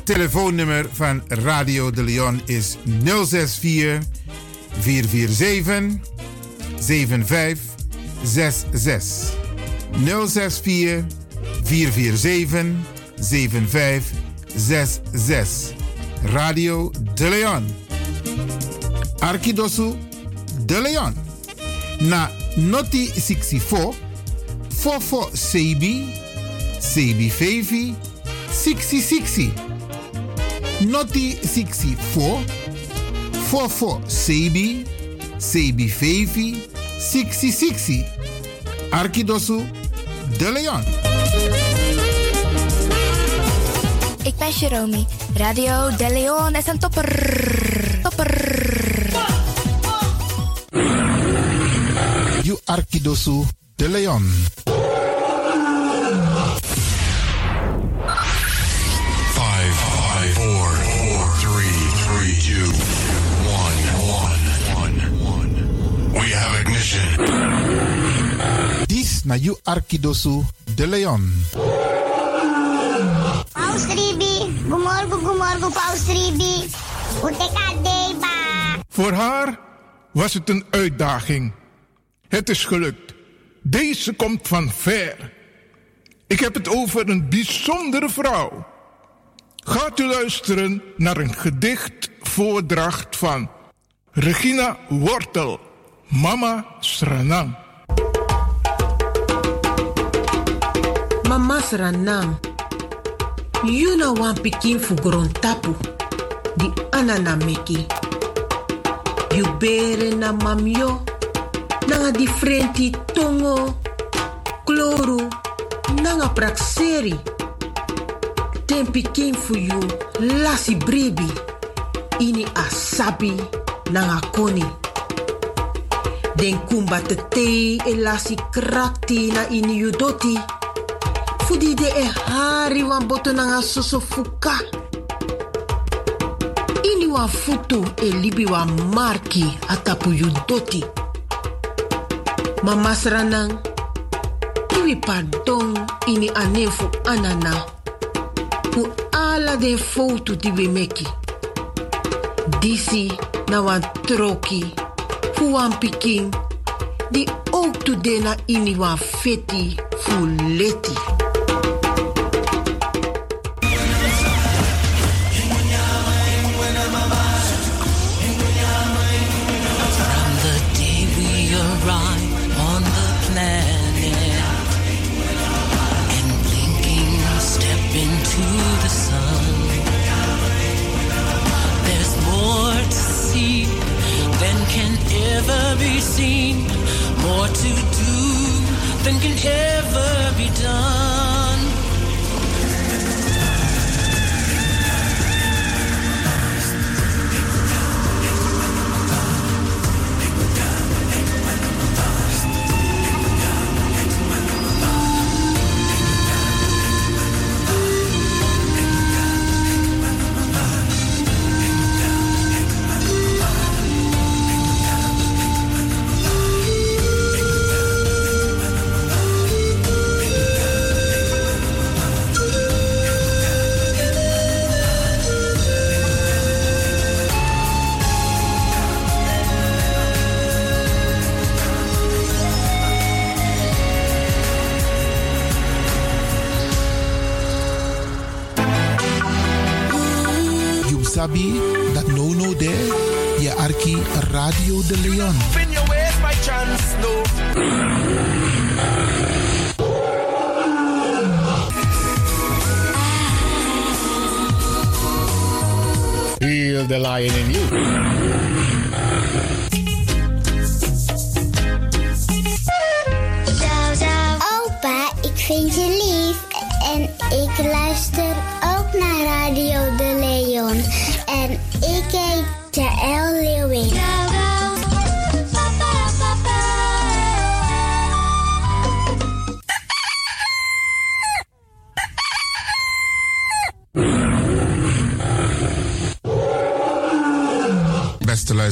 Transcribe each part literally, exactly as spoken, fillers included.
Telefoonnummer van Radio de Leon is nul zes vier, vier vier zeven, zeven vijf zes zes. nul zes vier, vier vier zeven, zeven vijf zes zes. Radio de Leon. Arkidosu de Leon. Na noti zesenzestig, fofo sebi, sebi fevi, zesenzestig. Noti zesenzestig, fofo sebi, sebi fevi, zesenzestig. Arkidosu de Leon. Ik ben Jerome. Radio de Leon is een topper. Topper. You Arkidosu de Leon. Five, five, four, four, three, three, two, one, one, one, one. We have ignition. Dis na You Arkidosu de Leon. Paus Ribi, gumorgo, gumorgo, Paus Ribi. Utekadeba. Voor haar was het een uitdaging. Het is gelukt. Deze komt van ver. Ik heb het over een bijzondere vrouw. Gaat u luisteren naar een gedichtvoordracht van Regina Wortel, Mama Sranam. Mama Sranam, you know one pikin fu grontapu, di anana meki. You bere na mamyo, nanga differenti tongo, kloru, nanga prakseri. Ten pikin fu you lasi brebi, ini asabi nanga koni. Den kumba te te e lasi krakti na ini yudoti. Fudi de e hari wan boto nanga soso fuka. Ini wan futu e libi wan marki atapu yudoti. Mama Sranang, iwi pardon ini anefu anana. Fu ala de foto di we meki. Disi na wan troki. Fu wan pikin. Di ook to de na ini wan feti fu leti. Ever be seen, more to do than can ever be done. Sabi dat no no there, je arki Radio de Leon. Spin your ways by chance, no. Feel the lion in you. Opa, ik vind je lief en ik luister ook naar Radio de Leon. En ik heet Jaël Leeuwin. Beste luisteraars.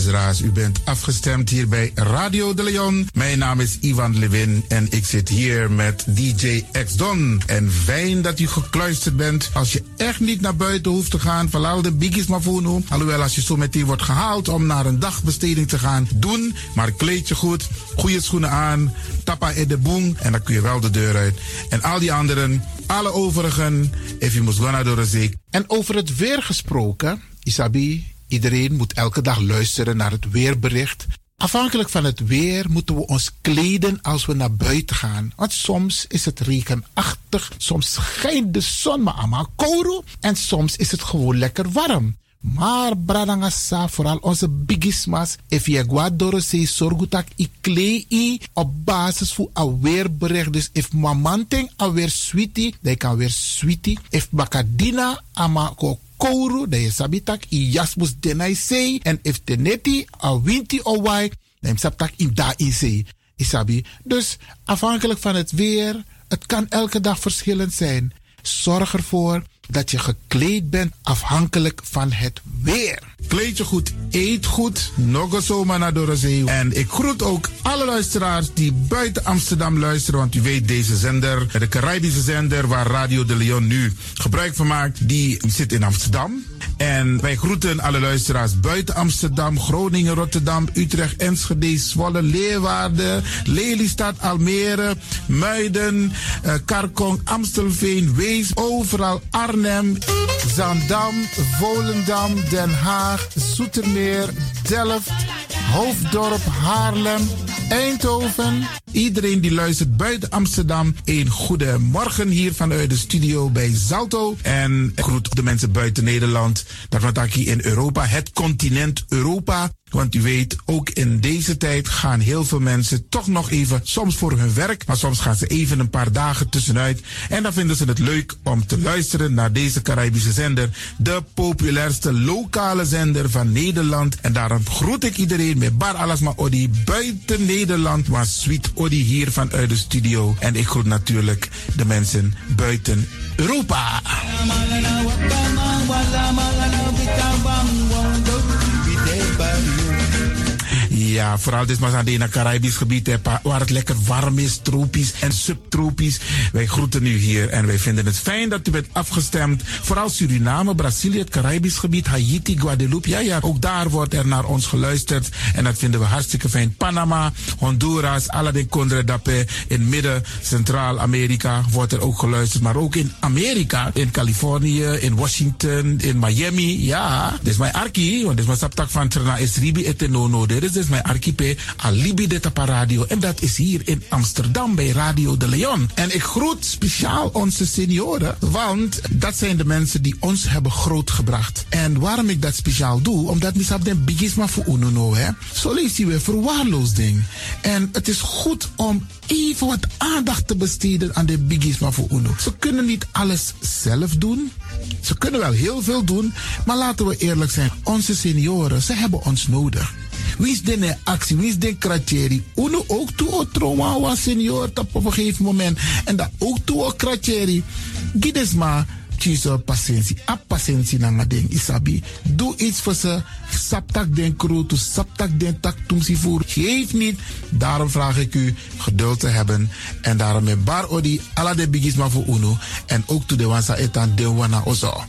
luisteraars. U bent afgestemd hier bij Radio de Leon. Mijn naam is Ivan Levin en ik zit hier met D J X-Don. En fijn dat u gekluisterd bent. Als je echt niet naar buiten hoeft te gaan, verlaal de biggies maar voor nu. Alhoewel, als je zo meteen wordt gehaald om naar een dagbesteding te gaan, doen. Maar kleed je goed, goede schoenen aan, tappa in de boom en dan kun je wel de deur uit. En al die anderen, alle overigen, if you must go naar de zee. En over het weer gesproken, Isabi, iedereen moet elke dag luisteren naar het weerbericht. Afhankelijk van het weer moeten we ons kleden als we naar buiten gaan. Want soms is het regenachtig, soms schijnt de zon maar allemaal kouro en soms is het gewoon lekker warm. Maar bradangasa, vooral onze bigismas, if je guadoro se sorgutak i klei op basis van een weerbericht. Dus if mamanting alweer sweetie, dan kan weer sweetie. If bakadina ama ko kouru, dan je sabitak i jasmus denai sei. En if teneti a winti o wai, dan sabtak in da in sei. Isabi. Dus afhankelijk van het weer, het kan elke dag verschillend zijn. Zorg ervoor dat je gekleed bent afhankelijk van het weer. Kleed je goed, eet goed, nog zomaar naar Dorozee. En ik groet ook alle luisteraars die buiten Amsterdam luisteren. Want u weet, deze zender, de Caribische zender waar Radio de Leon nu gebruik van maakt, die zit in Amsterdam. En wij groeten alle luisteraars buiten Amsterdam, Groningen, Rotterdam, Utrecht, Enschede, Zwolle, Leeuwarden, Lelystad, Almere, Muiden, uh, Karkong, Amstelveen, Wees, overal Arnhem, Zandam, Volendam, Den Haag, Zoetermeer, Delft, Hoofddorp, Haarlem, Eindhoven. Iedereen die luistert buiten Amsterdam, een goede morgen hier vanuit de studio bij Zalto. En ik groet de mensen buiten Nederland, dat wat ik hier in Europa, het continent Europa. Want u weet, ook in deze tijd gaan heel veel mensen toch nog even, soms voor hun werk, maar soms gaan ze even een paar dagen tussenuit. En dan vinden ze het leuk om te luisteren naar deze Caribische zender, de populairste lokale zender van Nederland. En daarom groet ik iedereen met Bar Alasma Odi buiten Nederland, maar Sweet Odi hier vanuit de studio. En ik groet natuurlijk de mensen buiten Europa. Ja, vooral dit maar aan het Caribisch gebied, hè, waar het lekker warm is, tropisch en subtropisch. Wij groeten u hier en wij vinden het fijn dat u bent afgestemd. Vooral Suriname, Brazilië, het Caribisch gebied, Haiti, Guadeloupe. Ja, ja, ook daar wordt er naar ons geluisterd en dat vinden we hartstikke fijn. Panama, Honduras, Aladdin Condre Dapé, in midden, Centraal-Amerika wordt er ook geluisterd. Maar ook in Amerika, in Californië, in Washington, in Miami. Ja, dit is mijn arki, want dit is mijn saptak van Trana Esribi etenono. Dit is dus mijn archipel Alibi de Tapa Radio. En dat is hier in Amsterdam bij Radio de Leon. En ik groet speciaal onze senioren, want dat zijn de mensen die ons hebben grootgebracht. En waarom ik dat speciaal doe, omdat we hebben een bigisma voor uno, hè. Zo lees je weer verwaarloosding. En het is goed om even wat aandacht te besteden aan de bigisma voor uno. Ze kunnen niet alles zelf doen. Ze kunnen wel heel veel doen, maar laten we eerlijk zijn. Onze senioren, ze hebben ons nodig. Wie is de actie, wie is de kratjeri? Uno ook toe o trauma was senior op een gegeven moment. En dat ook toe o kratjeri. Gides maar, kies patiëntie. A patiëntie na nga ding, isabi. Doe iets voor ze. Saptak den kroot, saptak den tak tumsi voer. Geef niet. Daarom vraag ik u geduld te hebben. En daarom met bar odi, ala de bigisma voor uno. En ook toe de wansa etan de wana ozo.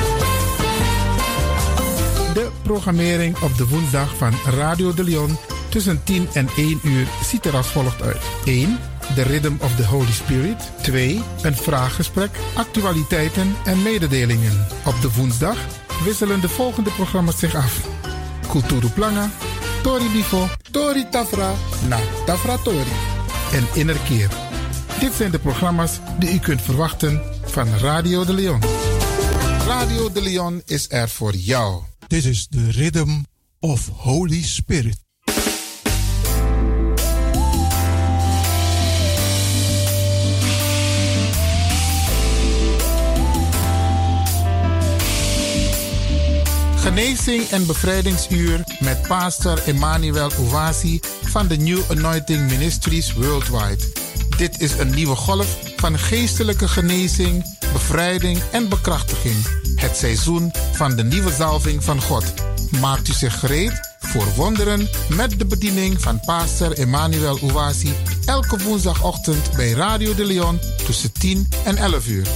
Programmering op de woensdag van Radio de Leon tussen tien en één uur ziet er als volgt uit. één. The Rhythm of the Holy Spirit. twee. Een vraaggesprek, actualiteiten en mededelingen. Op de woensdag wisselen de volgende programma's zich af. Kulturu Planga, Tori Bifo, Tori Tafra, na Tafra Tori. En Innerkeer. Dit zijn de programma's die u kunt verwachten van Radio de Leon. Radio de Leon is er voor jou. This is the Rhythm of Holy Spirit. Genezing en bevrijdingsuur met pastor Emmanuel Owasi van de New Anointing Ministries Worldwide. Dit is een nieuwe golf van geestelijke genezing, bevrijding en bekrachtiging. Het seizoen van de nieuwe zalving van God. Maakt u zich gereed voor wonderen met de bediening van pastor Emmanuel Owasi elke woensdagochtend bij Radio de Leon tussen tien en elf uur.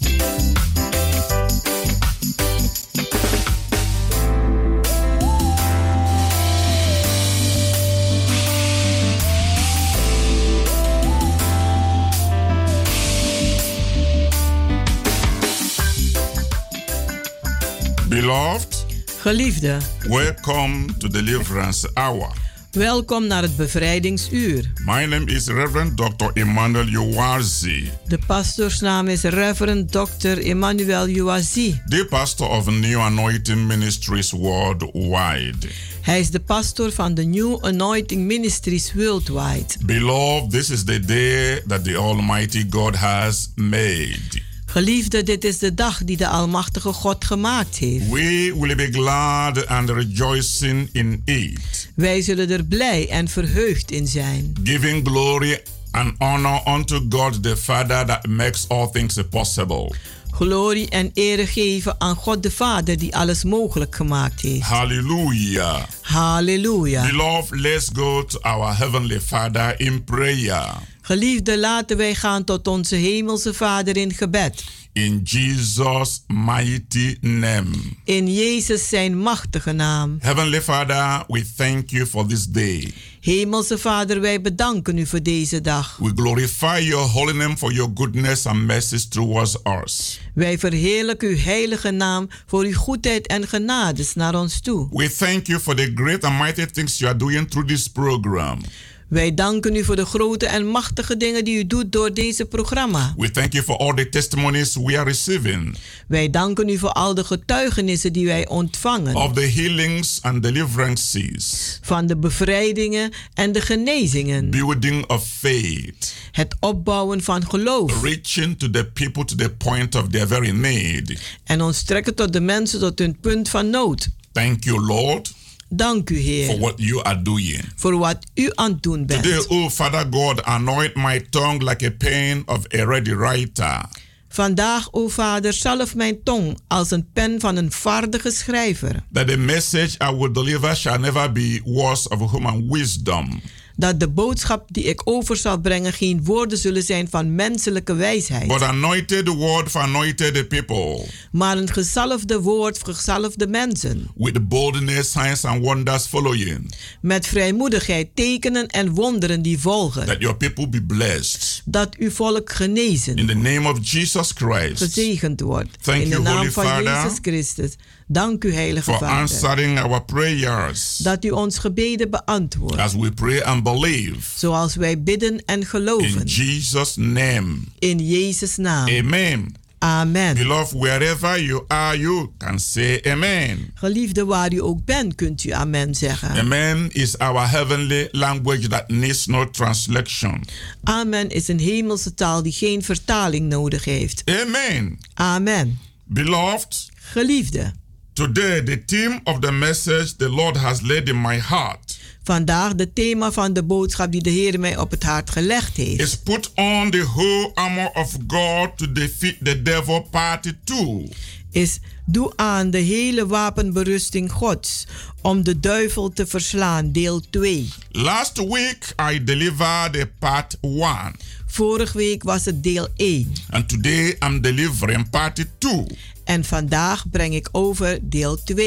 Beloved, geliefde, welcome to Deliverance Hour. Welkom naar het bevrijdingsuur. My name is Reverend doctor Emmanuel Uwazi. De pastoorsnaam is Reverend doctor Emmanuel Uwazi. The pastor of New Anointing Ministries Worldwide. Hij is de pastor van de New Anointing Ministries Worldwide. Beloved, this is the day that the Almighty God has made. Geliefde, dit is de dag die de Almachtige God gemaakt heeft. We will be glad and rejoicing in it. Wij zullen er blij en verheugd in zijn. Giving glory and honor unto God the Father that makes all things possible. Glorie en ere geven aan God de Vader die alles mogelijk gemaakt heeft. Hallelujah. Hallelujah. Beloved, let's go to our Heavenly Father in prayer. Geliefde, laten wij gaan tot onze hemelse Vader in gebed. In Jesus' mighty name. In Jezus zijn machtige naam. Heavenly Father, we thank you for this day. Hemelse Vader, wij bedanken u voor deze dag. We glorify your holy name for your goodness and mercy towards us. Wij verheerlijken uw heilige naam voor uw goedheid en genades naar ons toe. We thank you for the great and mighty things you are doing through this program. Wij danken u voor de grote en machtige dingen die u doet door deze programma. We thank you for all the testimonies we are receiving. Wij danken u voor al de getuigenissen die wij ontvangen. Of the healings and deliverances. Van de bevrijdingen en de genezingen. Building of faith. Het opbouwen van geloof. Reaching to the people to the point of their very need. En ons trekken tot de mensen tot hun punt van nood. Thank you, Lord. Dank u, Heer. For what you are doing. Voor wat u aan het doen bent. Today, oh Father God, anoint my tongue like a pen of a ready writer. Vandaag, o Vader, zalf mijn tong als een pen van een vaardige schrijver. That the message I will deliver shall never be words of human wisdom. Dat de boodschap die ik over zal brengen geen woorden zullen zijn van menselijke wijsheid. But anointed word for anointed people. Maar een gezalfde woord voor gezalfde mensen. With boldness, signs and wonders following. Met vrijmoedigheid, tekenen en wonderen die volgen. That your people be blessed. Dat uw volk genezen. In the name of Jesus Christ. Gezegend wordt. Thank In de you, naam Holy van Father, Jezus Christus. Dank u, Heilige for Vader. answering our prayers. Dat u ons gebeden beantwoordt. As we pray and believe. Zoals wij bidden en geloven. In Jesus' name. In Jezus' naam. Amen. Amen. Beloved, wherever you are, you can say amen. Geliefde, waar u ook bent, kunt u amen zeggen. Amen is our heavenly language that needs no translation. Amen is een hemelse taal die geen vertaling nodig heeft. Amen. Amen. Beloved, geliefde. Today the theme of the message the Lord has laid in my heart. Vandaag de thema van de boodschap die de Heer mij op het hart gelegd heeft. Is put on the whole armor of God to defeat the devil part two. Is doe aan de hele wapenberusting Gods om de duivel te verslaan, deel twee. Last week I delivered the part one. Vorige week was het deel één. And today I'm delivering part two. En vandaag breng ik over deel twee.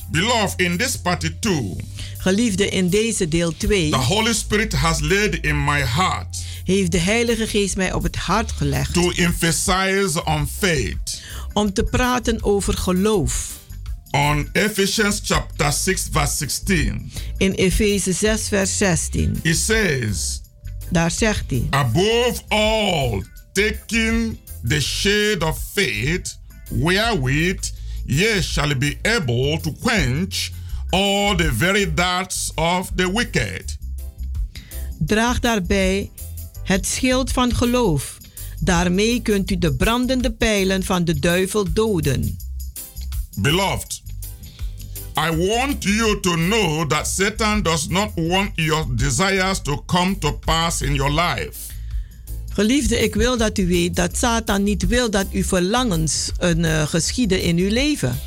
Beloved, in this part two, geliefde, in deze deel twee, the Holy Spirit has laid in my heart heeft de Heilige Geest mij op het hart gelegd to emphasize on faith. Om te praten over geloof. On Ephesians chapter six verse sixteen. In Efeze zes vers zestien. It says, daar zegt hij, above all, taking the shade of faith, wherewith ye shall be able to quench all the very darts of the wicked. Draag daarbij het schild van geloof. Daarmee kunt u de brandende pijlen van de duivel doden. Beloved, I want you to know that Satan does not want your desires to come to pass in your life. Geliefde, ik wil dat u weet dat Satan niet wil dat uw verlangens uh, geschieden in uw leven.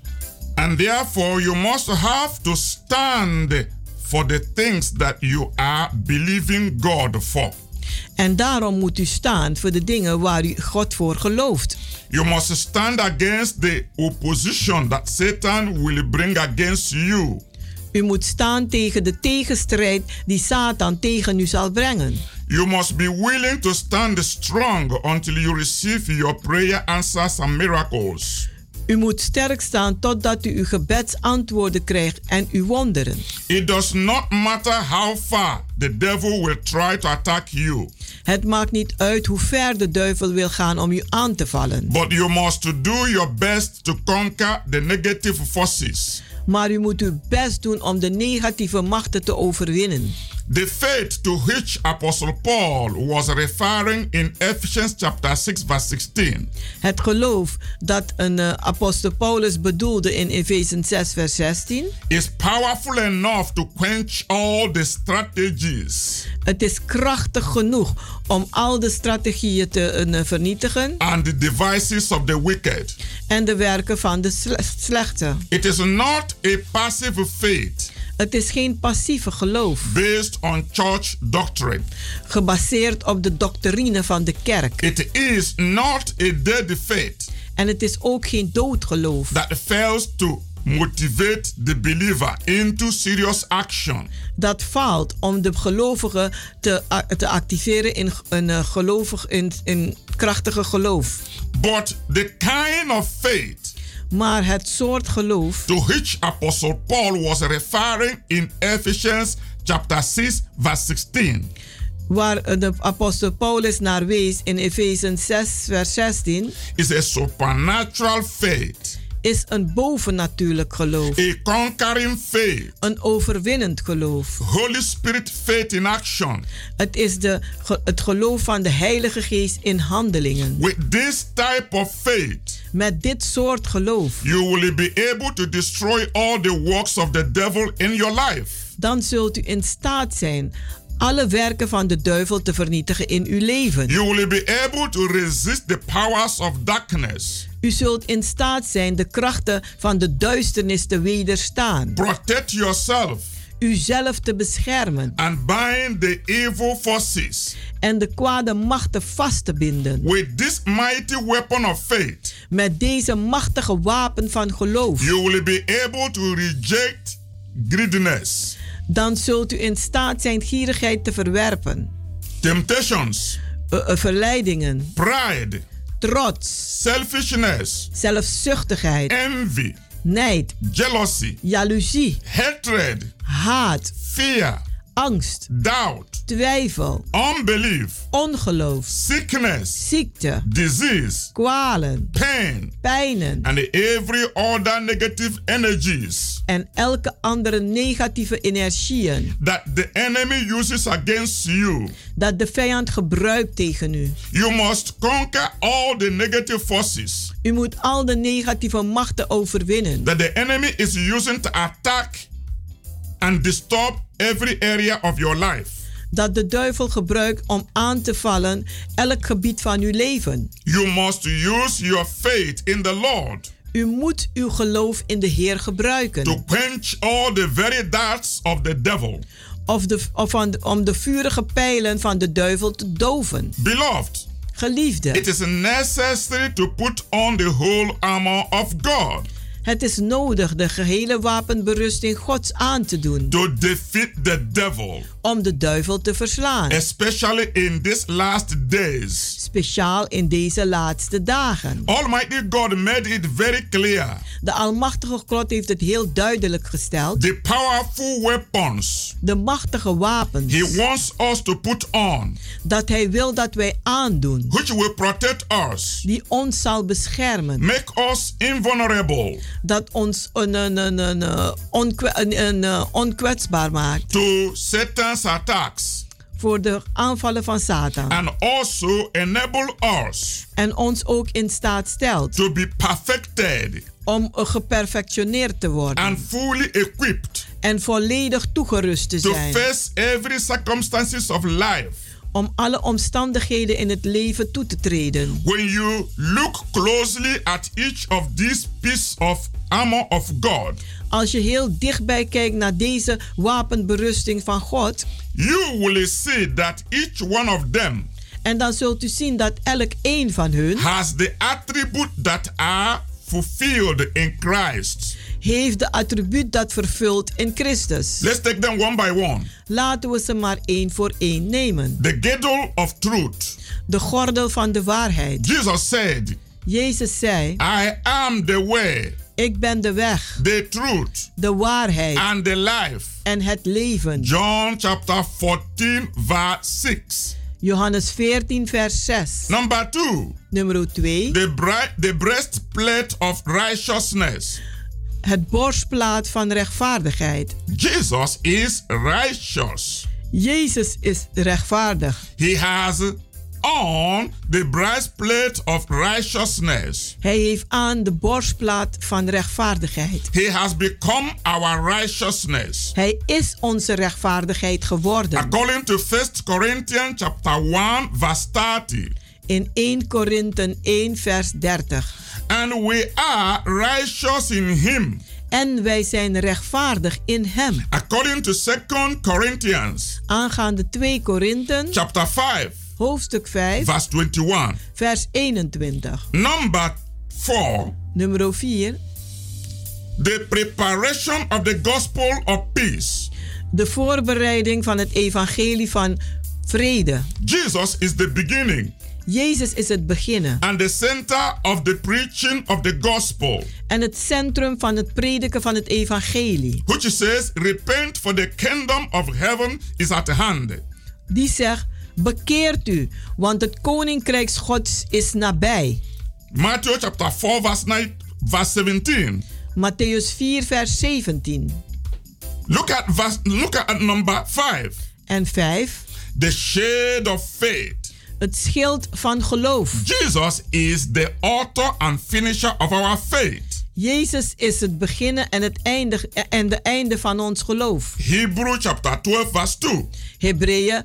And therefore you must have to stand for the things that you are believing God for. En daarom moet u staan voor de dingen waar u God voor gelooft. You must stand against the opposition that Satan will bring against you. U moet staan tegen de tegenstrijd die Satan tegen u zal brengen. You must be willing to stand strong until you receive your prayer answers and miracles. U moet sterk staan totdat u uw gebedsantwoorden krijgt en uw wonderen. It does not matter how far the devil will try to attack you. Het maakt niet uit hoe ver de duivel wil gaan om u aan te vallen. But you must do your best to conquer the negative forces. Maar u moet uw best doen om de negatieve machten te overwinnen. The faith to which Apostle Paul was referring in Ephesians chapter six verse sixteen. Het geloof dat een uh, apostel Paulus bedoelde in Efeze zes vers zestien. Is powerful enough to quench all the strategies. Het is krachtig genoeg om al de strategieën te uh, vernietigen. And the devices of the wicked. En de werken van de sle- slechte. It is not a passive faith. Het is geen passieve geloof. Based on church doctrine. Gebaseerd op de doctrine van de kerk. It is not a dead faith. En het is ook geen doodgeloof. That fails to motivate the believer into serious action. Dat faalt om de gelovige te, te activeren in een uh, gelovig in, in krachtige geloof. But the kind of faith. Maar het soort geloof to which Apostle Paul was referring in Ephesians chapter six verse sixteen. Waar de apostel Paulus naar wees in Efeze zes vers zestien. Is a supernatural faith. Is een bovennatuurlijk geloof. A conquering faith. Een overwinnend geloof. Holy Spirit faith in action. Het is de, het geloof van de Heilige Geest in handelingen. With this type of faith. Met dit soort geloof. You will be able to destroy all the works of the devil in your life. Dan zult u in staat zijn alle werken van de duivel te vernietigen in uw leven. You will be able to resist the powers of darkness. U zult in staat zijn de krachten van de duisternis te wederstaan. Protect yourself. Uzelf te beschermen. And bind the evil forces. En de kwade machten vast te binden. With this mighty weapon of faith. Met deze machtige wapen van geloof. You will be able to reject greediness. Dan zult u in staat zijn gierigheid te verwerpen. Temptations. Uh, uh, verleidingen. Pride. Trots. Selfishness. Zelfzuchtigheid. Envy. Nijd. Jealousy. Jaloezie. Hatred. Haat. Fear. Angst. Doubt. Twijfel. Unbelief. Ongeloof. Sickness. Ziekte. Disease. Kwalen. Pain. Pijnen. And every other negative energies. En elke andere negatieve energieën. That the enemy uses against you. Dat de vijand gebruikt tegen u. You must conquer all the negative forces. U moet al de negatieve machten overwinnen. That the enemy is using to attack and disturb every area of your life. Dat de duivel gebruikt om aan te vallen elk gebied van uw leven. You must use your faith in the Lord. U moet uw geloof in de Heer gebruiken. To quench all the very darts of the devil. Of de, of aan, om de vurige pijlen van de duivel te doven. Beloved. Geliefde. It is necessary to put on the whole armor of God. Het is nodig de gehele wapenberusting Gods aan te doen. To defeat the devil. Om de duivel te verslaan. Especially in these last days. Speciaal in deze laatste dagen. Almighty God made it very clear. De almachtige God heeft het heel duidelijk gesteld. The powerful weapons. De machtige wapens. He wants us to put on. Dat hij wil dat wij aandoen. Which will protect us. Die ons zal beschermen. Make us invulnerable. Dat ons een, een, een, een, onkwe, een, een, een onkwetsbaar maakt. To Satan's attacks. Voor de aanvallen van Satan. And also enable us. En ons ook in staat stelt. To be perfected. Om geperfectioneerd te worden. And fully equipped. En volledig toegerust te zijn. To face every circumstances of life. Om alle omstandigheden in het leven toe te treden. When you look closely at each of these pieces of armor of God. Als je heel dichtbij kijkt naar deze wapenberusting van God. You will see that each one of them. En dan zult u zien dat elk een van hun. Has the attribute that are fulfilled in Christ. Heeft de attribuut dat vervult in Christus. Let's take them one by one. Laten we ze maar één voor één nemen. The girdle of truth. De gordel van de waarheid. Jesus said. Jezus zei. I am the way. Ik ben de weg. The truth. De waarheid. And the life. En het leven. John chapter fourteen verse six. Johannes veertien vers zes. Number two. Nummer twee. The, the breastplate of righteousness. Het borstplaat van rechtvaardigheid. Jesus is righteous. Jezus is rechtvaardig. He has on the breastplate of righteousness. Hij heeft aan de borstplaat van rechtvaardigheid. He has become our righteousness. Hij is onze rechtvaardigheid geworden. According to First Corinthians chapter one verse thirty. In Eerste Korinthe één vers dertig. And we are righteous in him. En wij zijn rechtvaardig in hem. According to Second Corinthians. Aangaande Tweede Korinthe. Chapter five. Hoofdstuk vijf. Verse twenty-one. Vers eenentwintig. Number four. Nummer vier. The preparation of the gospel of peace. De voorbereiding van het evangelie van vrede. Jesus is the beginning. Jezus is het beginnen. And the center of the preaching of the gospel. En het centrum van het prediken van het evangelie. Which says, repent for the kingdom of heaven is at hand. Die zegt, bekeert u, want het koninkrijk Gods is nabij. Matthew chapter four verse nine, verse seventeen. Matthäus vier vers zeventien. Look at verse, look at number five. En vijf. The shade of faith. Het schild van geloof. Jesus is the author and finisher of our faith. Jezus is het beginnen en het einde en de einde van ons geloof. Hebrew chapter twelve verse two. Hebreeën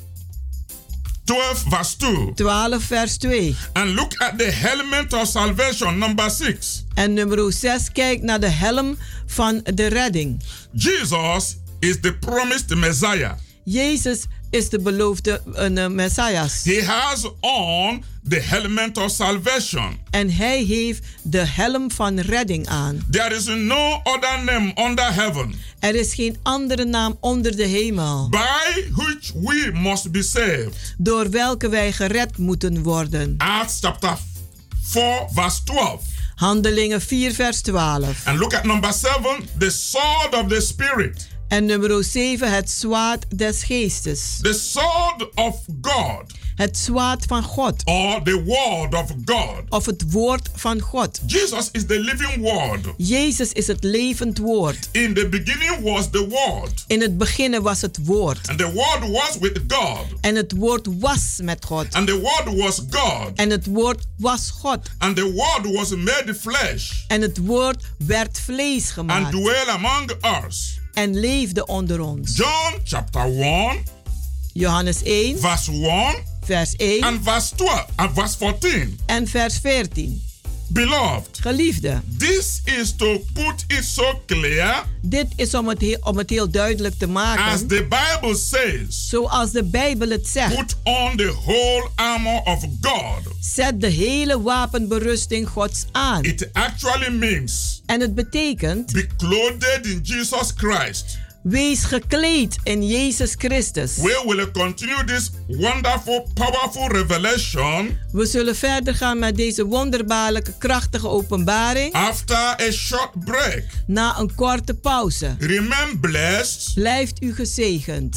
twelve verse two. twaalf vers twee. And look at the helmet of salvation number six. En nummer zes, kijk naar de helm van de redding. Jesus is the promised Messiah. Jezus is de beloofde uh, Messias. He has on the helmet of salvation. En hij heeft de helm van redding aan. There is no other name under heaven. Er is geen andere naam onder de hemel. By which we must be saved. Door welke wij gered moeten worden. Acts chapter four verse twelve. Handelingen vier vers twaalf. And look at number seven, the sword of the spirit. En nummer zeven, het zwaard des geestes. The sword of God. Het zwaard van God. Or the word of God. Of het woord van God. Jesus is the living word. Jezus is het levend woord. In the beginning was the word. In het begin was het woord. And the word was with God. En het woord was met God. And the word was God. En het woord was God. And the word was made flesh. En het woord werd vlees gemaakt. And dwell among us. En leefde onder ons. John chapter one. Johannes één. Verse one. Vers één. And verse twelve. And verse fourteen. En vers veertien. Beloved, geliefde, this is to put it so clear. Dit is om het, heel, om het heel duidelijk te maken. As the Bible says, zoals de Bijbel het zegt. Put on the whole armor of God. Zet de hele wapenberusting Gods aan. It actually means. En het betekent. Be clothed in Jesus Christ. Wees gekleed in Jezus Christus. We will continue this wonderful, powerful revelation. We zullen verder gaan met deze wonderbaarlijke, krachtige openbaring. After a short break. Na een korte pauze. Remain blessed. Blijft u gezegend.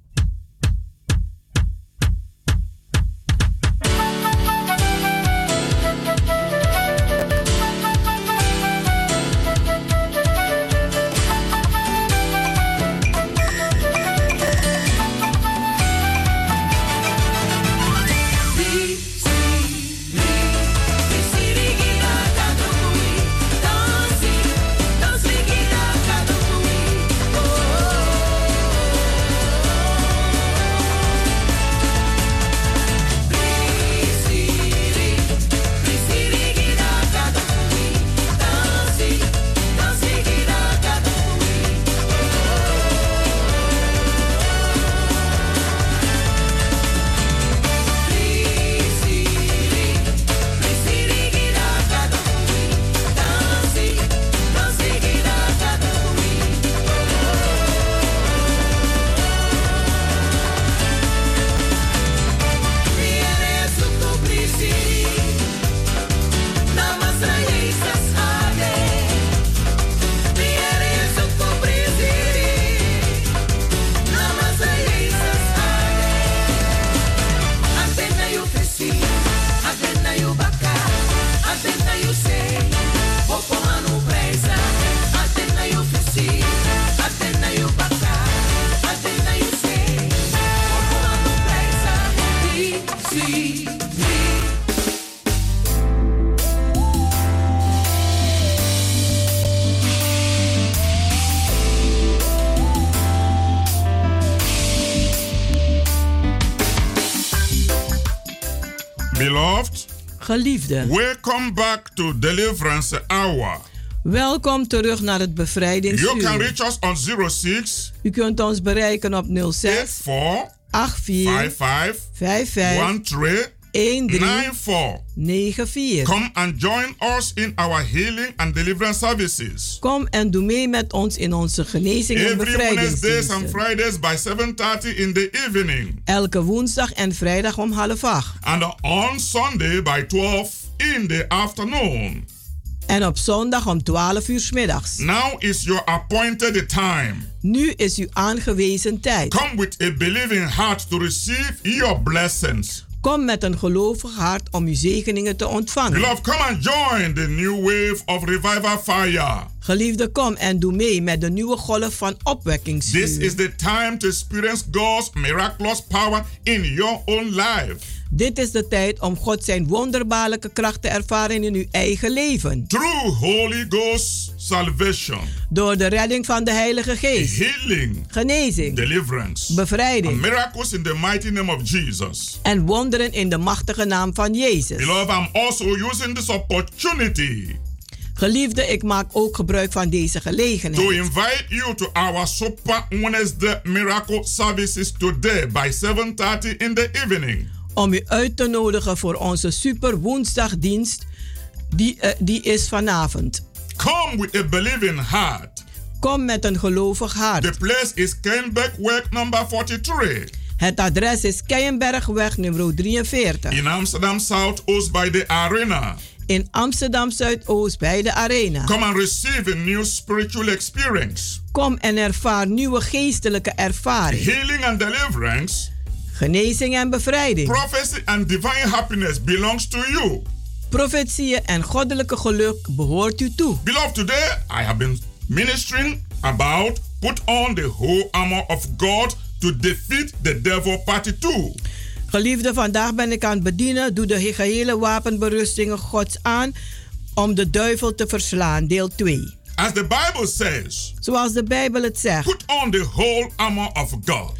Beloved, geliefde, welcome back to Deliverance Hour. Welkom terug naar het bevrijdingsuur. You can reach us on zero six. U kunt ons bereiken op nul zes acht vier vijf vijf one three een drie nine four negen vier. Come and join us in our healing and deliverance services. Kom en doe mee met ons in onze genezing en bevrijdingsdiensten. Every Wednesdays and Fridays by seven thirty in the evening. Elke woensdag en vrijdag om half acht. And on Sunday by twelve in the afternoon. En op zondag om twaalf uur 's middags. Now is your appointed time. Nu is uw aangewezen tijd. Come with a believing heart to receive your blessings. Kom met een gelovig hart om uw zegeningen te ontvangen. Beloved, come and join the new wave of revival fire. Geliefde, kom en doe mee met de nieuwe golf van opwekkingsvuur. This is the time to experience God's miraculous power in your own life. Dit is de tijd om God zijn wonderbaarlijke kracht te ervaren in uw eigen leven. Through Holy Ghost salvation. Door de redding van de Heilige Geest. Healing. Genezing. Deliverance. Bevrijding. And miracles in the mighty name of Jesus. En wonderen in de machtige naam van Jezus. Beloved, I'm also using this opportunity. Geliefde, ik maak ook gebruik van deze gelegenheid. To invite you to our Super Wednesday Miracle Services today by seven thirty in the evening. Om u uit te nodigen voor onze super woensdagdienst. Die, uh, die is vanavond. Come with a believing heart. Kom met een gelovig hart. The place is Keienbergweg number forty-three. Het adres is Keienbergweg nummer drieënveertig. In Amsterdam Zuidoost by the Arena. In Amsterdam Zuidoost bij de Arena. Come and receive a new spiritual experience. Kom en ervaar nieuwe geestelijke ervaring. Healing and deliverance. Genezing en bevrijding. Prophecy and divine happiness belongs to you. Profetieën en goddelijke geluk behoort u toe. Beloved, today I have been ministering about put on the whole armor of God to defeat the devil party two. Geliefde, vandaag ben ik aan het bedienen. Doe de gehele wapenberustingen Gods aan om de duivel te verslaan. Deel twee. As the Bible says. Zoals de Bijbel het zegt. Put on the whole armor of God.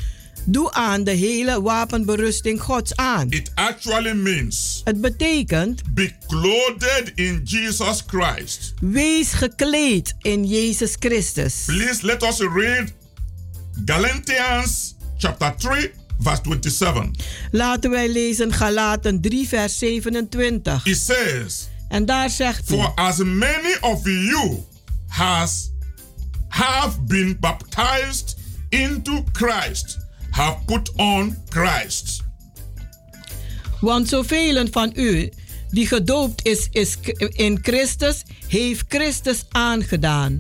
Doe aan de hele wapenberusting Gods aan. It actually means Het betekent be clothed in Jesus Christ. Wees gekleed in Jezus Christus. Please let us read Galatians chapter three verse twenty-seven. Laten wij lezen Galaten drie vers zevenentwintig. It says, en daar zegt hij: For as many of you has have been baptized into Christ, have put on Christ. Want zoveel van u die gedoopt is, is in Christus, heeft Christus aangedaan.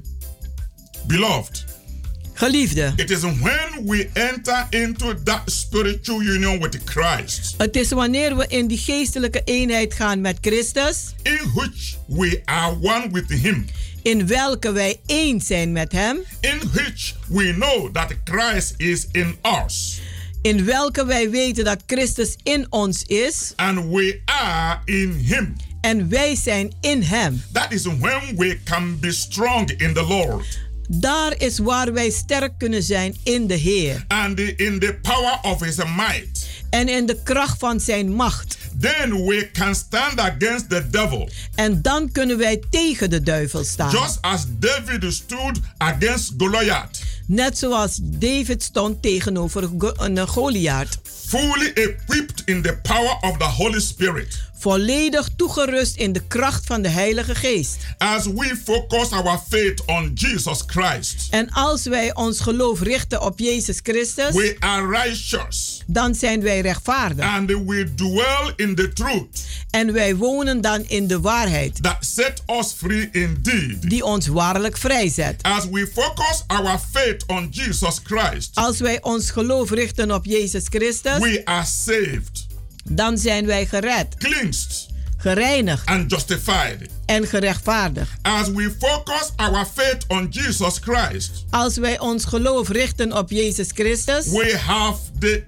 Beloved, geliefde, it is when we enter into that spiritual union with Christ. Het is wanneer we in die geestelijke eenheid gaan met Christus, in which we are one with Him. In welke wij één zijn met hem. In which we know that Christ is in us. In welke wij weten dat Christus in ons is. And we are in Him. En wij zijn in hem. That is when we can be strong in the Lord. Daar is waar wij sterk kunnen zijn in de Heer. And in the power of His might. En in de kracht van zijn macht. Then we can stand against the devil. En dan kunnen wij tegen de duivel staan. Just as David stood against Goliath. Net zoals David stond tegenover een Goliath. Fully equipped in the power of the Holy Spirit. Volledig toegerust in de kracht van de Heilige Geest. As we focus our faith on Jesus Christ. En als wij ons geloof richten op Jezus Christus. We are righteous. Dan zijn wij rechtvaardig. And we dwell in the truth. En wij wonen dan in de waarheid. That set us free indeed. Die ons waarlijk vrijzet. As we focus our faith on Jesus Christ. Als wij ons geloof richten op Jezus Christus. We are saved. Dan zijn wij gered. Cleansed. Gereinigd. And justified. En gerechtvaardigd. As we focus our faith on Jesus Christ. Als wij ons geloof richten op Jezus Christus. We have the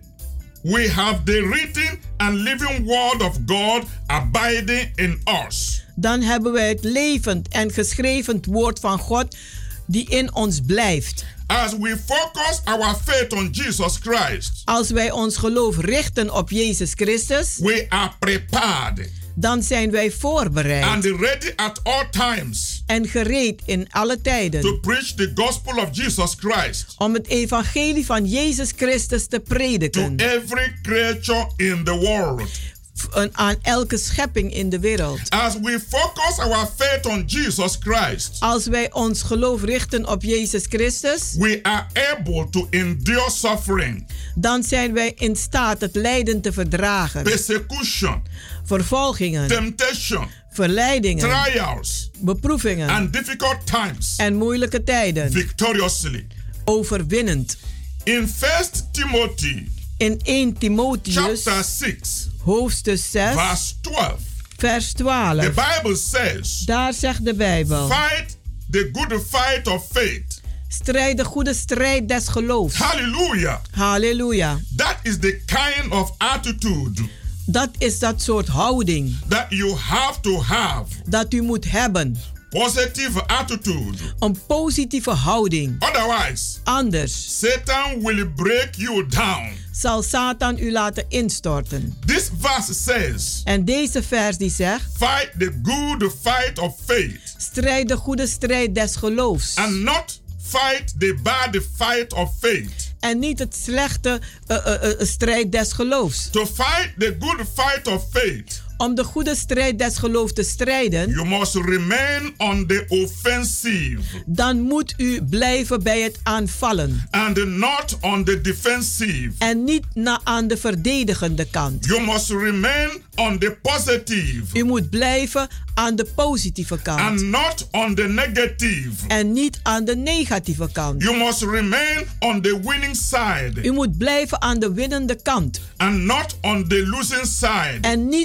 we have the written and living word of God abiding in us. Dan hebben wij het levend en geschreven woord van God die in ons blijft. As we focus our faith on Jesus Christ. Als wij ons geloof richten op Jezus Christus. We are prepared. Dan zijn wij voorbereid. And ready at all times. En gereed in alle tijden. To preach the gospel of Jesus Christ. Om het evangelie van Jezus Christus te prediken. To every creature in the world. Aan elke schepping in de wereld. As we focus our faith on Jesus Christ. Als wij ons geloof richten op Jezus Christus. We are able to endure suffering. Dan zijn wij in staat het lijden te verdragen. Persecution. Vervolgingen. Temptation. Verleidingen. Trials. Beproevingen. And difficult times. En moeilijke tijden. Victoriously. Overwinnend. In First Timothy. In Eerste Timotheus. Chapter six. Hoofdstuk zes. Verse twelve. Vers twaalf. The Bible says. Daar zegt de Bijbel. Fight the good fight of faith. Strijd de goede strijd des geloofs. Hallelujah. Halleluja. That is the kind of attitude. Dat is dat soort houding. That you have to have. Dat u moet hebben. Positive attitude. Een positieve houding. Otherwise. Anders. Satan will break you down. Zal Satan u laten instorten. This verse says. En deze vers die zegt. Fight the good fight of faith. Strijd de goede strijd des geloofs. And not fight the bad fight of faith. En niet het slechte uh, uh, uh, strijd des geloofs. To fight the good fight of faith. Om de goede strijd des geloofs te strijden. You must remain on the offensive. Dan moet u blijven bij het aanvallen. And not on the defensive. En niet na aan de verdedigende kant. You must remain on the positive. U moet blijven aan de positieve kant. And not on the negative. En niet aan de negatieve kant. You must remain on the winning side. U moet blijven aan de winnende kant. And not on the losing side. En niet aan de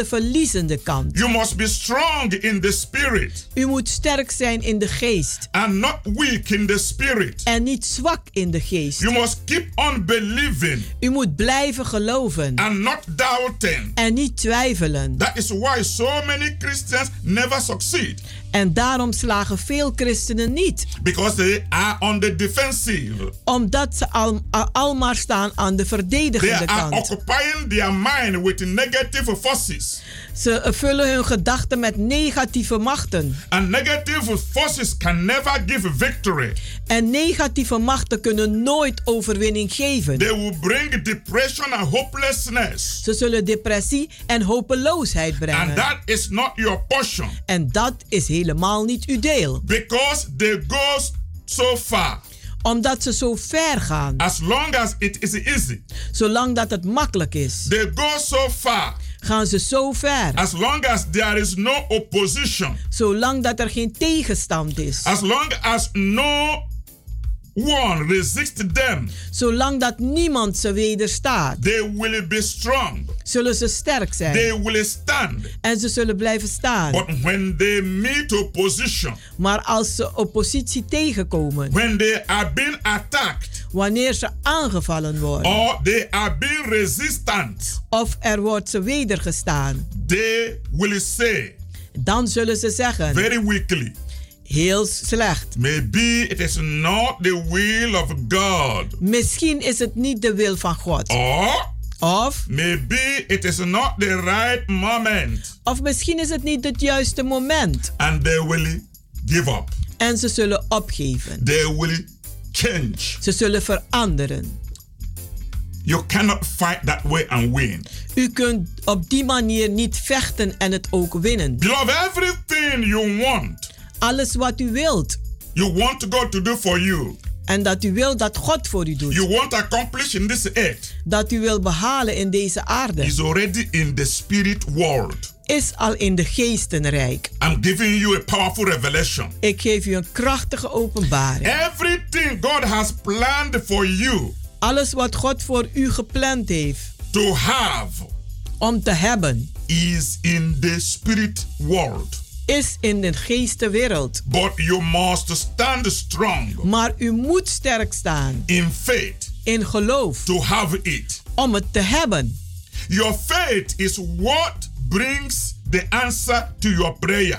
de verliezende kant. You must be strong in the spirit. U moet sterk zijn in de geest. And not weak in the spirit. En niet zwak in de geest. You must keep on believing. U moet blijven geloven. And not doubting. En niet twijfelen. That is why so many Christians never succeed. En daarom slagen veel christenen niet. Because they are on the defensive. Omdat ze al, al, al maar staan aan de verdedigende they are kant. Occupying their mind with negative forces. Ze vullen hun gedachten met negatieve machten. And negative forces can never give victory. En negatieve machten kunnen nooit overwinning geven. They will bring depression and hopelessness. Ze zullen depressie en hopeloosheid brengen. And that is not your portion. En dat is helemaal niet uw deel. Because they go so far. Omdat ze zo ver gaan. As long as it is easy. Zolang dat het makkelijk is. They go so far. Gaan ze zo ver. As long as there is no opposition. Zolang dat er geen tegenstand is. As long as no one resists them. Zolang dat niemand ze wederstaat. They will be strong. Zullen ze sterk zijn. They will stand. En ze zullen blijven staan. But when they meet opposition. Maar als ze oppositie tegenkomen. When they are being attacked. Wanneer ze aangevallen worden. Or they are being resistant. Of er wordt ze wedergestaan. They will say. Dan zullen ze zeggen. Very weakly. Heel slecht. Maybe it is not the will of God. Misschien is het niet de wil van God. Or of maybe it is not the right moment. Of misschien is het niet het juiste moment. And they will give up. En ze zullen opgeven. They will change. Ze zullen veranderen. You cannot fight that way and win. U kunt op die manier niet vechten en het ook winnen. Beloved, everything you want. Alles wat u wilt. You want God to do for you. En dat u wil dat God voor u doet. You want to accomplish in this earth. Dat u wil behalen in deze aarde. Is already in the spirit world. Is al in de geestenrijk. I'm giving you a powerful revelation. Ik geef u een krachtige openbaring. Everything God has planned for you. Alles wat God voor u gepland heeft. To have. Om te hebben. Is in the spirit world. Is in de geestenwereld. But you must stand strong. Maar u moet sterk staan. In faith. In geloof. To have it. Om het te hebben. Your faith is what brings the answer to your prayer.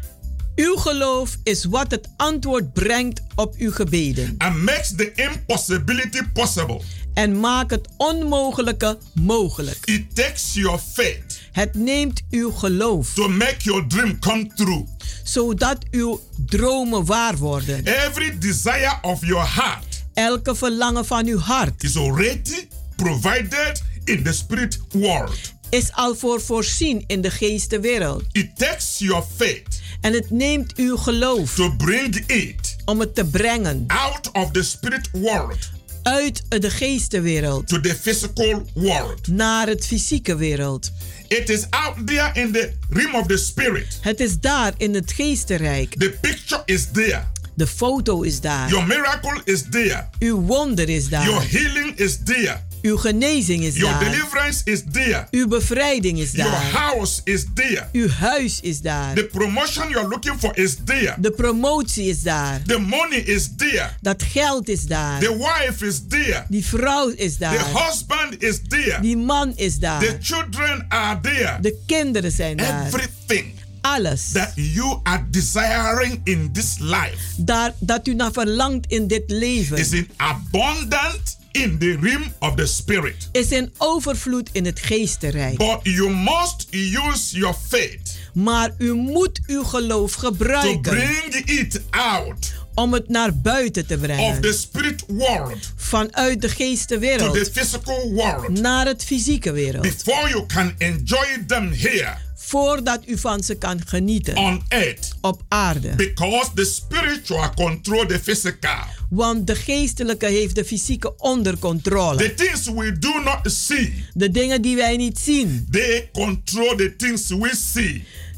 Uw geloof is wat het antwoord brengt op uw gebeden. And makes the impossibility possible. En maakt het onmogelijke mogelijk. It takes your faith. Het neemt uw geloof. To make your dream come true. Zodat uw dromen waar worden. Every desire of your heart. Elke verlangen van uw hart. Is already provided in the spirit world. Is al voor voorzien in de geestenwereld. It takes your faith. En het neemt uw geloof. To bring it. Om het te brengen. Out of the spirit world. Uit de geestenwereld. To the physical world. Naar het fysieke wereld. It is out there in the realm of the spirit. Het is daar in het geestenrijk. The picture is there. De foto is daar. Your miracle is there. Uw wonder is daar. Your healing is there. Uw genezing is Your daar. Your deliverance is there. Uw bevrijding is daar. Your house is there. Uw huis is daar. The promotion you're looking for is there. De promotie is daar. The money is there. Dat geld is daar. The wife is there. Die vrouw is daar. The husband is there. Die man is daar. The children are there. De kinderen zijn daar. Everything. Alles. That you are desiring in this life. Daar, dat u naar verlangt in dit leven. Is in abundant in the realm of the spirit. Is in overvloed in het geestenrijk. But you must use your faith. Maar u moet uw geloof gebruiken. To bring it out. Om het naar buiten te brengen. Of the spirit world. Vanuit de geestenwereld. To the physical world. Naar het fysieke wereld. Before you can enjoy them here. Voordat u van ze kan genieten. On earth. Op aarde. Because the spiritual control the physical. Want de geestelijke heeft de fysieke onder controle. The things we do not see. De dingen die wij niet zien. They control the things we see.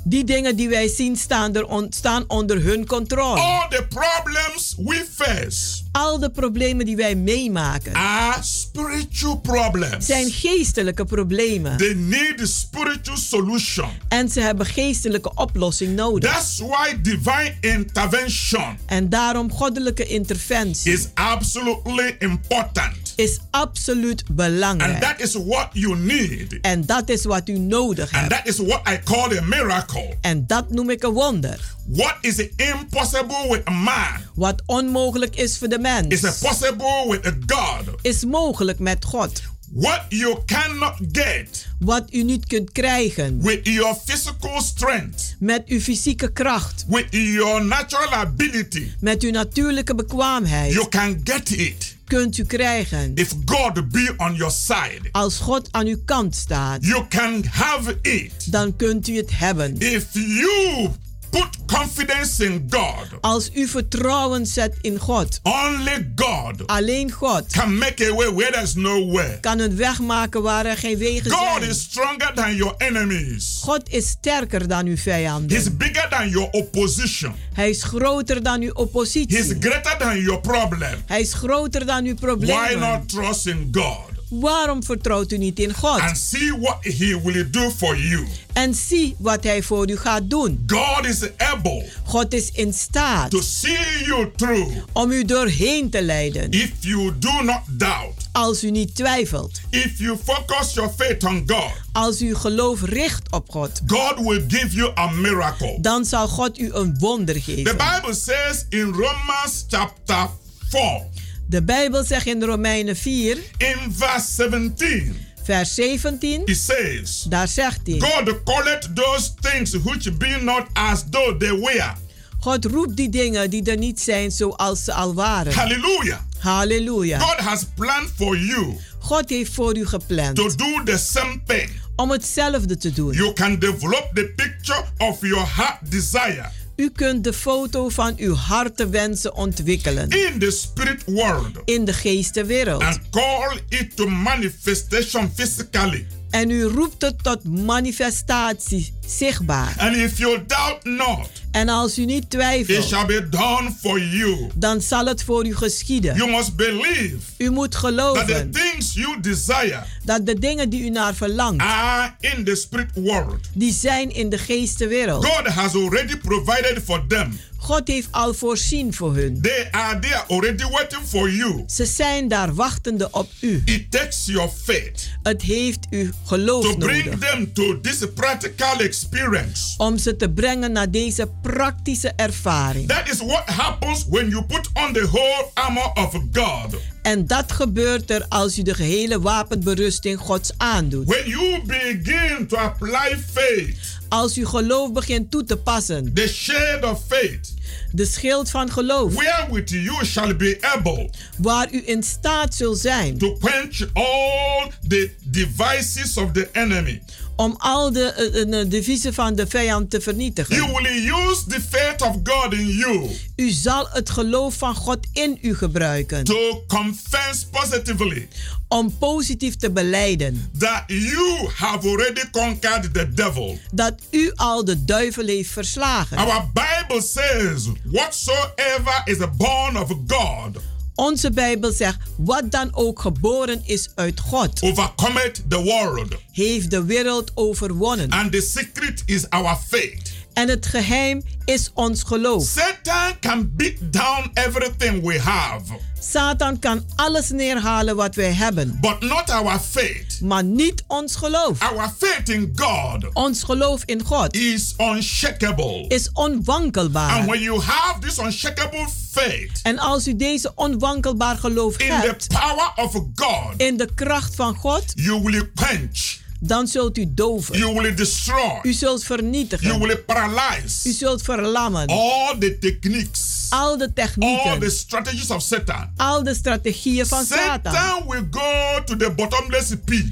Die dingen die wij zien staan, er on, staan onder hun controle. All the problems we face. Al de problemen die wij meemaken. Are spiritual problems. Zijn geestelijke problemen. They need a spiritual solution. En ze hebben geestelijke oplossing nodig. That's why divine intervention. En daarom goddelijke interventie. Is absolutely important. Is absoluut belangrijk. And that is what you need. En dat is wat u nodig hebt. And that is what I call a miracle. En dat noem ik een wonder. What is impossible with a man? Wat onmogelijk is voor de mens. Is possible with a God. Is mogelijk met God. What you cannot get. Wat u niet kunt krijgen. With your physical strength. Met uw fysieke kracht. With your natural ability. Met uw natuurlijke bekwaamheid. You can get it. Kunt u krijgen. If God be on your side. Als God aan uw kant staat. You can have it. Dan kunt u het hebben. If you put confidence in God. Als u vertrouwen zet in God. Only God. Alleen God. Can make a way where there's no way. Kan een weg maken waar er geen wegen God zijn. God is stronger than your enemies. God is sterker dan uw vijanden. He's bigger than your opposition. Hij is groter dan uw oppositie. He's greater than your problem. Hij is groter dan uw problemen. Why not trust in God? Waarom vertrouwt u niet in God? And see what he will do for you. En zie wat hij voor u gaat doen. God is able. God is in staat. To see you through. Om u doorheen te leiden. If you do not doubt. Als u niet twijfelt. If you focus your faith on God. Als u geloof richt op God. God will give you a miracle. Dan zal God u een wonder geven. The Bible says in Romans chapter four. De Bijbel zegt in Romeinen vier. In verse seventeen. Vers zeventien. He says. Daar zegt hij. God calleth those things which be not as though they were. God roept die dingen die er niet zijn zoals ze al waren. Hallelujah. Halleluja. God has planned for you. God heeft voor u gepland. To do the same thing. Om hetzelfde te doen. You can develop the picture of your heart desire. U kunt de foto van uw hartewensen ontwikkelen. In the spirit world. In de geestenwereld. And call it to manifestation physically. En u roept het tot manifestatie zichtbaar. And if you doubt not. En als u niet twijfelt. It shall be done for you. Dan zal het voor u geschieden. You must believe. U moet geloven. That the things you desire. Dat de dingen die u naar verlangt. Are in the spirit world. Die zijn in de geestenwereld. God has already provided for them. God heeft al voorzien voor hun. They are there already waiting for you. Ze zijn daar wachtende op u. It takes your faith. Het heeft u geloof to bring nodig. Them to this practical experience. Om ze te brengen naar deze praktische ervaring. That is what happens when you put on the whole armor of God. En dat gebeurt er als u de gehele wapenberusting Gods aandoet. When you begin to apply faith. Als u geloof begint toe te passen. The shield of faith. De schild van geloof. Wherewith you shall be able. Waar u in staat zult zijn. To quench all the devices of the enemy. Om al de uh, uh, deviezen van de vijand te vernietigen. You will use the faith of God in you. U zal het geloof van God in u gebruiken. To confess positively. Om positief te belijden. That you have already conquered the devil. Dat u al de duivel heeft verslagen. Our Bible says, whatsoever is born of God. Onze Bijbel zegt, wat dan ook geboren is uit God. Overcometh the world. Heeft de wereld overwonnen. And the secret is our faith. En het geheim is ons geloof. Satan can beat down everything we have. Satan kan alles neerhalen wat wij hebben. But not our faith. Maar niet ons geloof. Our faith in God. Ons geloof in God. Is unshakable. Is onwankelbaar. And when you have this unshakable faith. En als u deze onwankelbaar geloof in hebt. The power of God. In de kracht van God. You will quench. Dan zult u doven. You will destroy. U zult vernietigen. You will paralyze. U zult verlammen. All the techniques. Al de technieken. All the strategies of Satan. Al de strategieën van Satan. Satan will go to the bottomless pit.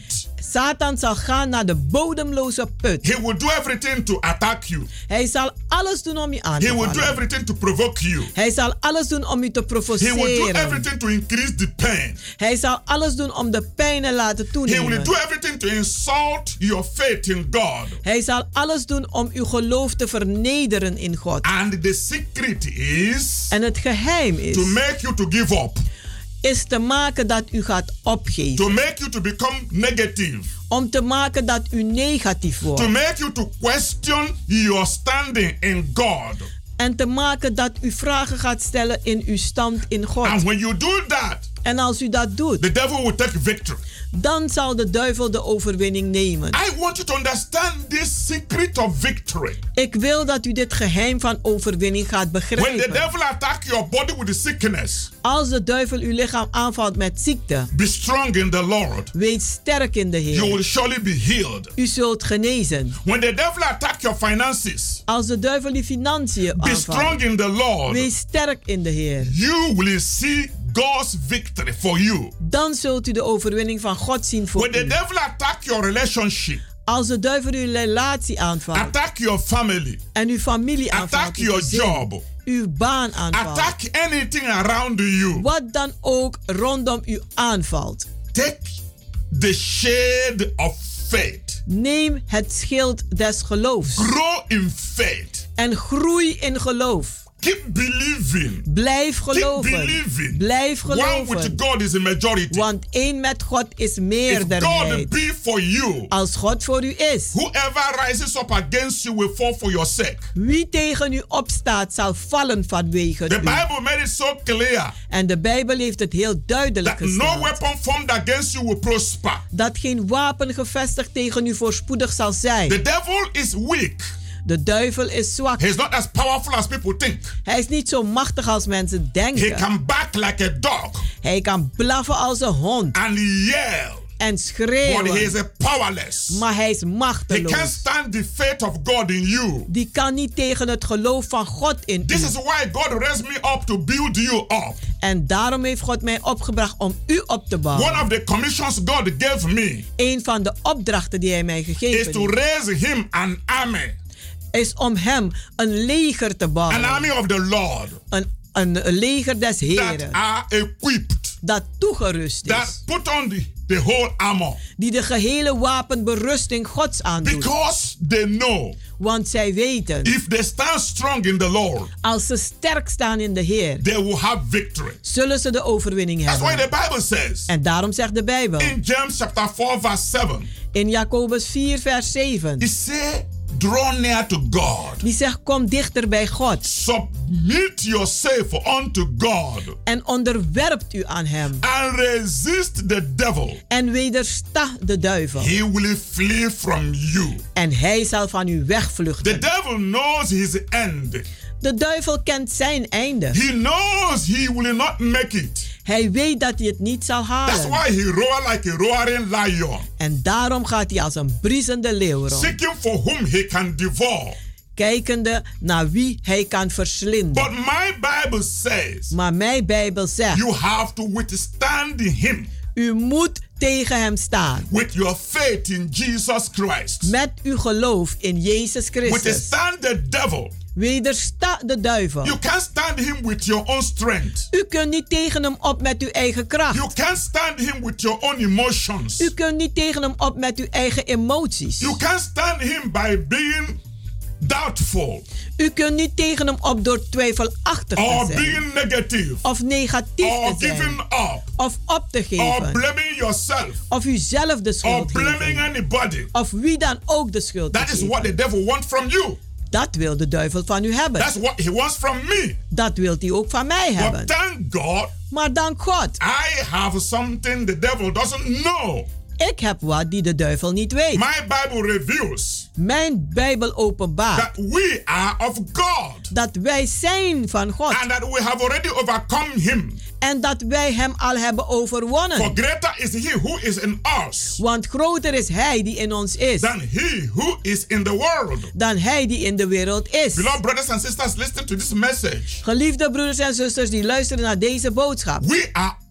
Satan zal gaan naar de bodemloze put. He will do everything to attack you. Hij zal alles doen om je aan te He will do vallen. everything to provoke you. Hij zal alles doen om je te He will do provoceren. everything to increase the pain. Hij zal alles doen om de pijnen laten He toenemen. will do everything to insult your faith in God. Hij zal alles doen om uw geloof te vernederen in God. And the secret is En het geheim is, to make you to give up. is te maken dat u gaat opgeven. To make you to become negative. Om te maken dat u negatief wordt. To make you to question your standing in God. En te maken dat u vragen gaat stellen in uw stand in God. And when you do that, en als u dat doet, the devil will take victory. Dan zal de duivel de overwinning nemen. I want you to understand this secret of victory. Ik wil dat u dit geheim van overwinning gaat begrijpen. When the devil attack your body with the sickness, als de duivel uw lichaam aanvalt met ziekte, be strong in the Lord. Wees sterk in de Heer. You will surely be healed. U zult genezen. When the devil attack your finances, als de duivel uw financiën be aanvalt, strong in the Lord. Wees sterk in de Heer. You will see God's victory for you. Dan zult u de overwinning van God zien voor When u. the devil attack your relationship, als de duivel uw relatie aanvalt, attack your family, en uw familie aanvalt, attack your gezin, job, uw baan aanvalt, attack anything around you, wat dan ook rondom u aanvalt, take the shade of faith. Neem het schild des geloofs. Grow in faith. En groei in geloof. Keep believing. Blijf geloven. Keep believing. Blijf geloven. One with God is a majority. Want één met God is meerderheid. If God be for you, als God voor u is, whoever rises up against you will fall for your sake. Wie tegen u opstaat zal vallen vanwege The u. Bible made it so clear. En de Bijbel heeft het heel duidelijk that gesteld. No weapon formed against you will prosper. Dat geen wapen gevestigd tegen u voorspoedig zal zijn. The devil is weak. De duivel is zwak. He is not as powerful as people think. Hij is niet zo machtig als mensen denken. He can bark like a dog. Hij kan blaffen als een hond. And yell. En schreeuwen. But he is a powerless. Maar hij is machteloos. He can't stand the faith of God in you. Die kan niet tegen het geloof van God in This u. is why God raised me up to build you up. En daarom heeft God mij opgebracht om u op te bouwen. One of the commissions God gave me. Een van de opdrachten die hij mij gegeven heeft. Is to raise him an army. Is om hem een leger te bouwen. An army of the Lord. Een, een leger des Heren. That are equipped. Dat toegerust is. That put on the, the whole armor. Die de gehele wapenberusting Gods aandoet. Because they know. Want zij weten. If they stand strong in the Lord. Als ze sterk staan in de Heer. They will have victory. Zullen ze de overwinning That's hebben. That's why the Bible says. En daarom zegt de Bijbel. In James chapter four verse seven. In Jacobus vier vers zeven. He said, draw near to God. Die zegt, kom dichter bij God. Submit yourself unto God. En onderwerpt u aan hem. And resist the devil. En wedersta de duivel. He will flee from you. En hij zal van u wegvluchten. The devil knows his end. De duivel kent zijn einde. He knows he will not make it. Hij weet dat hij het niet zal halen. That's why he roar like a roaring lion. En daarom gaat hij als een briesende leeuw rond. Seeking for whom he can devour. Kijkende naar wie hij kan verslinden. But my Bible says. Maar mijn Bijbel zegt. You have to withstand him. U moet tegen hem staan. With your faith in Jesus Christ. Met uw geloof in Jezus Christus. Withstand the devil. Wedersta de duivel. You can't stand him with your own strength. U kunt niet tegen hem op met uw eigen kracht. You can't stand him with your own emotions. U kunt niet tegen hem op met uw eigen emoties. You can't stand him by being doubtful. U kunt niet tegen hem op door twijfelachtig or te zijn. Being negative. Of negatief or te zijn. Giving up. Of op te geven. Or blaming yourself. Of uzelf de schuld or blaming geven. anybody. Of wie dan ook de schuld That is geven. what the devil wants from you. Dat wil de duivel van u hebben. That's what he wants from me. Dat wil hij ook van mij hebben. But thank God. Maar dank God. I have something the devil doesn't know. Ik heb wat die de duivel niet weet. My Bible reveals. Mijn Bijbel openbaart. That we are of God. Dat wij zijn van God. And that we have already overcome him. En dat wij hem al hebben overwonnen. For greater is he who is in us. Want groter is hij die in ons is. Than he who is in the world. Dan hij die in de wereld is. Beloved brothers and sisters, listen to this message. Geliefde broeders en zusters die luisteren naar deze boodschap. We are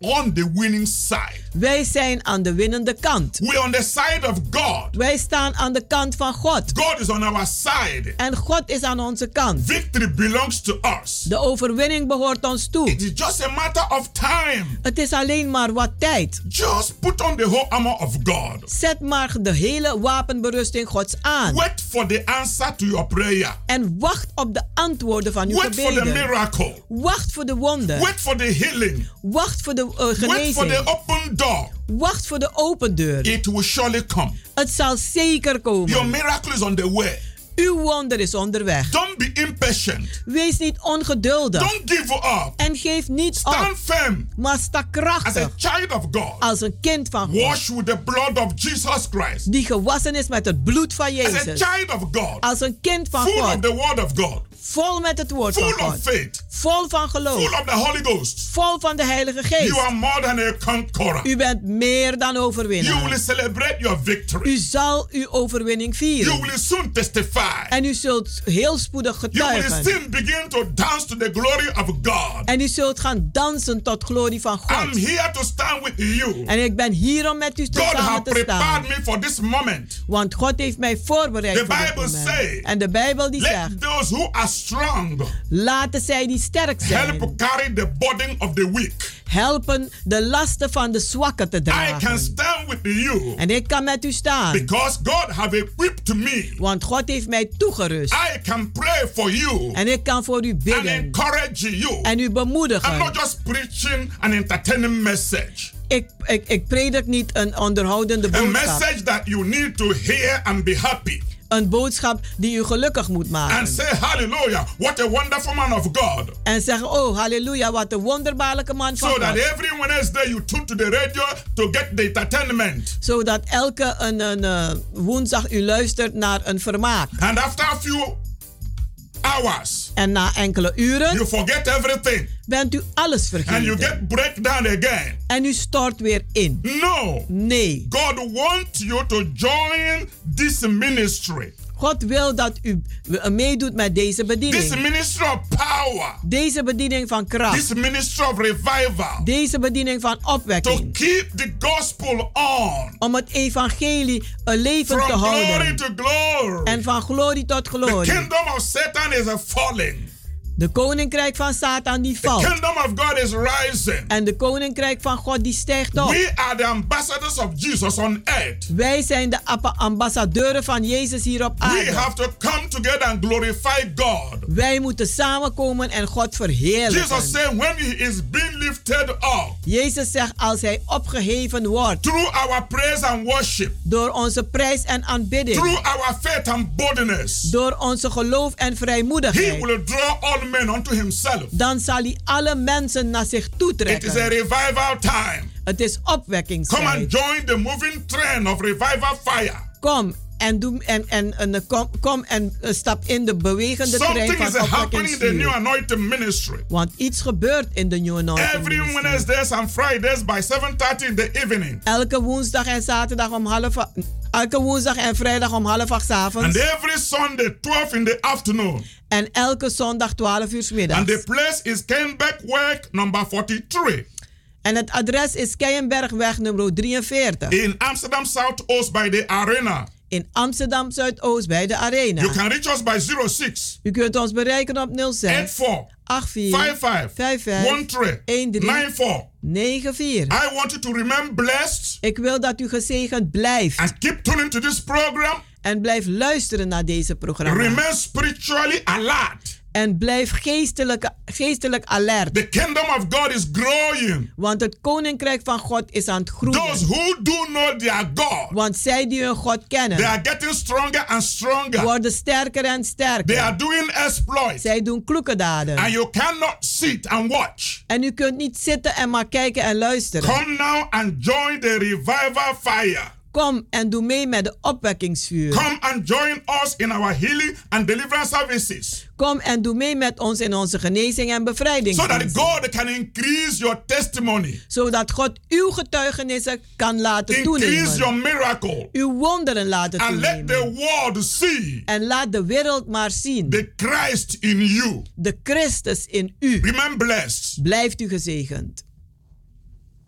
on the winning side. Wij zijn aan de winnende kant. We are on the side of God. Wij staan aan de kant van God. God is on our side. En God is aan onze kant. Victory belongs to us. De overwinning behoort ons toe. It is just a matter of time. Het is alleen maar wat tijd. Just put on the whole armor of God. Zet maar de hele wapenberusting Gods aan. Wait for the answer to your prayer. En wacht op de antwoorden van uw Wait gebeden. for the miracle. Wacht voor de wonder. Wait for the healing. Wacht voor de uh, genezing. Wait for the open door. Wacht voor de open deur. It will surely come. Het zal zeker komen. Your miracle is on the way. Uw wonder is onderweg. Don't be impatient. Wees niet ongeduldig. Don't give up. En geef niet Stand op. firm. Maar sta krachtig. As a child of God. Als een kind van God. Wash with the blood of Jesus Christ. Die gewassen is met het bloed van Jezus. As a child of God. Als een kind van Full God. Full of the word of God. Vol met het woord Full van God. Of faith. Vol van geloof. Full of the Holy Ghost. Vol van de Heilige Geest. You are more than a conqueror. U bent meer dan overwinnaar. You will celebrate your victory. U zal uw overwinning vieren. You will soon testify. En u zult heel spoedig getuigen. You will soon begin to dance to the glory of God. En u zult gaan dansen tot glorie van God. I'm here to stand with you. En ik ben hier om met u te God samen te prepared staan. Me for this moment. Want God heeft mij voorbereid the voor Bible dit moment. Say, en de Bijbel die let zegt. Those who are strong. Laten zij die sterk zijn. Help carry the burden of the weak. Helpen de lasten van de zwakken te dragen. I can stand with you. En ik kan met u staan. Because God have equipped me. Want God heeft mij toegerust. I can pray for you. En ik kan voor u bidden. And encourage you. En u bemoedigen. I'm not just preaching an entertaining message. Ik, ik, ik predik niet een onderhoudende boodschap. A message that you need to hear and be happy. Een boodschap die u gelukkig moet maken. And say hallelujah, what a wonderful man of God. En zeggen, oh halleluja, wat een wonderbaarlijke man van so God. So that every Wednesday you tune to the radio to get the entertainment. Zodat elke een, een, uh, woensdag u luistert naar een vermaak. And after a few hours. En na enkele uren. You forget everything. Bent u alles vergeten. And you get breakdown again. En u stort weer in. No. Nee. God wants you to join this ministry. God wil dat u meedoet met deze bediening. This ministry of power. Deze bediening van kracht. This ministry of revival. Deze bediening van opwekking. To keep the gospel on. Om het evangelie een leven From te houden. Glory to glory. En van glorie tot glorie. The kingdom of Satan is a falling. De koninkrijk van Satan die valt. The kingdom of God is rising. En de koninkrijk van God die stijgt op. We are the ambassadors of Jesus on earth. Wij zijn de ambassadeuren van Jezus hier op aarde. We have to come together and glorify God. Wij moeten samenkomen en God verheerlijken. Jesus said when he is being lifted up. Jezus zegt als hij opgeheven wordt. Through our praise and worship. Door onze prijs en aanbidding. Through our faith and boldness. Door onze geloof en vrijmoedigheid. He will draw all men unto himself. Dan zal hij alle mensen naar zich toe trekken. It is a revival time. Het is opwekkingstijd. Come and join the moving train of revival fire. Kom en doe en en, en kom, kom en uh, stap in de bewegende trein Something van is happening in the New opwekkingsvuur. Anointing Ministry. Want iets gebeurt in de New Anointing Every Ministry. Wednesdays and Fridays by seven thirty in the evening. Elke woensdag en zaterdag om half elke woensdag en vrijdag om half acht 's avonds. And every Sunday twelve in the afternoon. En elke zondag twaalf uur 's middags. And the place is Kenbekweg number forty-three. En het adres is Keienbergweg nummer drieënveertig. In Amsterdam Zuidoost by the Arena. In Amsterdam Zuidoost bij de Arena. You can reach us by zero six. U kunt ons bereiken op nul zes eight four acht vier five five vijf vijf one three een drie nine four negen vier. I want you to remain blessed. Ik wil dat u gezegend blijft. And keep tuning to this program. En blijf luisteren naar deze programma. Remain spiritually alert. En blijf geestelijk, geestelijk alert. The kingdom of God is growing. Want het koninkrijk van God is aan het groeien. Those who do know their God. Want zij die hun God kennen. They are getting stronger and stronger. Worden sterker en sterker. They are doing exploits. Zij doen kloeke daden. And you cannot sit and watch. En u kunt niet zitten en maar kijken en luisteren. Come now and join the revival fire. Kom en doe mee met de opwekkingsvuur. Come and join us in our healing and deliverance services. Kom en doe mee met ons in onze genezing en bevrijding. So that God can increase your testimony. Zodat God uw getuigenissen kan laten increase toenemen. Increase your miracle. Uw wonderen laten and toenemen. And let the world see. En laat de wereld maar zien. The Christ in you. De Christus in u. Remain blessed. Blijft u gezegend.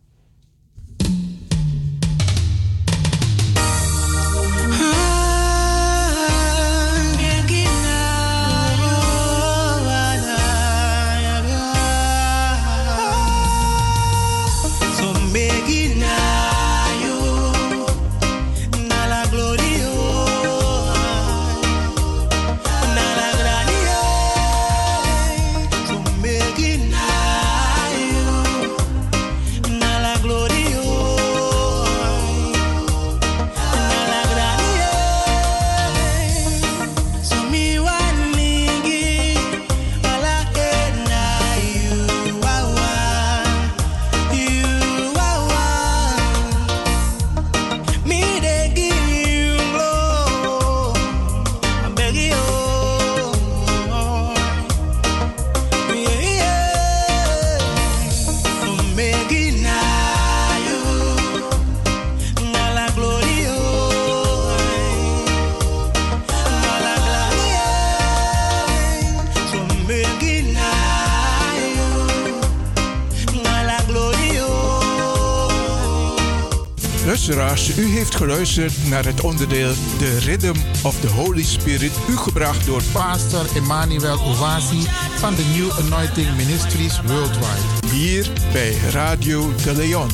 luisteraars, u heeft geluisterd naar het onderdeel The Rhythm of the Holy Spirit, u gebracht door Pastor Emmanuel Owasi van de New Anointing Ministries Worldwide. Hier bij Radio De Leon.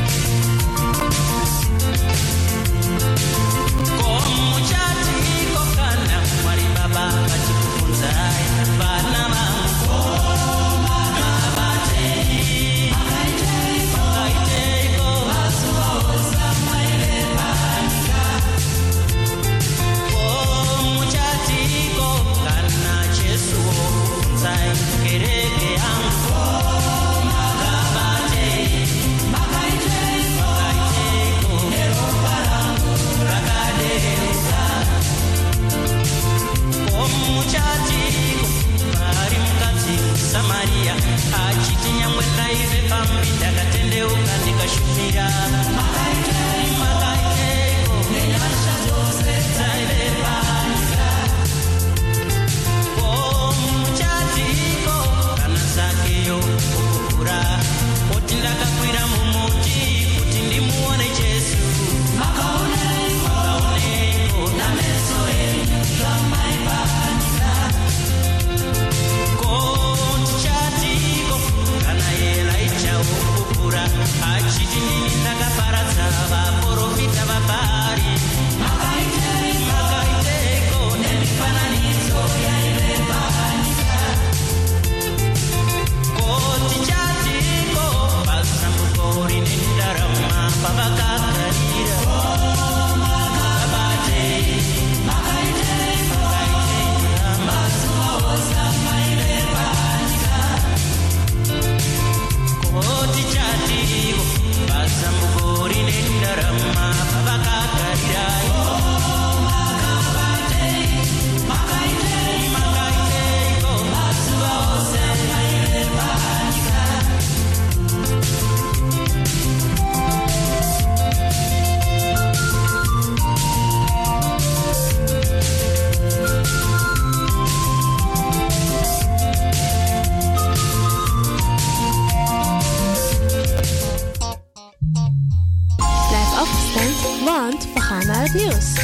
Samaria, achiti nyamwe kaive pambi ndakatendeuka ndikashumira makaiteko nenyasha dzose dzaive panyika muchatiko kana zakeyo kukura poti ndakakwira mumuti kuti ndimuone Jesu makaoneko nameso enyu zvamaipanyika achiti ndini ndakaparadza vaprofita vabhari makaiteko nemifananidzo yaive panyika koti chatiko pasambuko rine ndarama pavakagarira makabatei makaiteko mazuva ose amaive panyika koti chatiko pasambuko rine ndarama pavakagarira makabatei makaitei makaiteko mazuva ose amaive panyika want we gaan naar het nieuws.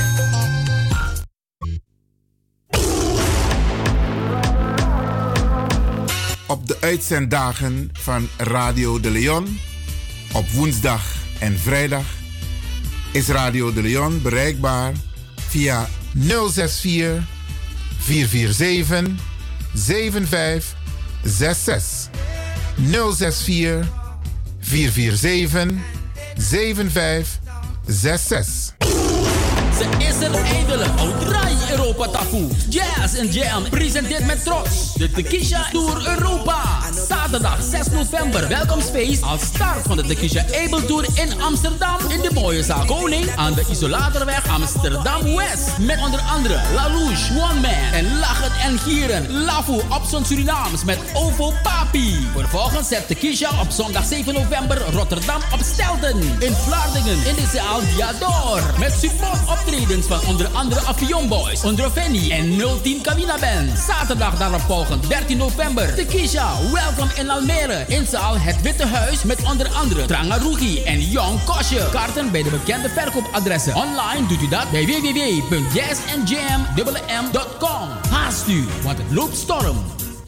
Op de uitzenddagen van Radio De Leon, op woensdag en vrijdag, is Radio De Leon bereikbaar via nul zes vier, vier vier zeven, zeven vijf zes zes. nul zes vier, vier vier zeven, zeven vijf zes zes. Ze is er eindelijk. Oudraai Europa Tafu. Jazz en Jam presenteert met trots de Tekisha Tour Europa. Zaterdag zes november. Welkomstfeest als start van de Tekisha Able Tour in Amsterdam. In de mooie zaal Koning aan de Isolatorweg Amsterdam West. Met onder andere La Louche, One Man en Lachen en Gieren. Lafu op z'n Surinaams met Ovo Papi. Vervolgens zet Tekisha op zondag zeven november Rotterdam op Stelten. In Vlaardingen in de zaal Diador. Met support optredens van onder andere Avion Boys, Ondroveni en nul tien Cabina Band. Zaterdag daarop volgend dertien november. Tekisha, welkom in Almere. In zaal Het Witte Huis met onder andere Trangarugi en Young Kosje. Kaarten bij de bekende verkoopadressen. Online doet u dat bij w w w punt jazz and jam punt com. Haast u, want het loopt storm.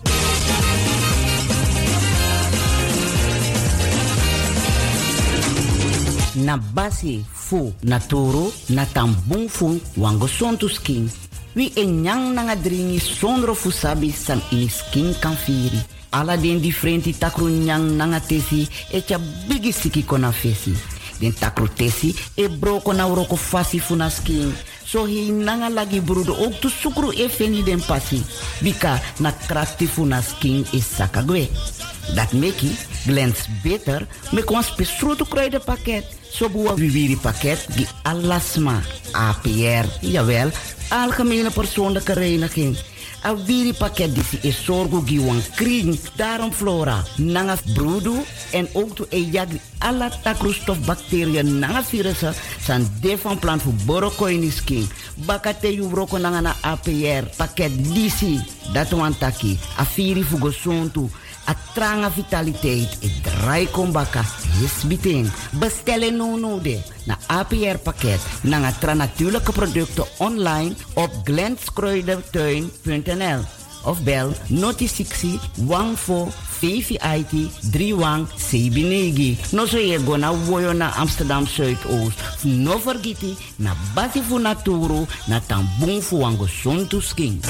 Na basi fu na toro na tambung fu wango sontu skin. Wi en nyang nanga dringi sondro fu sabi san ini skin kan firi. Ala den differenti takru nyang nanga tesi e cha bigi siki kona fesi. Den takru tesi e broko na uroko fasi fu na skin. So hi nanga lagi brudo ook tu sukru e feni den pasi. Bika na krafti fu na skin is sakagwe. Dat meki glans beter me kon spesruto kruidenpakket. So buwa viviri pakket die alasma A P R, jawel, algemene persoonlijke reiniging. A viri pakket die is zorgo giwan kring, daarom flora, nanga broedu en ook to e jagri alla takrostof bacteriën nanga virussen san de van plan voor borokoinisking. bakate yu broko nanga A P R pakket disi dat wan taki afiri fugo sontu a tranga vitaliteit e drai kombaka hisbiting bestellen no no de na A P R pakket nanga tra natuurlijke producten online op glenskruidertuin punt n l of bel noti sixty one four V V I T three one Sebinegi. No so je go na woyo na Amsterdam Zuidoost. No vergeti na basi fu naturo na tambung fu wango sontu skin.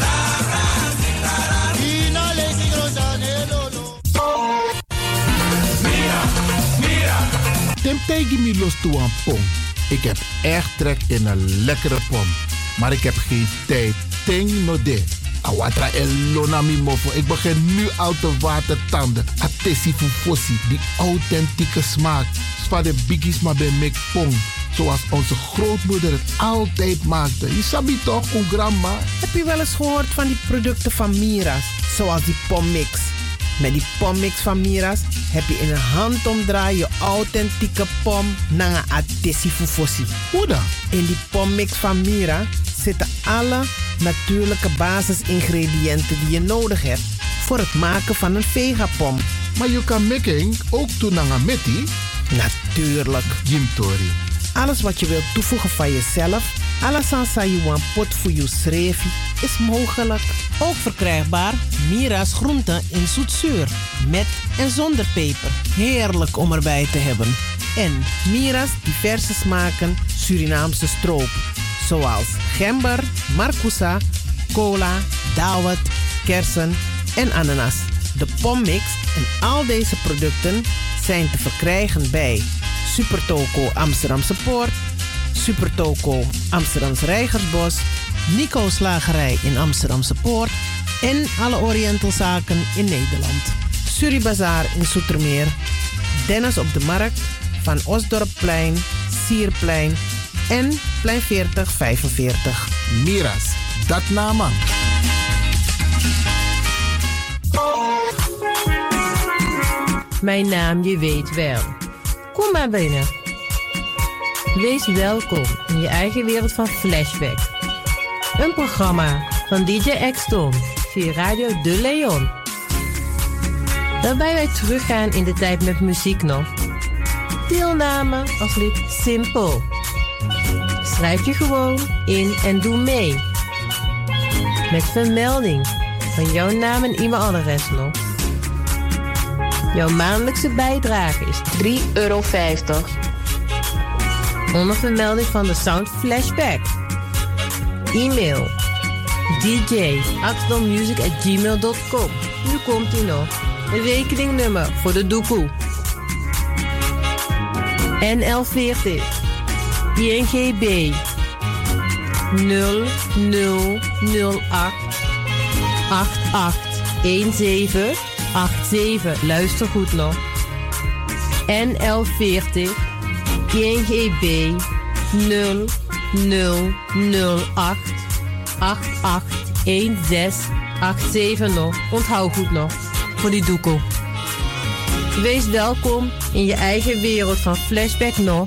Temtij give me los toe aan pom. Ik heb echt trek in een lekkere pom. Maar ik heb geen tijd. Ting no de. Awatra elona mi mofo. Ik begin nu al te watertanden. Atesi fufosi. Die authentieke smaak. Zwa de biggies maar bij mek pom. Zoals onze grootmoeder het altijd maakte. Je sabi toch, een grandma? Heb je wel eens gehoord van die producten van Mira's? Zoals die pommix. Met die pommix van Mira's heb je in een handomdraai je authentieke pom naar een atesi fufosi. Hoe dan? In die pommix van Mira zitten alle natuurlijke basisingrediënten die je nodig hebt voor het maken van een vegapom. Maar je kan making ook doen naar een metti? Natuurlijk. Jim Tori. Alles wat je wilt toevoegen van jezelf, alles aan sayuan pot voor je schreef, is mogelijk. Ook verkrijgbaar Mira's groenten in zoetzuur, met en zonder peper. Heerlijk om erbij te hebben. En Mira's diverse smaken Surinaamse stroop, zoals gember, marcousa, cola, dawet, kersen en ananas. De pommix en al deze producten zijn te verkrijgen bij Supertoco Amsterdamse Poort, Supertoco Amsterdamse Reigersbos, Nico's Slagerij in Amsterdamse Poort en alle Orientalzaken in Nederland. Suribazaar in Zoetermeer, Dennis op de Markt, Van Osdorpplein, Sierplein en Plein veertig vijfenveertig. Mira's, dat naam. Mijn naam, je weet wel. Kom maar binnen. Wees welkom in je eigen wereld van Flashback. Een programma van D J X-Ton via Radio De Leon. Waarbij wij teruggaan in de tijd met muziek nog. Deelname als lid simpel. Schrijf je gewoon in en doe mee. Met vermelding van jouw naam en e-mailadres nog. Jouw maandelijkse bijdrage is drie euro vijftig. Onder vermelding van de Sound Flashback. E-mail d j axton music at gmail dot com. Nu komt ie nog. Een rekeningnummer voor de doekoe. N L veertig I N G B nul nul nul acht acht acht een zeven acht zeven. Luister goed nog. N L veertig I N G B nul nul nul acht acht acht een zes acht zeven nog. Onthoud goed nog. Voor die doekoe. Wees welkom in je eigen wereld van Flashback nog.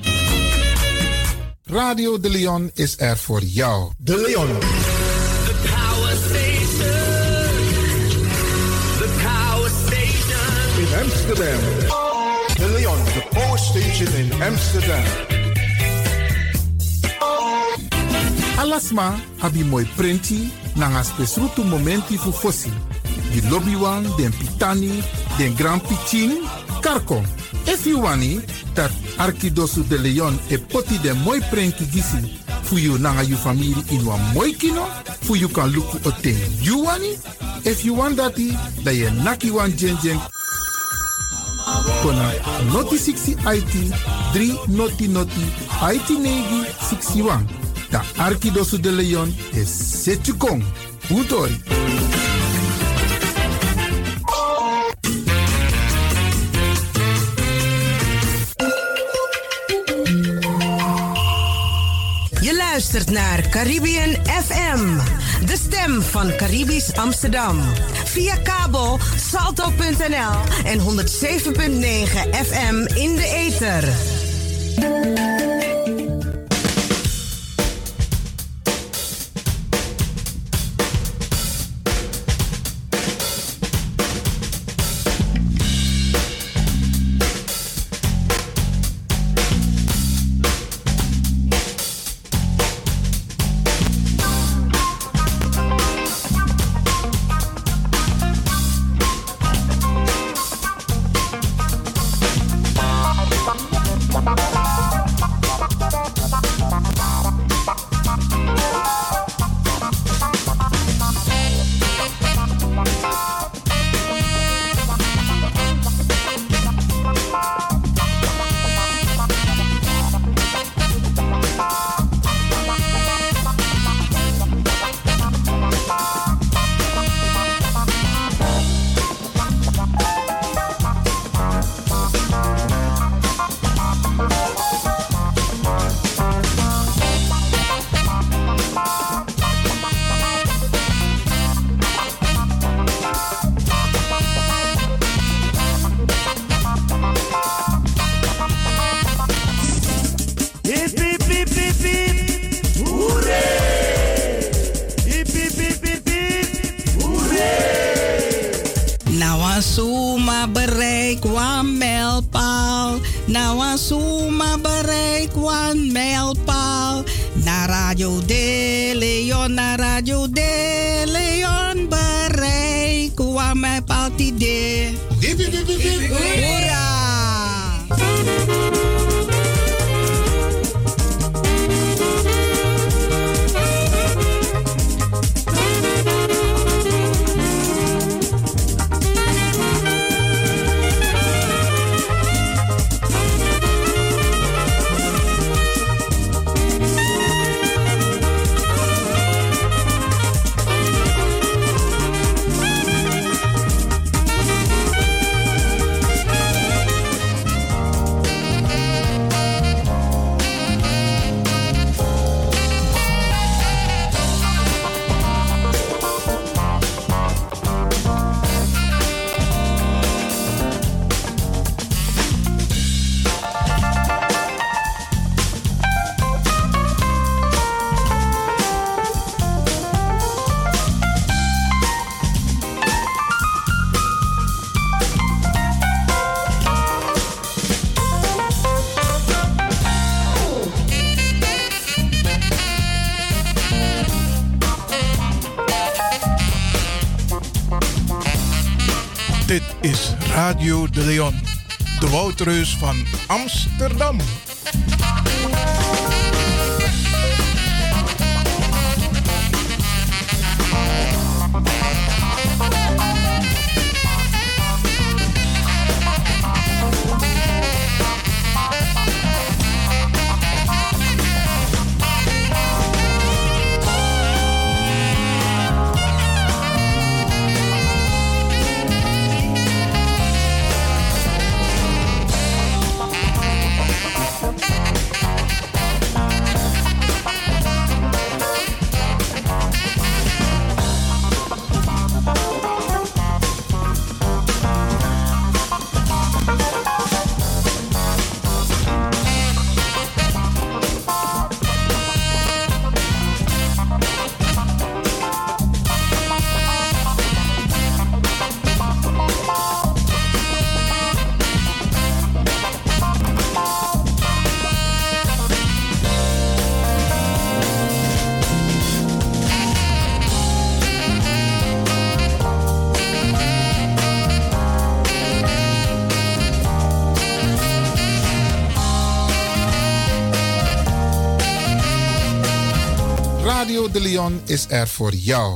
Radio De Leon is er voor jou. De Leon. The Power Station. The Power Station. In Amsterdam. De Leon, the Power Station in Amsterdam. Alasma abi moi prenti nanga spesrutu momenti fu fossi. Di lobbywan, den pitani, den grand pitin, karko. If you wani, dat Arkidosu de Leon e poti den moi prenki gisi fu you nanga you family in wan moi kino, fu you kan luku o ten you wani. If you want dati, da ye naki wan jen jen. Kona noti sixty I T, three noti noti, I T negi sixty-one. Da Arkidosu de Leon is Setjukong. Utori. Je luistert naar Caribbean F M, de stem van Caribisch Amsterdam. Via kabel salto punt n l en honderd zeven punt negen F M in de ether. suma bereik wan mijlpaal. Na wan suma bereik wan mijlpaal. Na Radio De Leon, na Radio De Leon bereik wan mijlpaal idee. Hoera! Dit is Radio De Leon, de Woudreus van Amsterdam. Radio De Leon is er voor jou.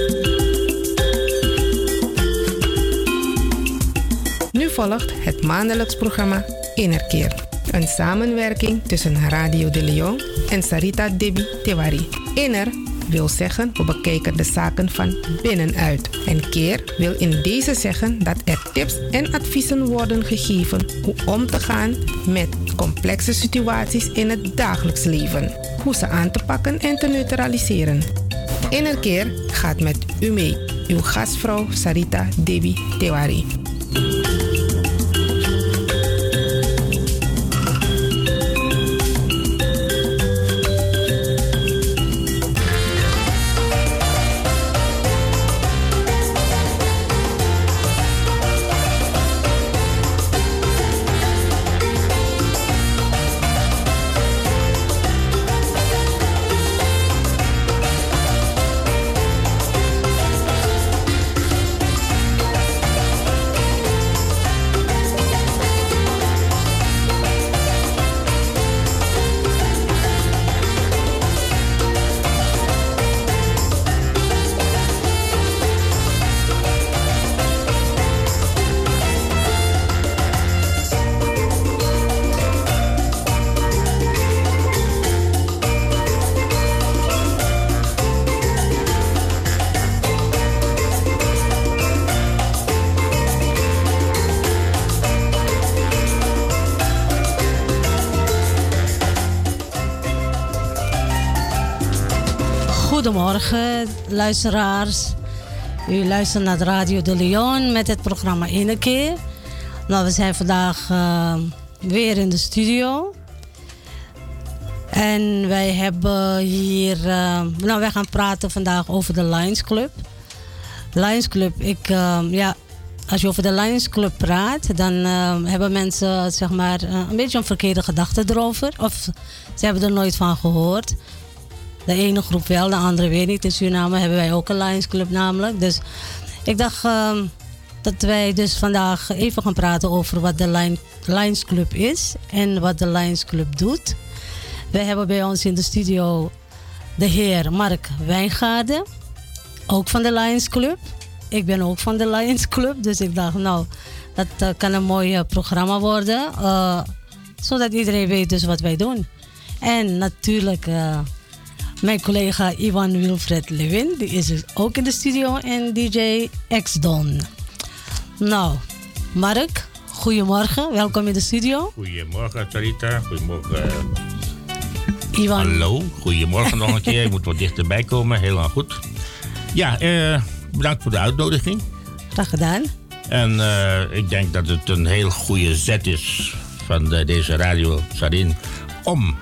Nu volgt het maandelijks programma Innerkeer. Een samenwerking tussen Radio De Leon en Sarita Debi Tewari. Inner wil zeggen, we bekijken de zaken van binnenuit. En keer wil in deze zeggen dat er tips en adviezen worden gegeven hoe om te gaan met complexe situaties in het dagelijks leven. Hoe ze aan te pakken en te neutraliseren. Innerkeer gaat met u mee. Uw gastvrouw Sarita Debi Tewari. Goedemorgen, luisteraars. U luistert naar Radio De Leon met het programma Innerkeer. Nou, we zijn vandaag uh, weer in de studio. En wij hebben hier... Uh, nou, wij gaan praten vandaag over de Lions Club. Lions Club, ik, uh, ja, als je over de Lions Club praat, dan uh, hebben mensen zeg maar, uh, een beetje een verkeerde gedachte erover. Of ze hebben er nooit van gehoord. De ene groep wel, de andere weet niet. In Suriname hebben wij ook een Lions Club namelijk. Dus ik dacht uh, dat wij dus vandaag even gaan praten over wat de Lion, Lions Club is en wat de Lions Club doet. Wij hebben bij ons in de studio de heer Mark Wijngaarden, ook van de Lions Club. Ik ben ook van de Lions Club, dus ik dacht, nou, dat uh, kan een mooi uh, programma worden. Uh, zodat iedereen weet dus wat wij doen. En natuurlijk uh, mijn collega Ivan Wilfred Lewin, die is dus ook in de studio. En D J X-Don. Nou, Mark, goedemorgen. Welkom in de studio. Goedemorgen, Sarita. Goedemorgen. Ivan. Hallo, goedemorgen nog een keer. Je moet wat dichterbij komen, helemaal goed. Ja, uh, bedankt voor de uitnodiging. Graag gedaan. En uh, ik denk dat het een heel goede zet is van de, deze Radio Sarin om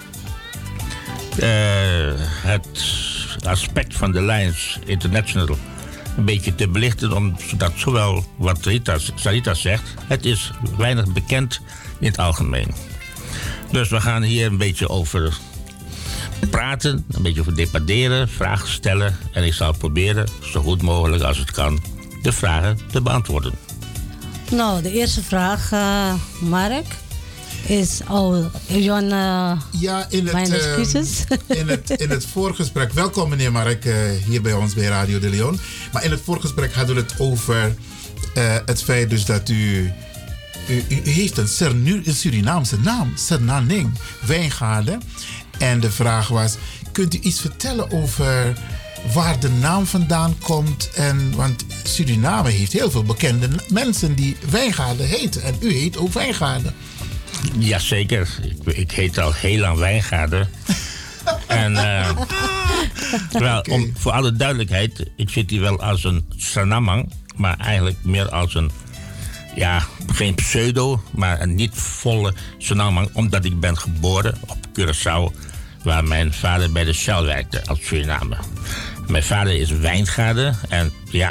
uh, het aspect van de Lions International een beetje te belichten, omdat zowel wat Rita, Sarita zegt, het is weinig bekend in het algemeen. Dus we gaan hier een beetje over praten, een beetje over debatteren, vragen stellen. En ik zal proberen, zo goed mogelijk als het kan, de vragen te beantwoorden. Nou, de eerste vraag, uh, Mark, is... Oh, John, uh, ja, in het, mijn excuses. Uh, in, het, in het voorgesprek... Welkom meneer Mark, uh, hier bij ons bij Radio de Leon. Maar in het voorgesprek hadden we het over uh, het feit dus dat u... U, u heeft een, Surnu, een Surinaamse naam, Sernaning Wijngaarden. En de vraag was, kunt u iets vertellen over waar de naam vandaan komt? En, want Suriname heeft heel veel bekende mensen die Wijngaarden heten. En u heet ook Wijngaarden. Jazeker, ik, ik heet al heel lang Wijngaarden. En uh, wel, okay. om, voor alle duidelijkheid, ik zit hier wel als een Sanamang, maar eigenlijk meer als een, ja, geen pseudo, maar een niet volle Sanamang, omdat ik ben geboren op Curaçao, waar mijn vader bij de Shell werkte als Suriname. Mijn vader is Wijngaarden en ja,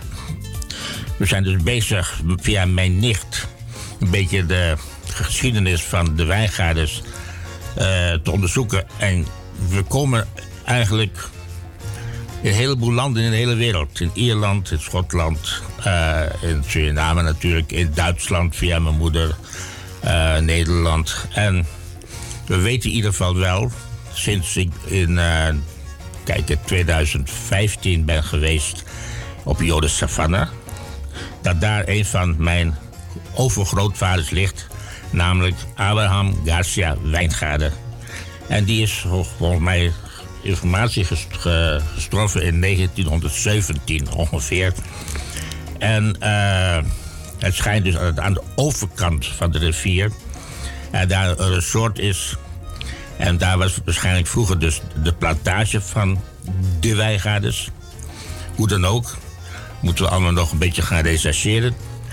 we zijn dus bezig via mijn nicht een beetje de geschiedenis van de Wijngaarders uh, te onderzoeken. En we komen eigenlijk in een heleboel landen in de hele wereld. In Ierland, in Schotland, uh, in Suriname natuurlijk, in Duitsland via mijn moeder, uh, Nederland. En we weten in ieder geval wel, sinds ik in uh, kijk, in twintig vijftien ben geweest op Joden Savannah, dat daar een van mijn overgrootvaders ligt, namelijk Abraham Garcia Wijngaarden. En die is volgens mij informatie gestorven in negentienhonderdzeventien ongeveer. En uh, het schijnt dus dat het aan de overkant van de rivier en daar een resort is. En daar was waarschijnlijk vroeger dus de plantage van de Wijngaarders. Hoe dan ook. Moeten we allemaal nog een beetje gaan rechercheren.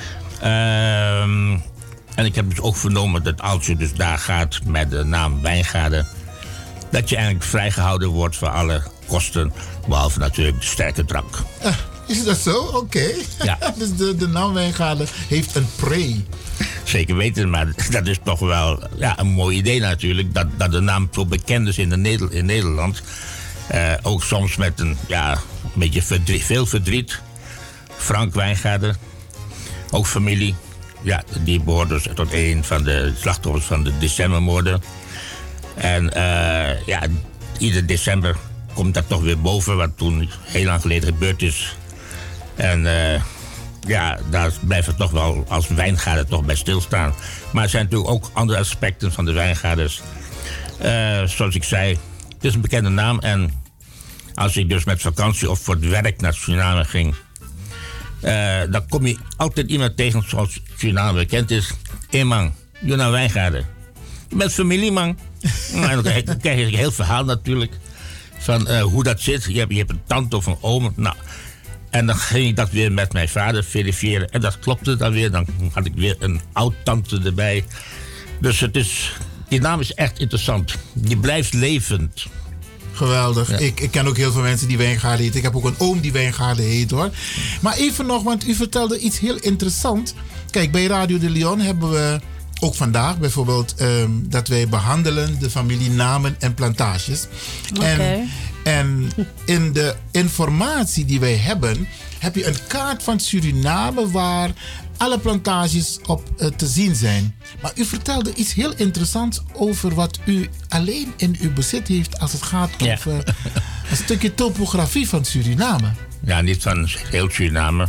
Uh, en ik heb dus ook vernomen dat als je dus daar gaat met de naam Wijngaarden, dat je eigenlijk vrijgehouden wordt van alle kosten, behalve natuurlijk de sterke drank. Uh, is dat zo? Oké. Okay. Ja. Dus de, de naam Wijngaarden heeft een pre. Zeker weten, maar dat is toch wel ja, een mooi idee natuurlijk, dat, dat de naam zo bekend is in, de Neder- in Nederland. Uh, ook soms met een, ja, een beetje verdriet, veel verdriet. Frank Wijngaarden, ook familie. Ja, die behoort dus tot een van de slachtoffers van de decembermoorden. En uh, ja, ieder december komt dat toch weer boven, wat toen heel lang geleden gebeurd is. En uh, ja, daar blijft het toch wel als Wijngaarden toch bij stilstaan. Maar er zijn natuurlijk ook andere aspecten van de Wijngaarders. Uh, zoals ik zei, het is een bekende naam. En als ik dus met vakantie of voor het werk naar Suriname ging, Uh, dan kom je altijd iemand tegen zoals Suriname bekend is. Hé hey man, je naar Wijngaarden. Je bent familie man. En dan krijg je een heel verhaal natuurlijk van uh, hoe dat zit. Je hebt, je hebt een tante of een oom. Nou, en dan ging ik dat weer met mijn vader verifiëren. En dat klopte dan weer. Dan had ik weer een oud-tante erbij. Dus het is, die naam is echt interessant. Die blijft levend. Geweldig. Ja. Ik, ik ken ook heel veel mensen die wijngaarden heet. Ik heb ook een oom die wijngaarden heet hoor. Maar even nog, want u vertelde iets heel interessants. Kijk, bij Radio de Leon hebben we ook vandaag bijvoorbeeld um, dat wij behandelen de familienamen en plantages. Okay. En, en in de informatie die wij hebben, heb je een kaart van Suriname waar alle plantages op uh, te zien zijn. Maar u vertelde iets heel interessants over wat u alleen in uw bezit heeft als het gaat Ja. over een stukje topografie van Suriname. Ja, niet van heel Suriname.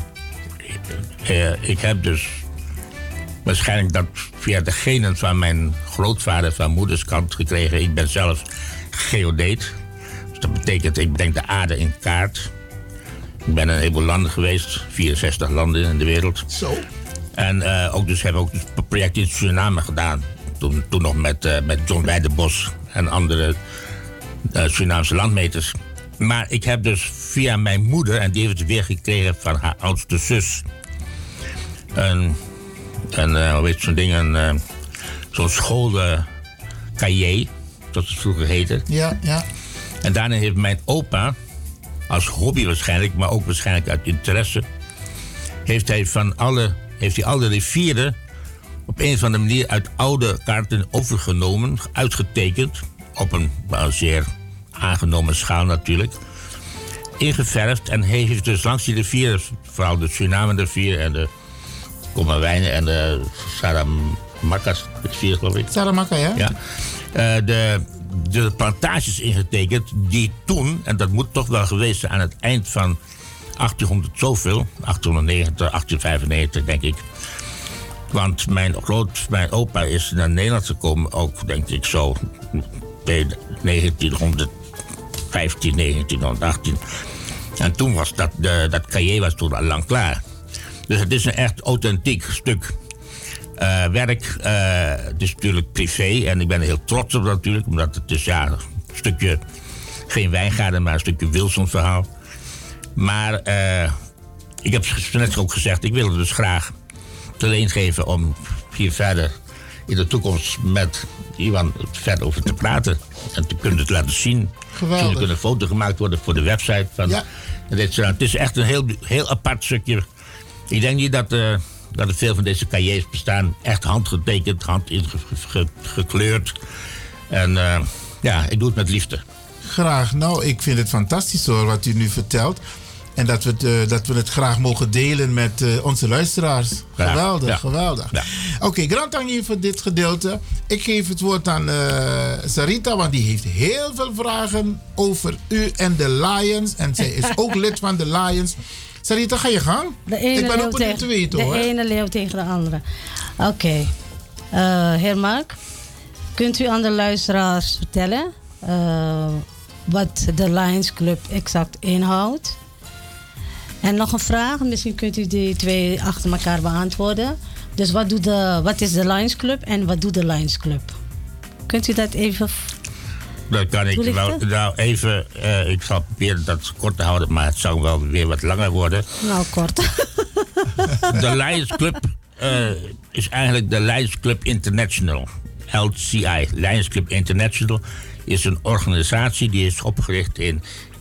Uh, ik heb dus waarschijnlijk dat via de genen van mijn grootvader van moeders kant gekregen. Ik ben zelf geodeet. Dus dat betekent, ik breng de aarde in kaart. Ik ben in een heleboel landen geweest. vierenzestig landen in de wereld. Zo. En uh, ook dus hebben we ook een project in Suriname gedaan. Toen, toen nog met, uh, met John Weidenbos en andere uh, Surinaamse landmeters. Maar ik heb dus via mijn moeder, en die heeft het weer gekregen van haar oudste zus, een, een uh, hoe heet zo'n ding, een, uh, zo'n schoolcahier, dat het vroeger heette. Ja, ja. En daarin heeft mijn opa, als hobby waarschijnlijk, maar ook waarschijnlijk uit interesse, heeft hij van alle, heeft hij alle rivieren op een of andere manier uit oude kaarten overgenomen, uitgetekend, op een, een zeer aangenomen schaal natuurlijk, ingeverfd. En hij heeft dus langs die rivieren, vooral de Suriname-rivier en de Kommerwijnen en de Saramacca-rivier, geloof ik. Saramacca, ja? Ja. Uh, de, de plantages ingetekend die toen, en dat moet toch wel geweest zijn aan het eind van achttienhonderd zoveel, achttienhonderdnegentig, achttienhonderdvijfennegentig denk ik. Want mijn, groot, mijn opa is naar Nederland gekomen, ook denk ik zo bij negentienhonderdvijftien, negentienhonderdachttien. En toen was dat, de, dat cahier was toen al lang klaar. Dus het is een echt authentiek stuk uh, werk. Uh, het is natuurlijk privé en ik ben er heel trots op natuurlijk, omdat het is ja, een stukje, geen wijngaarden, maar een stukje Wilson verhaal. Maar uh, ik heb net ook gezegd, ik wil het dus graag te leen geven om hier verder in de toekomst met Iwan verder over te praten. En te kunnen het laten zien. Geweldig. Er kunnen foto's gemaakt worden voor de website. Van Ja. dit, het is echt een heel, heel apart stukje. Ik denk niet dat, uh, dat er veel van deze cahiers bestaan. Echt handgetekend, hand ingekleurd. En uh, ja, ik doe het met liefde. Graag. Nou, ik vind het fantastisch hoor wat u nu vertelt. En dat we het, uh, dat we het graag mogen delen met uh, onze luisteraars. Graag. Geweldig, Ja. geweldig. Ja. Oké, okay, grand dank hier voor dit gedeelte. Ik geef het woord aan uh, Sarita, want die heeft heel veel vragen over u en de Lions. En zij is ook lid van de Lions. Sarita, ga je gang. De ene Ik ben leeuw ook benieuwd tegen, te weten de hoor. De ene leeuw tegen de andere. Oké. Okay. Uh, heer Mark, kunt u aan de luisteraars vertellen uh, wat de Lions Club exact inhoudt? En nog een vraag, misschien kunt u die twee achter elkaar beantwoorden. Dus wat, doet de, wat is de Lions Club en wat doet de Lions Club? Kunt u dat even Dat kan ik wel. Nou, even, uh, ik zal proberen dat kort te houden, maar het zou wel weer wat langer worden. Nou, kort. De Lions Club uh, is eigenlijk de Lions Club International. L C I, Lions Club International, is een organisatie die is opgericht in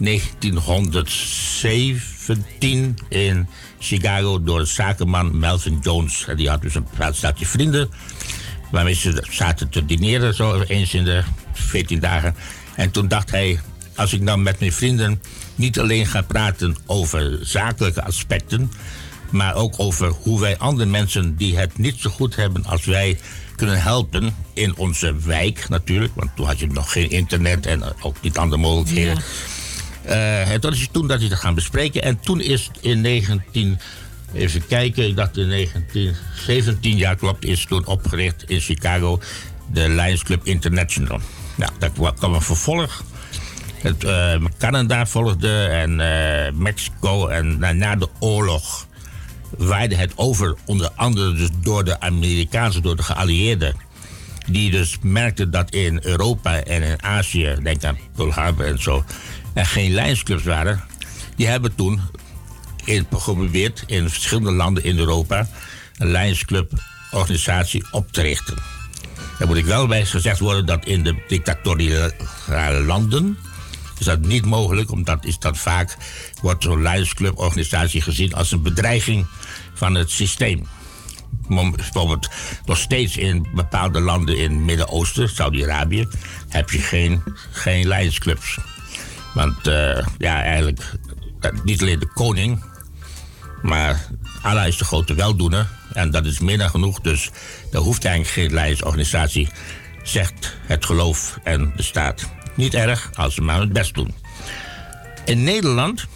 negentienhonderdzeventien in Chicago door de zakenman Melvin Jones. En die had dus een steltje vrienden waarmee ze zaten te dineren zo eens in de veertien dagen. En toen dacht hij, als ik nou met mijn vrienden niet alleen ga praten over zakelijke aspecten, maar ook over hoe wij andere mensen die het niet zo goed hebben als wij kunnen helpen in onze wijk natuurlijk. Want toen had je nog geen internet en ook niet andere mogelijkheden. Ja. Uh, en dat is toen dat hij dat gaan bespreken. En toen is in negentien, even kijken, ik dacht in negentien zeventien, ja klopt, is toen opgericht in Chicago de Lions Club International. Nou, daar kwam een vervolg. Het, uh, Canada volgde en uh, Mexico. En uh, na de oorlog waaide het over, onder andere dus door de Amerikaanse, door de geallieerden. Die dus merkten dat in Europa en in Azië, denk aan Pearl Harbor en zo, er geen Lionsclubs waren. Die hebben toen in, geprobeerd in verschillende landen in Europa een Lionsclub organisatie op te richten. Daar moet ik wel bij gezegd worden dat in de dictatoriale landen is dat niet mogelijk, omdat is dat vaak wordt zo'n Lions Club organisatie gezien als een bedreiging van het systeem. Bijvoorbeeld nog steeds in bepaalde landen in het Midden-Oosten, Saudi-Arabië, heb je geen, geen Lions Clubs. Want uh, ja, eigenlijk niet alleen de koning, maar Allah is de grote weldoener. En dat is meer dan genoeg, dus er hoeft eigenlijk geen Lions-organisatie, zegt het geloof en de staat. Niet erg, als ze maar het best doen. In Nederland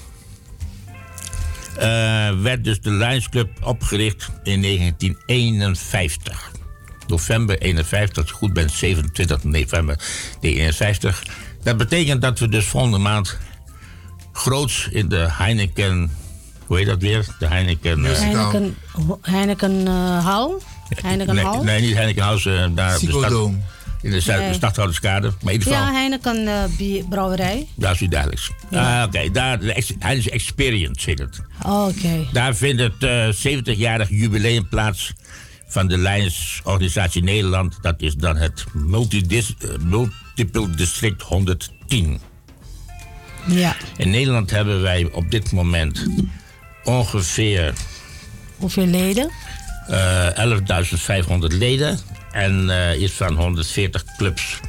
uh, werd dus de Lions Club opgericht in negentien eenenvijftig. November eenenvijftig, als ik goed ben, zevenentwintig november eenenvijftig. Dat betekent dat we dus volgende maand groots in de Heineken, hoe heet dat weer? De Heineken... Uh, Heineken, Heineken uh, Hal? Heineken nee, Hal? Nee, niet Heineken House, uh, daar op de stad, in de Zuid- Nee. Stadhouderskade. Maar in ieder geval... Ja, Heineken uh, bier- brouwerij. Dat is u duidelijk. Ja. Ah, Oké, okay. Daar de ex- Heineken Experience heet het. Oh, oké. Okay. Daar vindt het uh, zeventigjarig jubileum plaats van de Lions-organisatie Nederland. Dat is dan het Multidis- uh, Multiple District honderdtien. Ja. In Nederland hebben wij op dit moment ongeveer... Hoeveel leden? Uh, elfduizend vijfhonderd leden en uh, iets van honderdveertig clubs.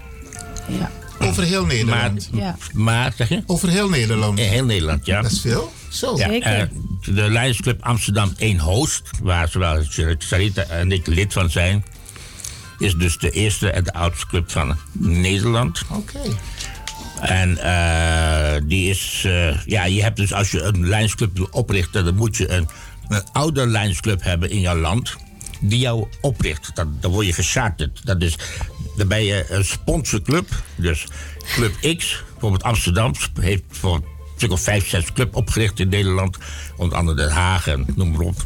Ja. Over heel Nederland? Maar, ja. maar, zeg je? Over heel Nederland? In heel Nederland, ja. Dat is veel? Zo. Ja, Zeker. uh, de Lions Club Amsterdam één Host, waar zowel Sarita en ik lid van zijn, is dus de eerste en de oudste club van Nederland. Oké. Okay. En uh, die is, uh, ja, je hebt dus als je een Lions Club wil oprichten, dan moet je een, een oude Lions Club hebben in jouw land die jou opricht. Dan, dan word je gecharterd. Dat is, dan ben je een sponsorclub. Dus Club X, bijvoorbeeld Amsterdam, heeft voor een stuk of vijf, zes club opgericht in Nederland. Onder andere Den Haag en noem maar op.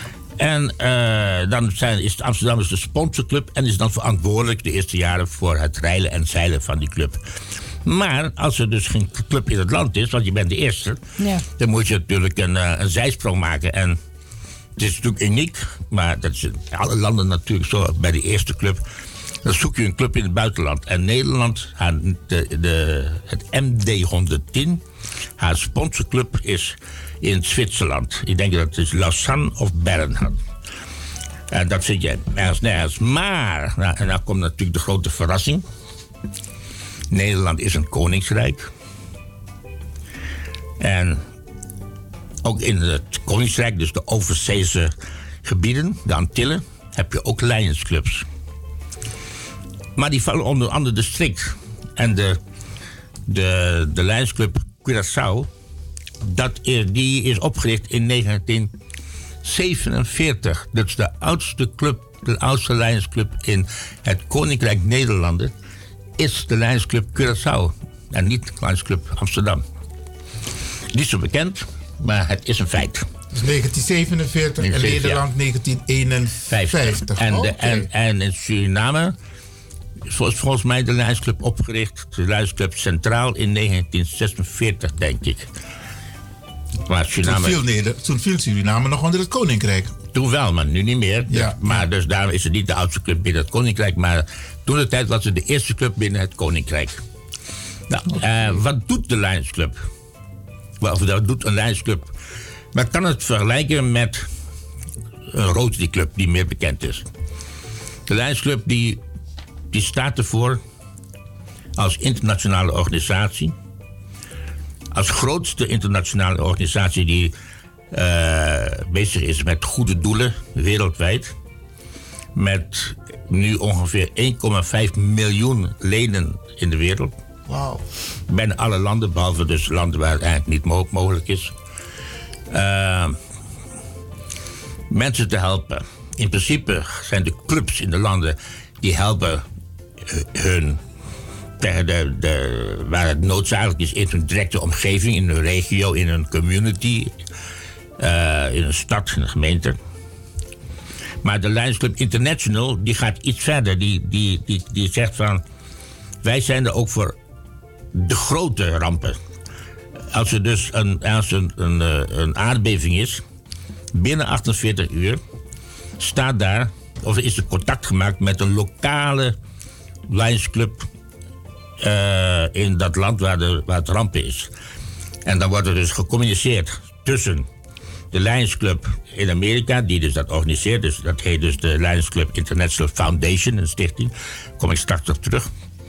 En uh, dan zijn, is Amsterdam is de sponsorclub en is dan verantwoordelijk de eerste jaren voor het reilen en zeilen van die club. Maar als er dus geen club in het land is, want je bent de eerste, ja. dan moet je natuurlijk een, uh, een zijsprong maken. En het is natuurlijk uniek, maar dat is in alle landen natuurlijk zo. Bij de eerste club, dan zoek je een club in het buitenland. En Nederland, haar, de, de, het M D honderdtien, haar sponsorclub is in Zwitserland. Ik denk dat het is Lausanne of Bern had. En dat vind je ergens nergens. Maar, nou, en dan komt natuurlijk de grote verrassing. Nederland is een koningsrijk. En ook in het koningsrijk, dus de overzeese gebieden, de Antillen, heb je ook Lionsclubs. Maar die vallen onder een ander district. En de, de, de Lionsclub Curaçao, dat is, die is opgericht in negentien zevenenveertig. Dat is de oudste club, de oudste Lionsclub in het Koninkrijk Nederlanden, is de Lionsclub Curaçao en niet de Lionsclub Amsterdam. Niet zo bekend, maar het is een feit. Dus negentien zevenenveertig en Nederland negentien eenenvijftig. En, okay. de, en, en in Suriname is volgens mij de Lionsclub opgericht, de Lionsclub Centraal in negentien zesenveertig, denk ik. Maar Suriname, toen, viel Neder, toen viel Suriname nog onder het Koninkrijk. Toen wel, maar nu niet meer. Ja. Maar dus daarom is het niet de oudste club binnen het Koninkrijk, maar toen de tijd was het de eerste club binnen het Koninkrijk. Nou, okay. uh, wat doet de Lions Club? Of wat doet een Lions Club? Men kan het vergelijken met een Rotary Club die meer bekend is. De Lions Club die, die staat ervoor als internationale organisatie. Als grootste internationale organisatie die uh, bezig is met goede doelen wereldwijd. Met nu ongeveer één komma vijf miljoen leden in de wereld. Wauw. Bijna alle landen, behalve dus landen waar het eigenlijk niet mo- mogelijk is. Uh, mensen te helpen. In principe zijn de clubs in de landen die helpen hun tegen de, de, waar het noodzakelijk is in hun directe omgeving, in hun regio, in hun community, uh, in een stad, in een gemeente. Maar de Lions Club International die gaat iets verder. Die, die, die, die zegt van, wij zijn er ook voor de grote rampen. Als er dus een, als een, een, een aardbeving is, binnen achtenveertig uur staat daar, of is er contact gemaakt met een lokale Lions Club uh, in dat land waar, de, waar het ramp is. En dan wordt er dus gecommuniceerd tussen de Lions Club in Amerika, die dus dat organiseert. Dus dat heet dus de Lions Club International Foundation, een stichting. Daar kom ik straks op terug.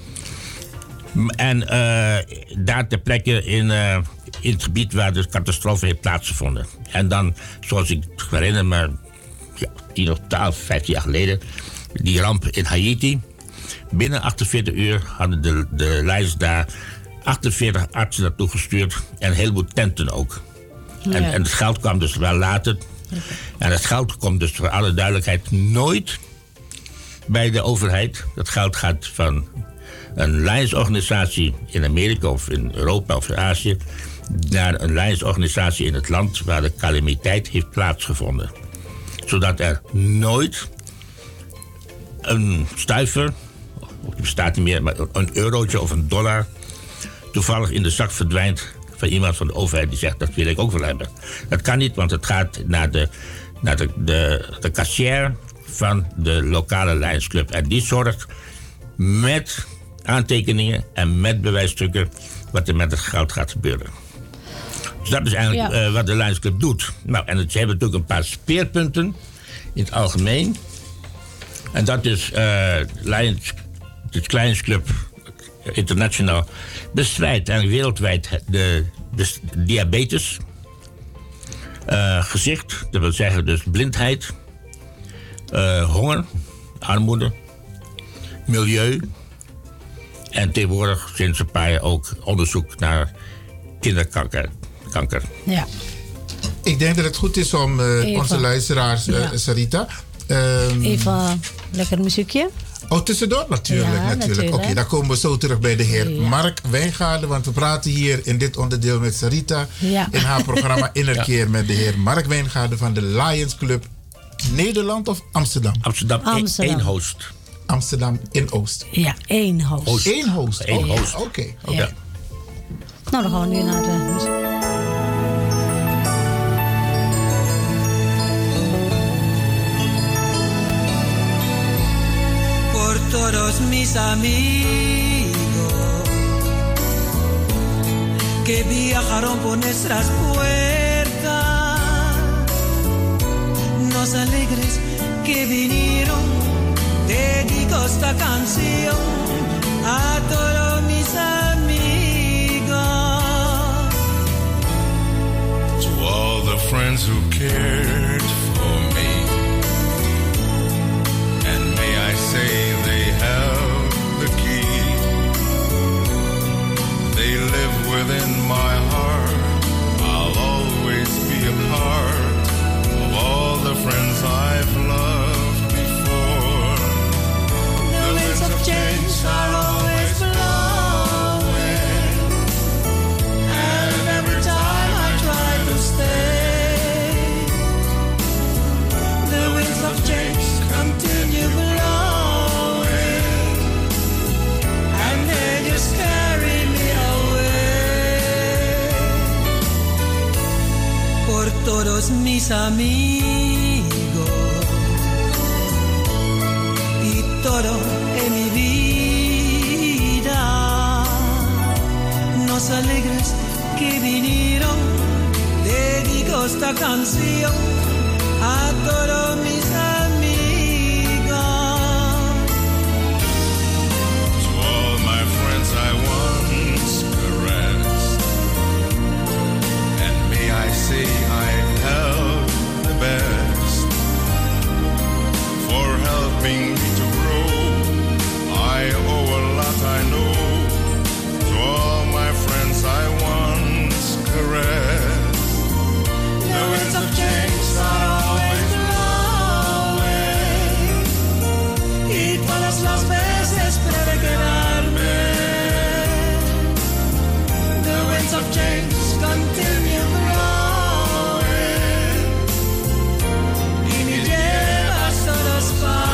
En uh, daar ter plekke in, uh, in het gebied waar de catastrofe heeft plaatsgevonden. En dan, zoals ik herinner me, ja, tien of twaalf, vijftien jaar geleden, die ramp in Haiti. Binnen achtenveertig uur hadden de, de Lions daar achtenveertig artsen naartoe gestuurd en een heleboel tenten ook. Ja. En, en het geld kwam dus wel later. Okay. En het geld komt dus voor alle duidelijkheid nooit bij de overheid. Dat geld gaat van een Lions-organisatie in Amerika of in Europa of in Azië naar een Lions-organisatie in het land waar de calamiteit heeft plaatsgevonden. Zodat er nooit een stuiver, of het bestaat niet meer, maar een eurotje of een dollar toevallig in de zak verdwijnt van iemand van de overheid die zegt, dat wil ik ook wel hebben. Dat kan niet, want het gaat naar de, naar de, de, de kassier van de lokale Lions Club. En die zorgt met aantekeningen en met bewijsstukken wat er met het geld gaat gebeuren. Dus dat is eigenlijk ja. uh, wat de Lions Club doet. Nou, en ze hebben natuurlijk een paar speerpunten in het algemeen. En dat is uh, Lions, de Lions Club International bestrijdt eigenlijk wereldwijd de, de diabetes, uh, gezicht, dat wil zeggen dus blindheid, uh, honger, armoede, milieu en tegenwoordig sinds een paar jaar ook onderzoek naar kinderkanker. Kanker. Ja. Ik denk dat het goed is om uh, onze luisteraars, uh, ja. Sarita. Um, Even lekker muziekje. Oh, tussendoor? Natuurlijk, ja, natuurlijk. natuurlijk. Oké, okay, dan komen we zo terug bij de heer ja. Mark Wijngaarden. Want we praten hier in dit onderdeel met Sarita. Ja. In haar programma Innerkeer ja. met de heer Mark Wijngaarden van de Lions Club Nederland of Amsterdam? Amsterdam, Amsterdam. één host. Amsterdam in Oost. Ja, één host. host. Eén host? Eén oh, host. Oké, okay, oké. Okay. Ja. Nou, dan gaan we nu naar de muziek. Todos mis amigos que viajaron por nuestras puertas, los alegres que vinieron, dedico esta canción a todos mis amigos. To all the friends who cared for me, and may I say the key. They live within my heart. I'll always be a part of all the friends I've loved before. The winds of change are always blowing, and every time I try to stay, the winds of change continue blowing. Todos mis amigos y todo en mi vida, los alegres que vinieron, dedico esta canción a todos mis amigos. To all my friends I once caressed, and may I say I've held the best for helping me to grow. I owe a lot, I know, to all my friends I once caressed. The winds of change are always blowing, y todas las veces puede quedarme. The winds of change continue blowing, y me lleva a todas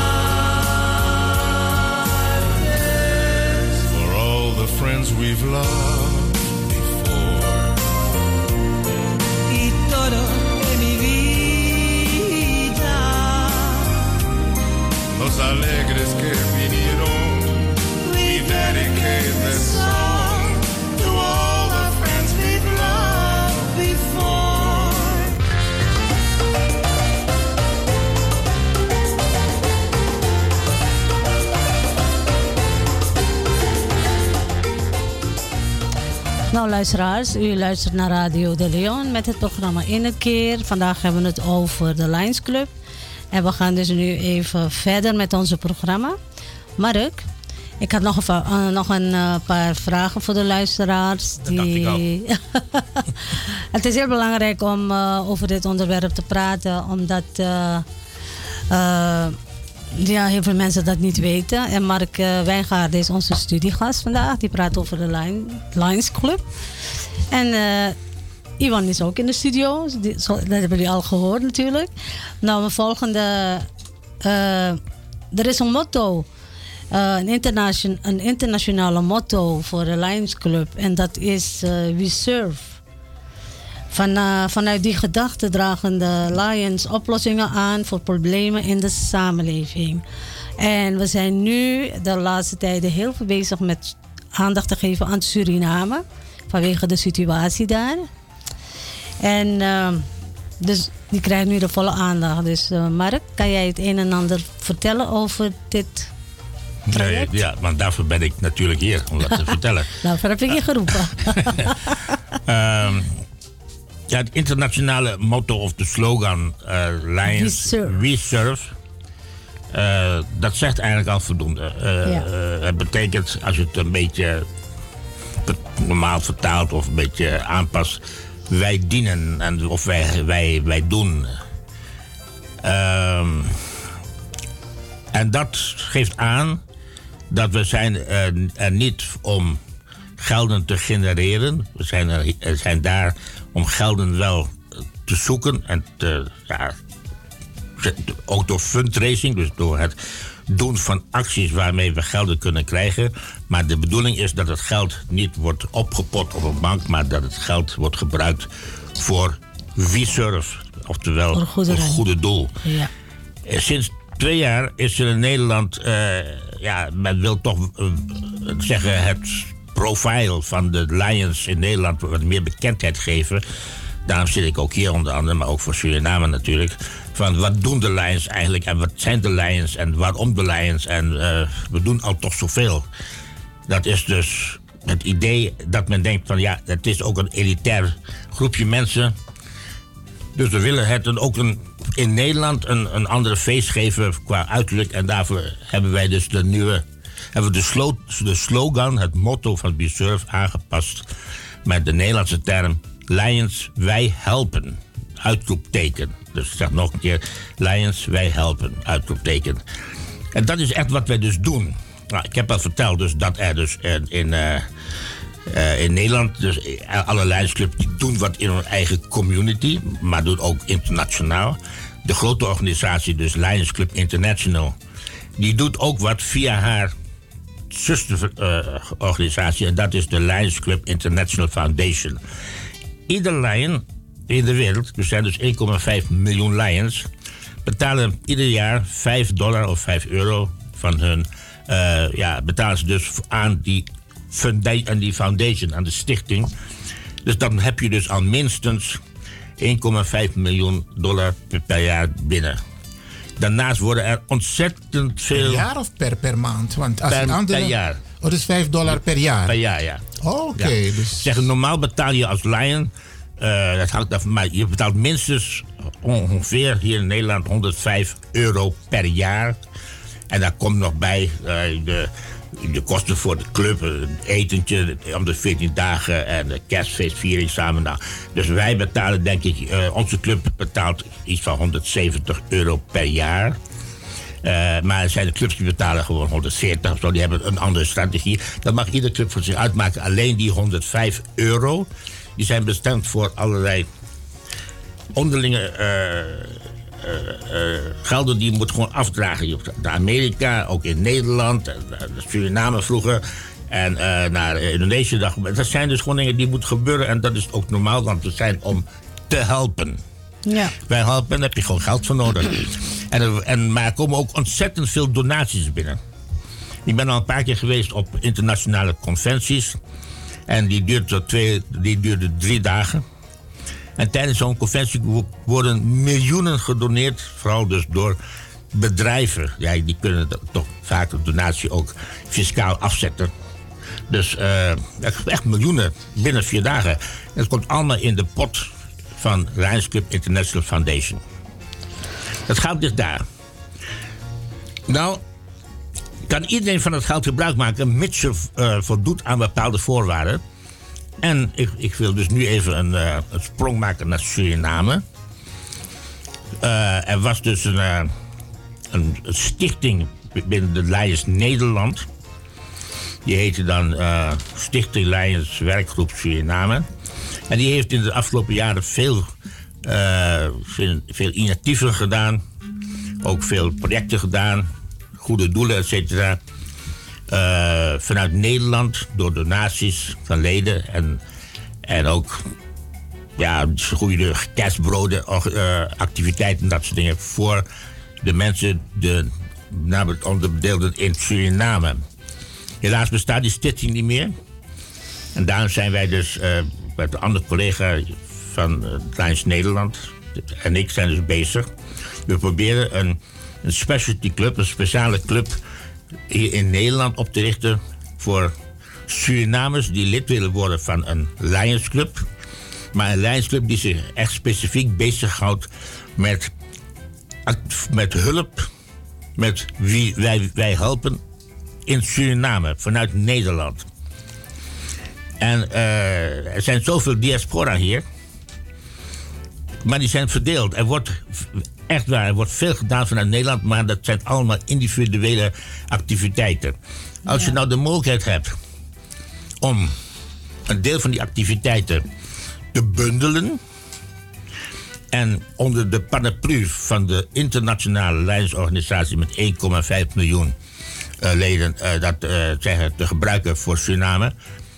partes. For all the friends we've loved before, y todo en mi vida, los alegres que vinieron, we dedicate dedicate this song to all the friends we've loved before. Nou luisteraars, u luistert naar Radio de Leon met het programma In het Keer. Vandaag hebben we het over de Lions Club. En we gaan dus nu even verder met onze programma. Mark, ik had nog een, va- uh, nog een uh, paar vragen voor de luisteraars. Dat dacht ik al. Het is heel belangrijk om uh, over dit onderwerp te praten, omdat uh, uh, ja, heel veel mensen dat niet weten. En Mark uh, Wijngaard is onze studiegast vandaag. Die praat over de Lion, Lions Club. En uh, Iwan is ook in de studio. Die, zo, dat hebben jullie al gehoord natuurlijk. Nou, mijn volgende... Uh, er is een motto. Uh, een, internation, een internationale motto voor de Lions Club. En dat is uh, We Serve. Van, uh, vanuit die gedachte dragen de Lions oplossingen aan voor problemen in de samenleving. En we zijn nu de laatste tijden heel veel bezig met aandacht te geven aan Suriname. Vanwege de situatie daar. En uh, dus die krijgt nu de volle aandacht. Dus uh, Mark, kan jij het een en ander vertellen over dit project? Nee, ja, want daarvoor ben ik natuurlijk hier om dat te vertellen. Daarvoor heb ik je geroepen. um, ja, het internationale motto of de slogan uh, Lions We Serve. We Serve. Uh, dat zegt eigenlijk al voldoende. Uh, Ja. uh, het betekent, als je het een beetje normaal vertaalt of een beetje aanpast, wij dienen en, of wij, wij, wij doen. Um, en dat geeft aan dat we zijn er, er niet om gelden te genereren. We zijn, er, er zijn daar om gelden wel te zoeken en te, ja, ook door fundraising, dus door het doen van acties waarmee we gelden kunnen krijgen. Maar de bedoeling is dat het geld niet wordt opgepot op een bank, maar dat het geld wordt gebruikt voor We Serve, oftewel Voor een goede een goede doel. Ja. Eh, Sinds twee jaar is er in Nederland, uh, ja, men wil toch uh, zeggen het profiel van de Lions in Nederland wat meer bekendheid geven. Daarom zit ik ook hier onder andere, maar ook voor Suriname natuurlijk. Van wat doen de Lions eigenlijk en wat zijn de Lions en waarom de Lions en uh, we doen al toch zoveel. Dat is dus het idee dat men denkt van ja, het is ook een elitair groepje mensen. Dus we willen het ook een, in Nederland een, een andere feest geven qua uiterlijk. En daarvoor hebben wij dus de nieuwe, hebben we de, slo, de slogan, het motto van We Serve aangepast met de Nederlandse term Lions, wij helpen. Uitroepteken. Dus ik zeg nog een keer, Lions, wij helpen. Uitroepteken. En dat is echt wat wij dus doen. Nou, ik heb al verteld dus dat er dus in, in, uh, uh, in Nederland, dus alle Lions Clubs die doen wat in hun eigen community, maar doen ook internationaal. De grote organisatie, dus Lions Club International, die doet ook wat via haar zusterorganisatie, uh, en dat is de Lions Club International Foundation. Ieder Lion in de wereld, er zijn dus één komma vijf miljoen Lions, betalen ieder jaar vijf dollar of vijf euro van hun, uh, ja, betalen ze dus aan die, funda- aan die foundation, aan de stichting. Dus dan heb je dus al minstens één komma vijf miljoen dollar per, per jaar binnen. Daarnaast worden er ontzettend veel... Per jaar of per, per maand? Want als per, een andere... per jaar. Oh, dus vijf dollar per jaar? Per jaar, ja. Oh, oké. Okay, ja. dus... Zeggen, normaal betaal je als Lion, uh, dat hangt af, maar je betaalt minstens ongeveer hier in Nederland honderdvijf euro per jaar. En daar komt nog bij uh, de, de kosten voor de club, een etentje om de veertien dagen en de kerstfeestviering samen. Nou, dus wij betalen, denk ik, uh, onze club betaalt iets van honderdzeventig euro per jaar. Uh, maar er zijn de clubs die betalen gewoon honderdveertig of zo. Die hebben een andere strategie. Dat mag iedere club voor zich uitmaken. Alleen die honderdvijf euro, die zijn bestemd voor allerlei onderlinge uh, uh, uh, gelden die je moet gewoon afdragen. Naar Amerika, ook in Nederland, uh, Suriname vroeger en uh, naar Indonesië. Dat zijn dus gewoon dingen die moeten gebeuren en dat is ook normaal, want we zijn om te helpen. Ja. Wij helpen, daar heb je gewoon geld voor nodig. En, en, maar er komen ook ontzettend veel donaties binnen. Ik ben al een paar keer geweest op internationale conventies. En die duurde, twee, die duurde drie dagen. En tijdens zo'n conventie worden miljoenen gedoneerd. Vooral dus door bedrijven. Ja, die kunnen toch vaak de donatie ook fiscaal afzetten. Dus uh, echt miljoenen binnen vier dagen. En het komt allemaal in de pot van Lions Club International Foundation. Het geld ligt daar. Nou, kan iedereen van het geld gebruik maken, mits je uh, voldoet aan bepaalde voorwaarden. En ik, ik wil dus nu even een, uh, een sprong maken naar Suriname. Uh, er was dus een, uh, een, een stichting binnen de Lions Nederland. Die heette dan uh, Stichting Lions Werkgroep Suriname. En die heeft in de afgelopen jaren veel, uh, veel, veel initiatieven gedaan. Ook veel projecten gedaan. Goede doelen, et cetera. Uh, vanuit Nederland, door donaties van leden. En, en ook ja, goede kerstbroden, uh, activiteiten en dat soort dingen. Voor de mensen, de onderbedeelden in Suriname. Helaas bestaat die stichting niet meer. En daarom zijn wij dus uh, met een andere collega van uh, Lions Nederland en ik zijn dus bezig. We proberen een, een specialty club, een speciale club hier in Nederland op te richten voor Surinamers die lid willen worden van een Lions Club. Maar een Lions Club die zich echt specifiek bezighoudt met, met hulp, met wie wij, wij helpen in Suriname, vanuit Nederland. En uh, er zijn zoveel diaspora hier, maar die zijn verdeeld. Er wordt echt waar, er wordt veel gedaan vanuit Nederland, maar dat zijn allemaal individuele activiteiten. Als ja. je nou de mogelijkheid hebt om een deel van die activiteiten te bundelen en onder de paraplu van de internationale Lions-organisatie met één komma vijf miljoen uh, leden uh, dat uh, zeggen te gebruiken voor Suriname,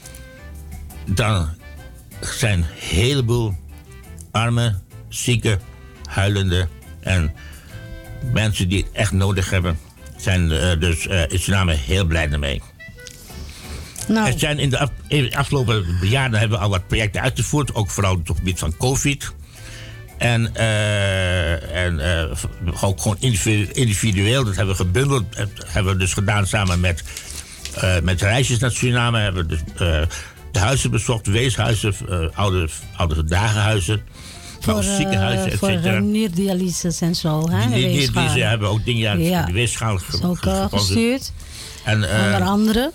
dan zijn een heleboel arme, zieke, huilende en mensen die het echt nodig hebben, zijn uh, dus uh, in Suriname heel blij ermee. Nou. Er zijn in de, af, in de afgelopen jaren hebben we al wat projecten uitgevoerd, ook vooral op het gebied van COVID. En, uh, en uh, ook gewoon individueel, dat hebben we gebundeld, dat hebben we dus gedaan samen met, uh, met reisjes naar Suriname. Hebben we dus uh, de huizen bezocht, weeshuizen, uh, oude, oude dagenhuizen. Voor, ziekenhuizen, et voor cetera. nierdialyses en zo. Hè, die nierdialyse hebben ook dingen uit ja. de weegschaal ge- ook uh, gestuurd. En, uh, Onder andere.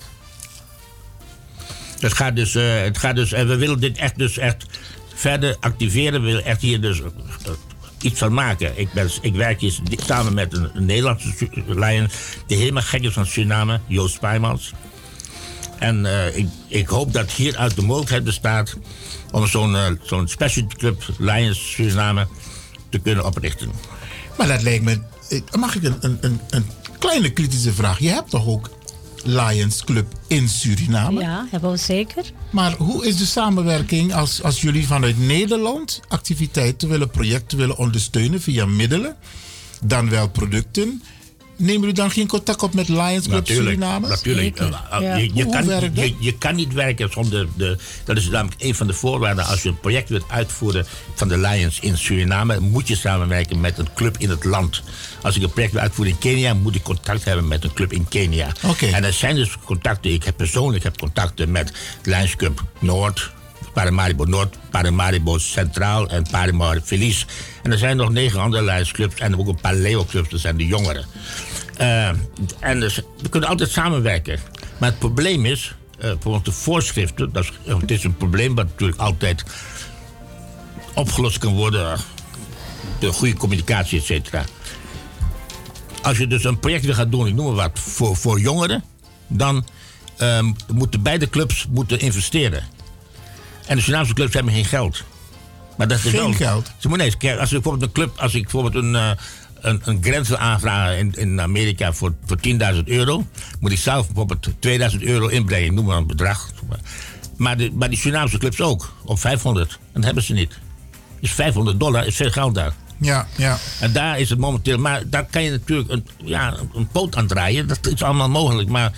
Het gaat dus, uh, het gaat dus, en we willen dit echt dus echt verder activeren. We willen echt hier dus uh, iets van maken. Ik, ben, ik werk hier samen met een, een Nederlandse Lion die helemaal gek is van Suriname, Joost Spijmans. En uh, ik, ik hoop dat hieruit de mogelijkheid bestaat om zo'n uh, zo'n special club Lions Suriname te kunnen oprichten. Maar dat lijkt me... Mag ik een, een, een kleine kritische vraag? Je hebt toch ook Lions Club in Suriname? Ja, hebben we zeker. Maar hoe is de samenwerking als, als jullie vanuit Nederland activiteiten willen, projecten willen ondersteunen via middelen, dan wel producten? Nemen jullie dan geen contact op met Lions Club natuurlijk, Suriname? Natuurlijk. Uh, ja. je, je, hoe, kan, hoe werkt dat? je, je kan niet werken zonder de... Dat is namelijk een van de voorwaarden. Als je een project wilt uitvoeren van de Lions in Suriname, moet je samenwerken met een club in het land. Als ik een project wil uitvoeren in Kenia, moet ik contact hebben met een club in Kenia. Okay. En er zijn dus contacten. Ik heb persoonlijk heb contacten met Lions Club Noord, Paramaribo Noord, Paramaribo Centraal en Paramaribo Feliz. En er zijn nog negen andere Lions clubs en ook een paar Leo clubs, dat zijn de jongeren. Uh, en dus, we kunnen altijd samenwerken. Maar het probleem is, uh, bijvoorbeeld de voorschriften, dat is, uh, het is een probleem wat natuurlijk altijd opgelost kan worden door goede communicatie, et cetera. Als je dus een project wil gaan doen, ik noem maar wat, voor, voor jongeren, dan uh, moeten beide clubs moeten investeren. En de Surinaamse clubs hebben geen geld. Maar dat is geen wel, geld? Ze moeten nee, als ik bijvoorbeeld een club, als ik bijvoorbeeld een, uh, een, een grens wil aanvragen in, in Amerika voor, voor tienduizend euro, moet ik zelf bijvoorbeeld tweeduizend euro inbrengen, noem maar een bedrag. Maar, de, maar die Surinaamse clubs ook, op vijfhonderd. En dat hebben ze niet. Dus vijfhonderd dollar is veel geld daar. Ja, ja. En daar is het momenteel... Maar daar kan je natuurlijk een, ja, een poot aan draaien. Dat is allemaal mogelijk. Maar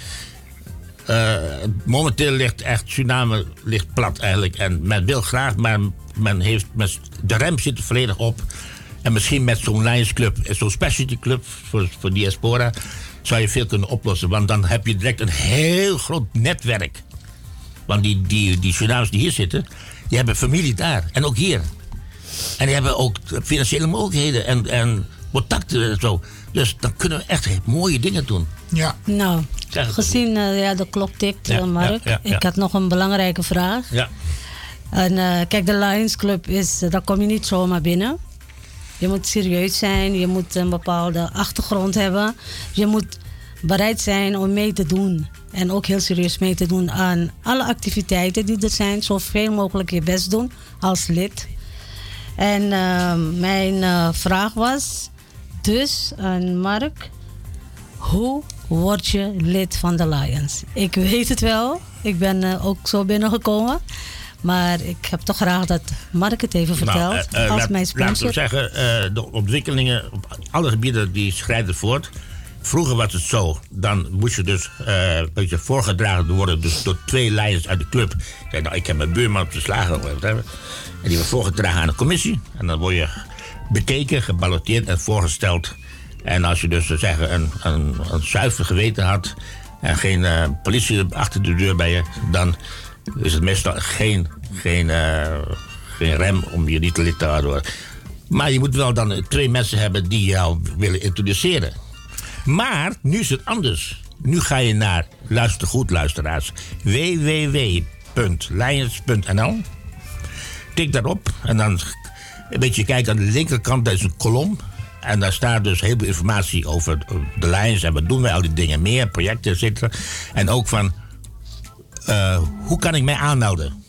uh, momenteel ligt echt Suriname ligt plat eigenlijk. En men wil graag, maar men heeft... Men, de rem zit er volledig op. En misschien met zo'n Lions Club, zo'n specialty club voor, voor diaspora... zou je veel kunnen oplossen. Want dan heb je direct een heel groot netwerk. Want die, die, die Surinamers die hier zitten... die hebben familie daar. En ook hier. En die hebben ook financiële mogelijkheden en, en contacten en zo. Dus dan kunnen we echt mooie dingen doen. Ja. Nou, gezien uh, ja, de klok tikt, ja, Mark. Ja, ja, ja. Ik had nog een belangrijke vraag. Ja. En uh, kijk, de Lions Club is, uh, daar kom je niet zomaar binnen. Je moet serieus zijn, je moet een bepaalde achtergrond hebben. Je moet bereid zijn om mee te doen. En ook heel serieus mee te doen aan alle activiteiten die er zijn. Zoveel mogelijk je best doen als lid. En uh, mijn uh, vraag was dus aan Mark: hoe word je lid van de Lions? Ik weet het wel, ik ben uh, ook zo binnengekomen. Maar ik heb toch graag dat Mark het even vertelt. Nou, uh, uh, als laat, mijn sponsor. Laten we zeggen, uh, de ontwikkelingen op alle gebieden die schrijden voort. Vroeger was het zo, dan moest je dus uh, een beetje voorgedragen worden dus door twee leiders uit de club. Ik zei, nou, ik heb mijn buurman op de slager. En die wordt voorgedragen aan de commissie. En dan word je bekeken, geballoteerd en voorgesteld. En als je dus zeggen, een, een, een zuiver geweten had en geen uh, politie achter de deur bij je, dan is het meestal geen, geen, uh, geen rem om je niet lid te houden. Maar je moet wel dan twee mensen hebben die jou willen introduceren. Maar nu is het anders. Nu ga je naar, luister goed luisteraars, w w w punt lions punt n l. Tik daarop en dan een beetje kijken aan de linkerkant, daar is een kolom. En daar staat dus heel veel informatie over de Lions en wat doen wij, al die dingen meer, projecten zitten. En ook van, uh, hoe kan ik mij aanmelden?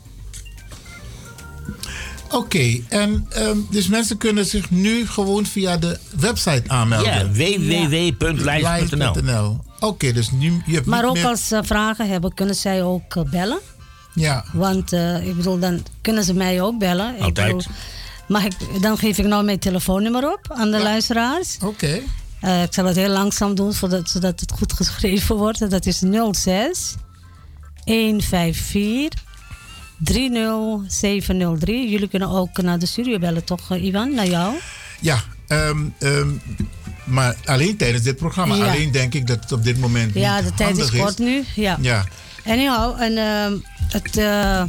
Oké, okay, en um, dus mensen kunnen zich nu gewoon via de website aanmelden. Ja, w w w punt lions punt n l. Oké, okay, dus nu... Je hebt maar ook meer... als ze vragen hebben, kunnen zij ook uh, bellen? Ja. Want uh, ik bedoel, dan kunnen ze mij ook bellen. Altijd. Ik bedoel, mag ik, dan geef ik nou mijn telefoonnummer op aan de ja. luisteraars. Oké. Okay. Uh, ik zal het heel langzaam doen, zodat, zodat het goed geschreven wordt. Dat is nul zes een vijf vier drie nul zeven nul drie. Jullie kunnen ook naar de studio bellen, toch, uh, Ivan? Naar jou? Ja, um, um, maar alleen tijdens dit programma. Ja. Alleen denk ik dat het op dit moment niet ja, de tijd is kort nu. Ja. ja. Anyhow, en uh, het uh,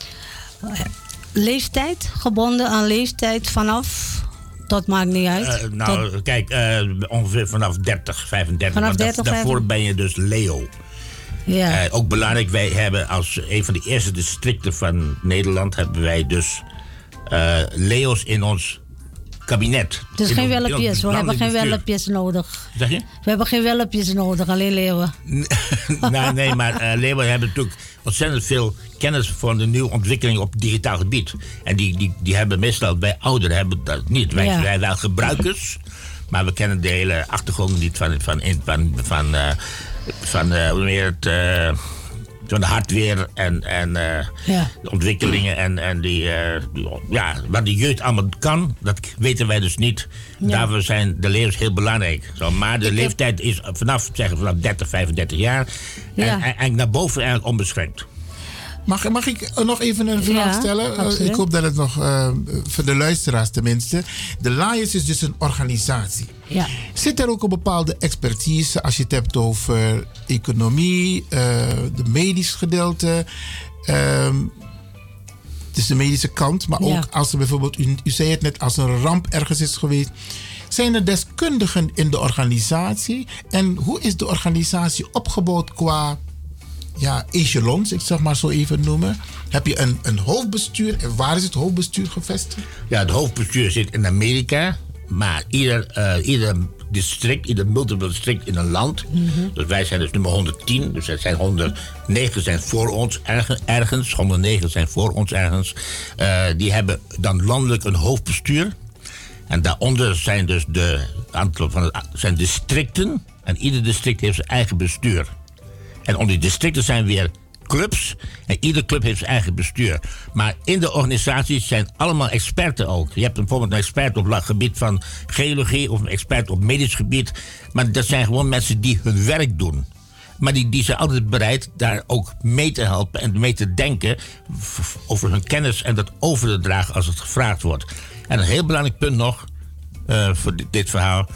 leeftijd, gebonden aan leeftijd vanaf, dat maakt niet uit. Uh, nou, tot... kijk, uh, ongeveer vanaf dertig, vijfendertig. Vanaf dertig, da- daarvoor vijfendertig. ben je dus Leo. Ja. Uh, ook belangrijk, wij hebben als een van de eerste districten van Nederland hebben wij dus uh, Leo's in ons kabinet. Dus in geen ons, welpjes, we hebben geen welpjes nodig. Zeg je? We hebben geen welpjes nodig, alleen leeuwen. nou, nee, maar uh, leeuwen hebben natuurlijk ontzettend veel kennis voor de nieuwe ontwikkelingen op digitaal gebied. En die, die, die hebben meestal, wij ouderen hebben dat niet. Wij zijn ja. wel gebruikers, maar we kennen de hele achtergrond niet van, van, van, van, van, uh, van uh, hoe meer het... Uh, van de hardware en, en uh, ja. de ontwikkelingen en, en die, uh, die, ja, wat de jeugd allemaal kan, dat weten wij dus niet. Ja. Daarvoor zijn de leeuws heel belangrijk. Zo, maar de ik leeftijd heb... is vanaf, zeggen, vanaf dertig, vijfendertig jaar ja. en, en eigenlijk naar boven eigenlijk onbeschränkt. Mag, mag ik nog even een vraag ja, stellen? Absoluut. Ik hoop dat het nog, uh, voor de luisteraars tenminste. De Lions is dus een organisatie. Ja. Zit er ook een bepaalde expertise als je het hebt over economie, uh, de medisch gedeelte, um, dus de medische kant, maar ook ja. als er bijvoorbeeld, u, u zei het net, als een ramp ergens is geweest. Zijn er deskundigen in de organisatie? En hoe is de organisatie opgebouwd qua... ja, echelons, ik zeg maar zo even noemen. Heb je een, een hoofdbestuur? En waar is het hoofdbestuur gevestigd? Ja, het hoofdbestuur zit in Amerika. Maar ieder, uh, ieder district, ieder multiple district in een land. Mm-hmm. Dus wij zijn dus nummer honderdtien. Dus er zijn honderdnegen zijn voor ons ergens. honderdnegen zijn voor ons ergens. Uh, die hebben dan landelijk een hoofdbestuur. En daaronder zijn dus de aantal van het, zijn districten. En ieder district heeft zijn eigen bestuur. En onder die districten zijn weer clubs. En ieder club heeft zijn eigen bestuur. Maar in de organisaties zijn allemaal experten ook. Je hebt bijvoorbeeld een expert op het gebied van geologie of een expert op medisch gebied. Maar dat zijn gewoon mensen die hun werk doen. Maar die, die zijn altijd bereid daar ook mee te helpen en mee te denken over hun kennis en dat over te dragen als het gevraagd wordt. En een heel belangrijk punt nog uh, voor dit, dit verhaal.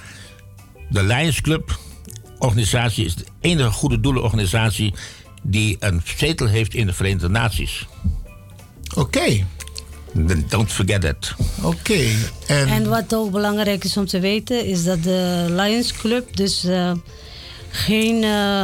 De Lions Club organisatie is de enige goede doelenorganisatie die een zetel heeft in de Verenigde Naties. Oké. Okay. Don't forget it. Oké. Okay. En... en wat ook belangrijk is om te weten is dat de Lions Club dus uh, geen uh,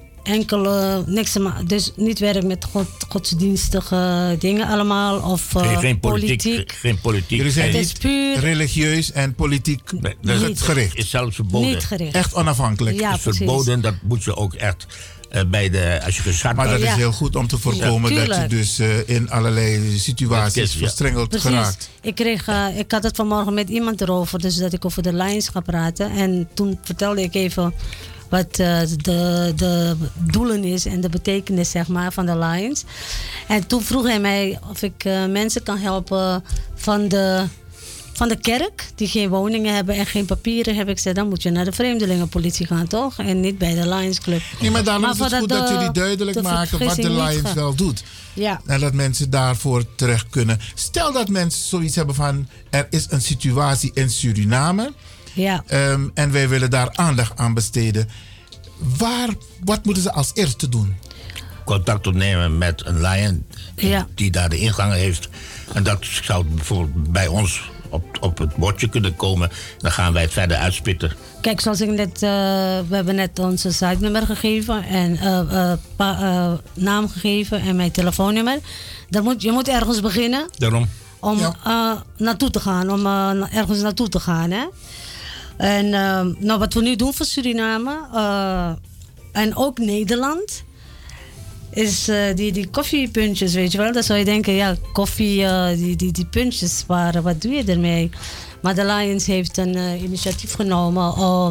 enkele, niks, dus niet werkt met god, godsdienstige dingen allemaal of uh, geen, geen politiek, politiek. Geen politiek. Jullie zijn het niet is puur religieus en politiek nee, dat niet gericht. Is zelfs verboden. Niet gericht. Echt onafhankelijk. Ja, het is verboden, dat moet je ook echt uh, bij de, als je gezakt Maar dat ja. is heel goed om te voorkomen ja, dat je dus uh, in allerlei situaties is, ja. verstrengeld Precies. geraakt. Ik, kreeg, uh, ik had het vanmorgen met iemand erover, dus dat ik over de Lions ga praten. En toen vertelde ik even wat uh, de, de doelen is en de betekenis zeg maar, van de Lions. En toen vroeg hij mij of ik uh, mensen kan helpen van de, van de kerk die geen woningen hebben en geen papieren hebben. Ik zei, dan moet je naar de vreemdelingenpolitie gaan, toch? En niet bij de Lions Club. Nee, maar daarom maar is het goed de, dat jullie duidelijk maken wat de Lions wel doet. Ja. En dat mensen daarvoor terecht kunnen. Stel dat mensen zoiets hebben van, er is een situatie in Suriname. Ja. Um, en wij willen daar aandacht aan besteden. Waar, wat moeten ze als eerste doen? Contact opnemen met een Lion ja. die daar de ingang heeft. En dat zou bijvoorbeeld bij ons op, op het bordje kunnen komen. Dan gaan wij het verder uitspitten. Kijk, zoals ik net, uh, we hebben net onze site-nummer gegeven en uh, uh, pa, uh, naam gegeven en mijn telefoonnummer. Dan moet, je moet ergens beginnen. Daarom. Om ja. uh, naartoe te gaan, om uh, ergens naartoe te gaan. Hè? En uh, nou, wat we nu doen voor Suriname uh, en ook Nederland is uh, die, die koffiepuntjes, weet je wel. Dan zou je denken, ja, koffie, uh, die, die, die puntjes, waar, wat doe je ermee? Maar de Lions heeft een uh, initiatief genomen om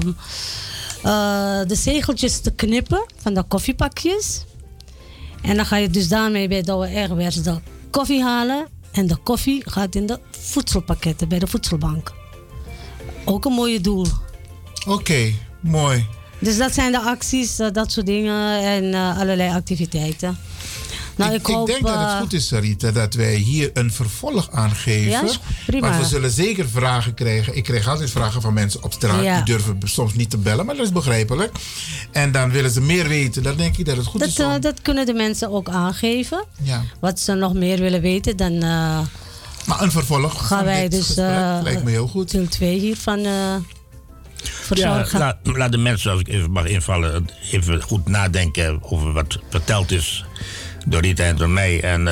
uh, de zegeltjes te knippen van de koffiepakjes. En dan ga je dus daarmee bij Douwe Erwers de koffie halen. En de koffie gaat in de voedselpakketten bij de voedselbank. Ook een mooie doel. Oké, okay, mooi. Dus dat zijn de acties, uh, dat soort dingen en uh, allerlei activiteiten. Nou, ik, ik, hoop, ik denk dat het uh, goed is, Sarita, dat wij hier een vervolg aan geven. Ja, prima. Want we zullen zeker vragen krijgen. Ik krijg altijd vragen van mensen op straat. Ja. Die durven soms niet te bellen, maar dat is begrijpelijk. En dan willen ze meer weten. Dan denk ik dat het goed dat, is om... uh, dat kunnen de mensen ook aangeven. Ja. Wat ze nog meer willen weten, dan... Uh, maar een vervolg gaan wij dus gesprek, uh, lijkt me heel goed. deel twee hiervan uh, verzorgen. Ja, laat, laat de mensen, als ik even mag invallen, even goed nadenken over wat verteld is door Rita en door mij. En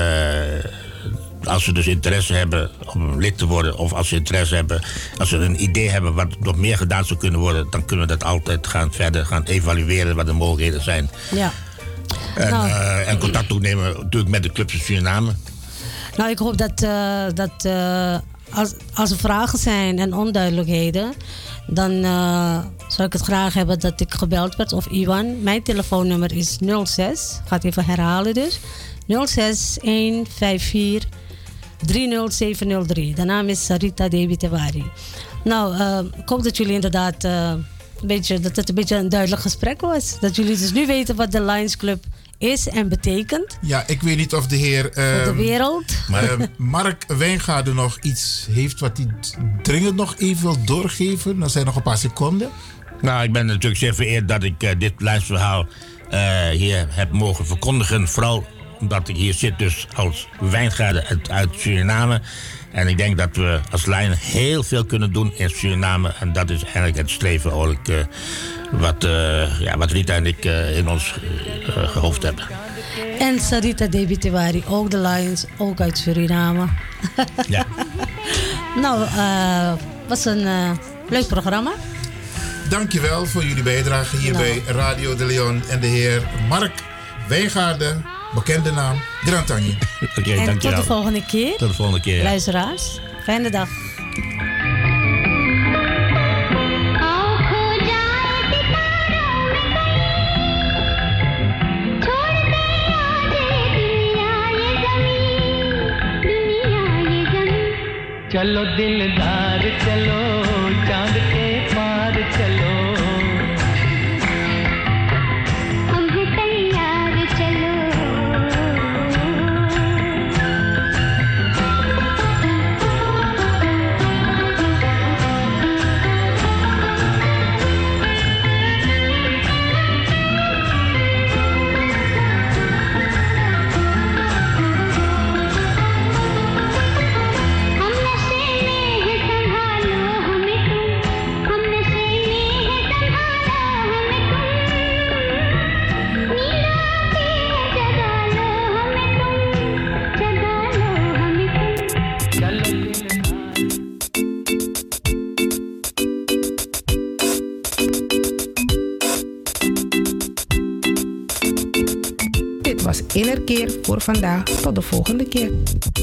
uh, als ze dus interesse hebben om lid te worden, of als ze interesse hebben, als ze een idee hebben wat nog meer gedaan zou kunnen worden, dan kunnen we dat altijd gaan verder gaan evalueren wat de mogelijkheden zijn. Ja. En, nou, uh, en contact opnemen natuurlijk met de clubs in Suriname. Nou, ik hoop dat, uh, dat uh, als, als er vragen zijn en onduidelijkheden, dan uh, zou ik het graag hebben dat ik gebeld werd of Iwan. Mijn telefoonnummer is nul zes, ik ga het even herhalen dus. nul zes een vijf vier drie nul zeven nul drie. De naam is Sarita Devi Tewari. Nou, uh, ik hoop dat jullie inderdaad uh, een beetje, dat het een beetje een duidelijk gesprek was. Dat jullie dus nu weten wat de Lions Club is en betekent. Ja, ik weet niet of de heer... Uh, voor de wereld. Uh, Mark Wijngaarden nog iets heeft wat hij dringend nog even wil doorgeven. Dan zijn nog een paar seconden. Nou, ik ben natuurlijk zeer vereerd dat ik uh, dit lijstverhaal uh, hier heb mogen verkondigen. Vooral omdat ik hier zit dus als Wijngaarden uit, uit Suriname. En ik denk dat we als Lion heel veel kunnen doen in Suriname. En dat is eigenlijk het streven ook, uh, wat, uh, ja, wat Rita en ik uh, in ons uh, gehoofd hebben. En Sarita Devi Tewari, ook de Lions, ook uit Suriname. Ja. Nou, uh, was een uh, leuk programma. Dankjewel voor jullie bijdrage hier nou. bij Radio de Leon en de heer Mark Wijngaarden. Bekende naam, Grantanje. Oké, okay, en dankjewel. Tot de volgende keer. Tot de volgende keer. Ja. Luisteraars, fijne dag. छोड़ दे आजे चलो दिलदार चलो चांद के पार चलो हम हैं तैयार चलो Was Innerkeer voor vandaag. Tot de volgende keer.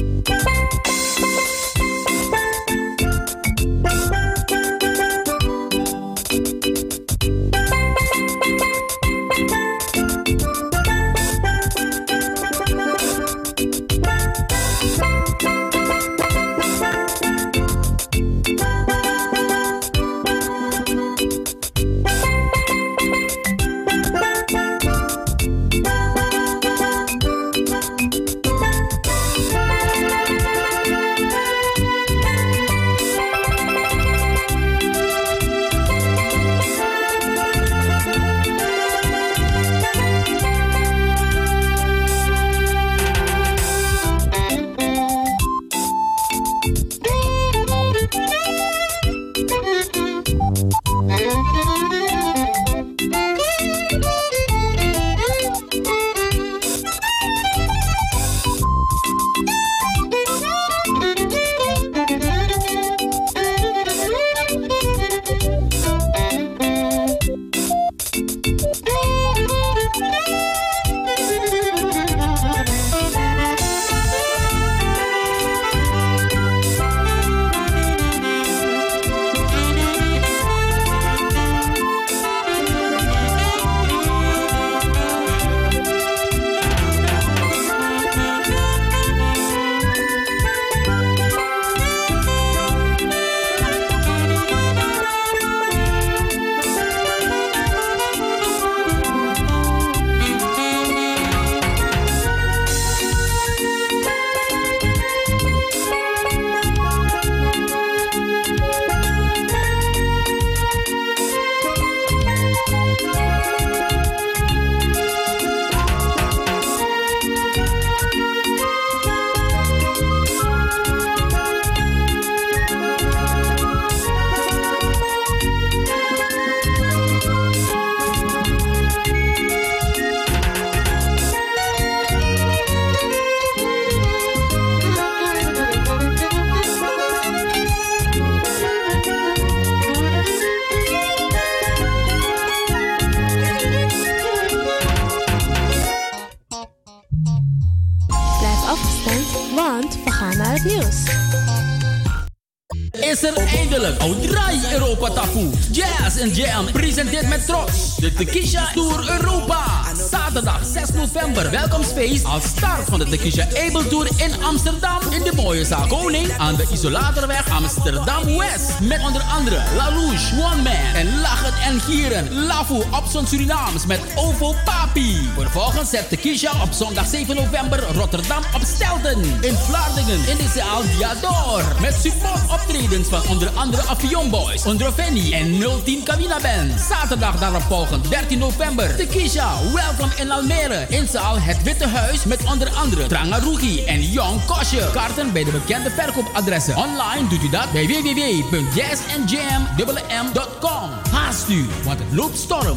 Is er eindelijk Oudraai Europa Tafu. Jazz en Jam presenteert met trots de Tekisha Tour Europa. Zaterdag zes november, welkomstfeest als start van de Tekisha Able Tour in Amsterdam. In de mooie zaal Koning aan de Isolatorweg Amsterdam West. Met onder andere La Louche, One Man en Lachen en Gieren. Lafu op z'n Surinaams met Ovo Papi. Vervolgens zet Tekisha op zondag zeven november Rotterdam op Stelten. In Vlaardingen in de zaal Diador. Met support optredens van onder andere Avion Boys, Ondroveni en nul tien Kawina Band. Zaterdag daarop volgend dertien november Tekisha Welcome in Almere. In zaal Het Witte Huis met onder andere Trangarugi en Young Kosje. Kaarten bij de bekende verkoopadressen. Online doet u dat bij w w w punt jazz and jam punt com. Haast u, want het loopt storm.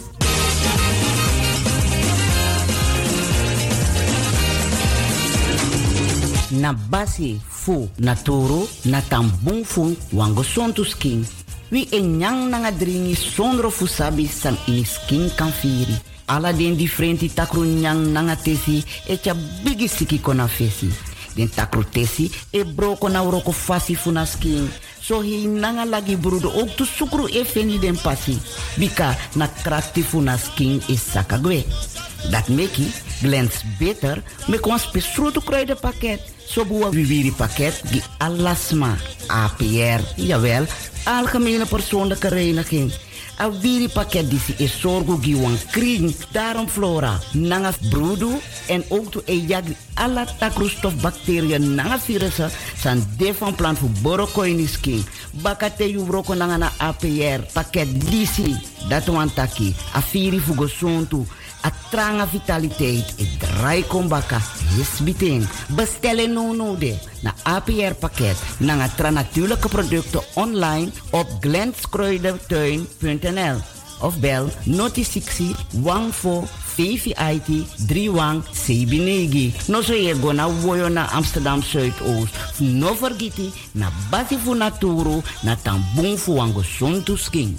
Na basi fu na toro na tambung fu wango sontus king. Wi en nyang nanga dringi sondro fu sabi san ini skin kan firi. Ala den differenti takru nyang nanga tesi e cha bigi siki kona fesi. Den takru tesi e broko na uroko fasi fu na skin. So hi nanga lagi brudo ook tu sukru e feni den pasi. Bika na krakti fu na skin e sakagwe. Dat meki Glens Bitter, me kon spesruto kruidenpakket. Zo boe viviri pakket die alasma, A P R, jawel, algemene persoonlijke reiniging. A viri pakket die is zorgo giwan kring, daarom flora, nanga broedu en ook to ejak alla takroestof bacteriën nanga virussen san defan plan voor borokoinis king. Bakate yu broko nanga na A P R pakket disi, dat wantaki, a viri fugosontu. A tranga vitaliteit, ik draai kombaka, hisbiting. Bestellen no no de, na A P R pakket, na tra natuurlijke producten online op glenskruidentuin punt n l of bel noti sixty one four V V I T three one Sebinegi. No so je go na woyo na Amsterdam Zuidoost. No vergeti na basi fu naturo na tambung fu wango sontu skin.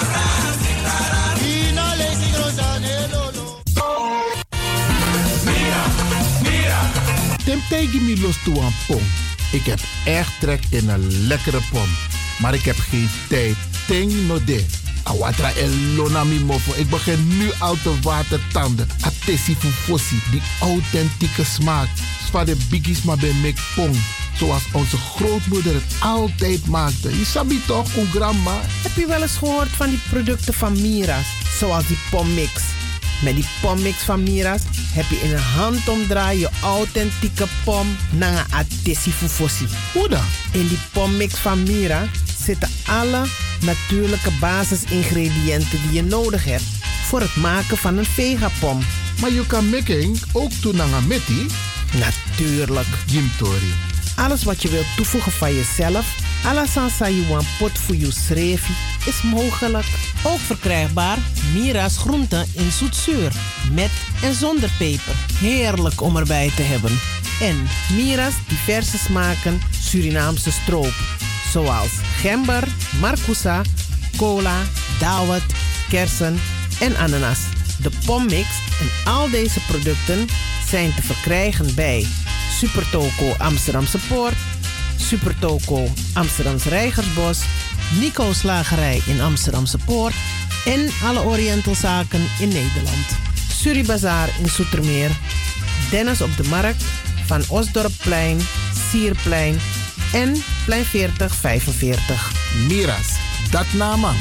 Temtij give me los toe aan pom. Ik heb echt trek in een lekkere pom. Maar ik heb geen tijd. Ting no de. Awatra elona mi mofo. Ik begin nu al te watertanden. Atesi fufosi. Die authentieke smaak. Zwa de biggies maar bij mek pom. Zoals onze grootmoeder het altijd maakte. Je sabi toch, een grandma? Heb je wel eens gehoord van die producten van Mira's? Zoals die pommix. Met die pommix van Mira's heb je in een handomdraai je authentieke pom naar een atesi fufosi. Hoe dan? In die pommix van Mira zitten alle natuurlijke basisingrediënten die je nodig hebt voor het maken van een vegapom. Maar je kan making ook doen naar een meti? Natuurlijk. Jimtori. Alles wat je wilt toevoegen van jezelf, alla sansa yuan pot voor je schreefie, is mogelijk. Ook verkrijgbaar Mira's groenten in zoetzuur, met en zonder peper. Heerlijk om erbij te hebben. En Mira's diverse smaken Surinaamse stroop, zoals gember, marcousa, cola, dawet, kersen en ananas. De pommix en al deze producten zijn te verkrijgen bij Supertoco Amsterdamse Poort, Supertoco Amsterdamse Reigersbos, Nico Slagerij in Amsterdamse Poort en alle Orientalzaken in Nederland. Suribazaar in Zoetermeer, Dennis op de Markt, Van Osdorpplein, Sierplein en Plein veertig vijfenveertig. Mira's, dat nama.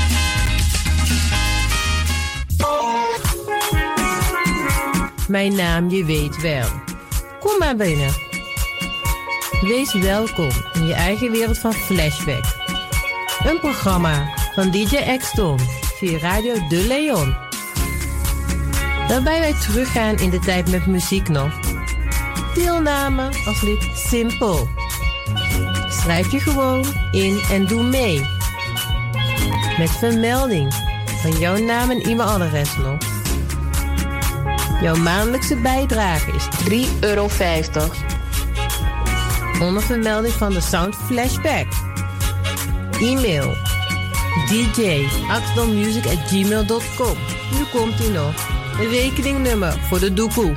Mijn naam, je weet wel. Kom maar binnen. Wees welkom in je eigen wereld van Flashback. Een programma van D J X-Ton via Radio De Leon. Waarbij wij teruggaan in de tijd met muziek nog. Deelname als lid simpel. Schrijf je gewoon in en doe mee. Met vermelding van jouw naam en e-mailadres nog. Jouw maandelijkse bijdrage is drie euro vijftig. Onder vermelding van de Sound Flashback. E-mail d j axton music at gmail dot com. Nu komt ie nog. Een rekeningnummer voor de doekoe.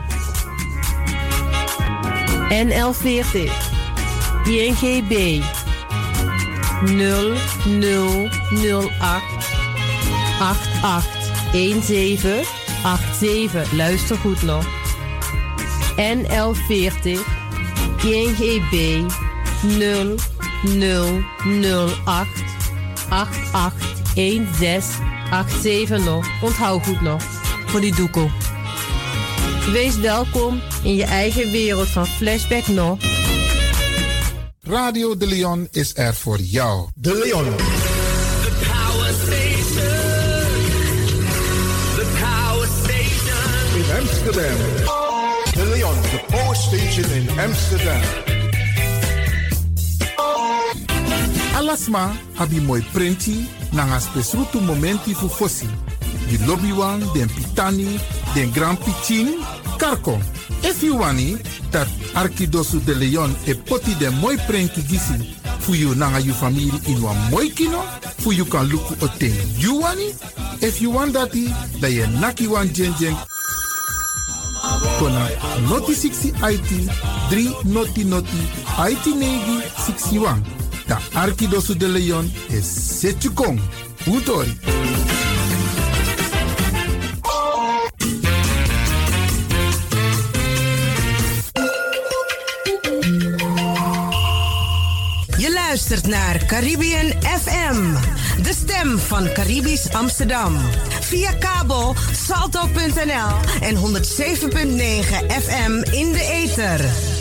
N L veertig I N G B nul nul nul acht acht acht een zeven acht zeven. Luister goed nog. N L veertig I N G B nul nul nul acht acht acht een zes acht zeven nog. Onthoud goed nog. Voor die doekoe. Wees welkom in je eigen wereld van Flashback nog. Radio De Leon is er voor jou. De Leon. The Power Station. The Power Station. In Amsterdam. De Leon, the Power Station in Amsterdam. Alasma abi moi prenti nanga spesrutu momenti fu fossi. Di lobby wan, den pitani, den grand pitin, karko. If you wani, dat Arkidosu de Leon e poti den moi prenki gisi. Fu you nanga you family in wan moi kino, fu you kan luku oten. You wani? If you want dati, da ye naki wan jen jen. Kona noti sixty I T, three noti noti, I T negi sixty-one. Da Arkidosu de Leon is Setjukong. Utori. luistert naar Caribbean F M, de stem van Caribisch Amsterdam. Via kabel salto punt n l en honderd zeven komma negen F M in de ether.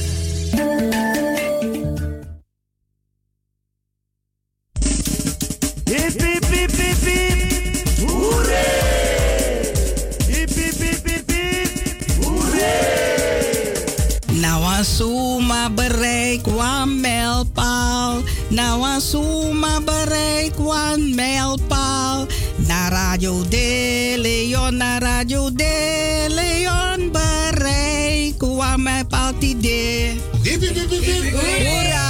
Hip, hip, hip, hip, hip. Hoeré! Hip, hip, hip, hip, hip. Hoeré! Nou asuma bereik wan mijlpaal. Nou asuma bereik wan mijlpaal. Na Radio De Leon, na Radio De Leon bereik wan mijlpaal idee. Hoera!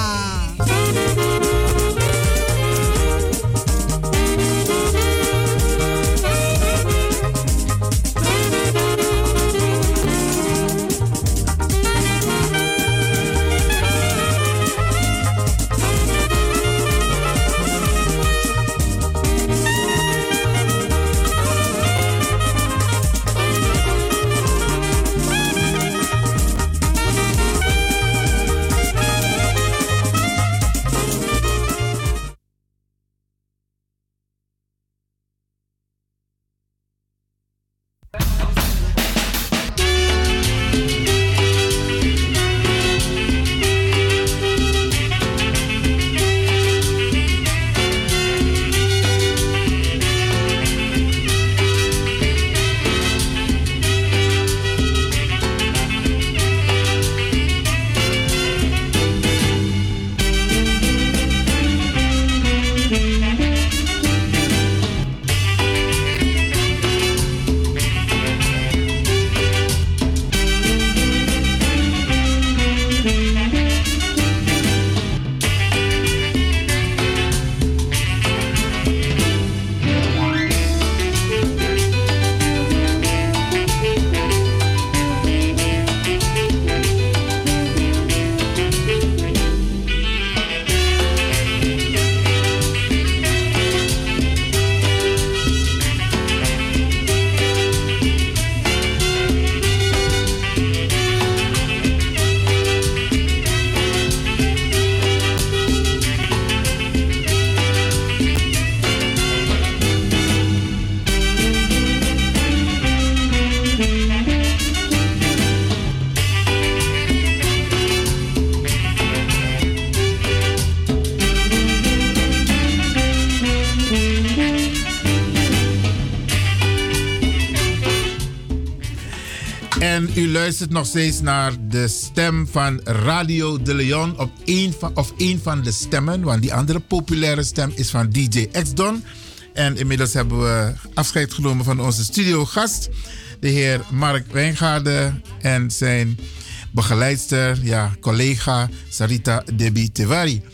U luistert nog steeds naar de stem van Radio De Leon op een van, of een van de stemmen. Want die andere populaire stem is van D J X-Don. En inmiddels hebben we afscheid genomen van onze studiogast, de heer Mark Wijngaarden, en zijn begeleidster, ja, collega Sarita Debi Tewari.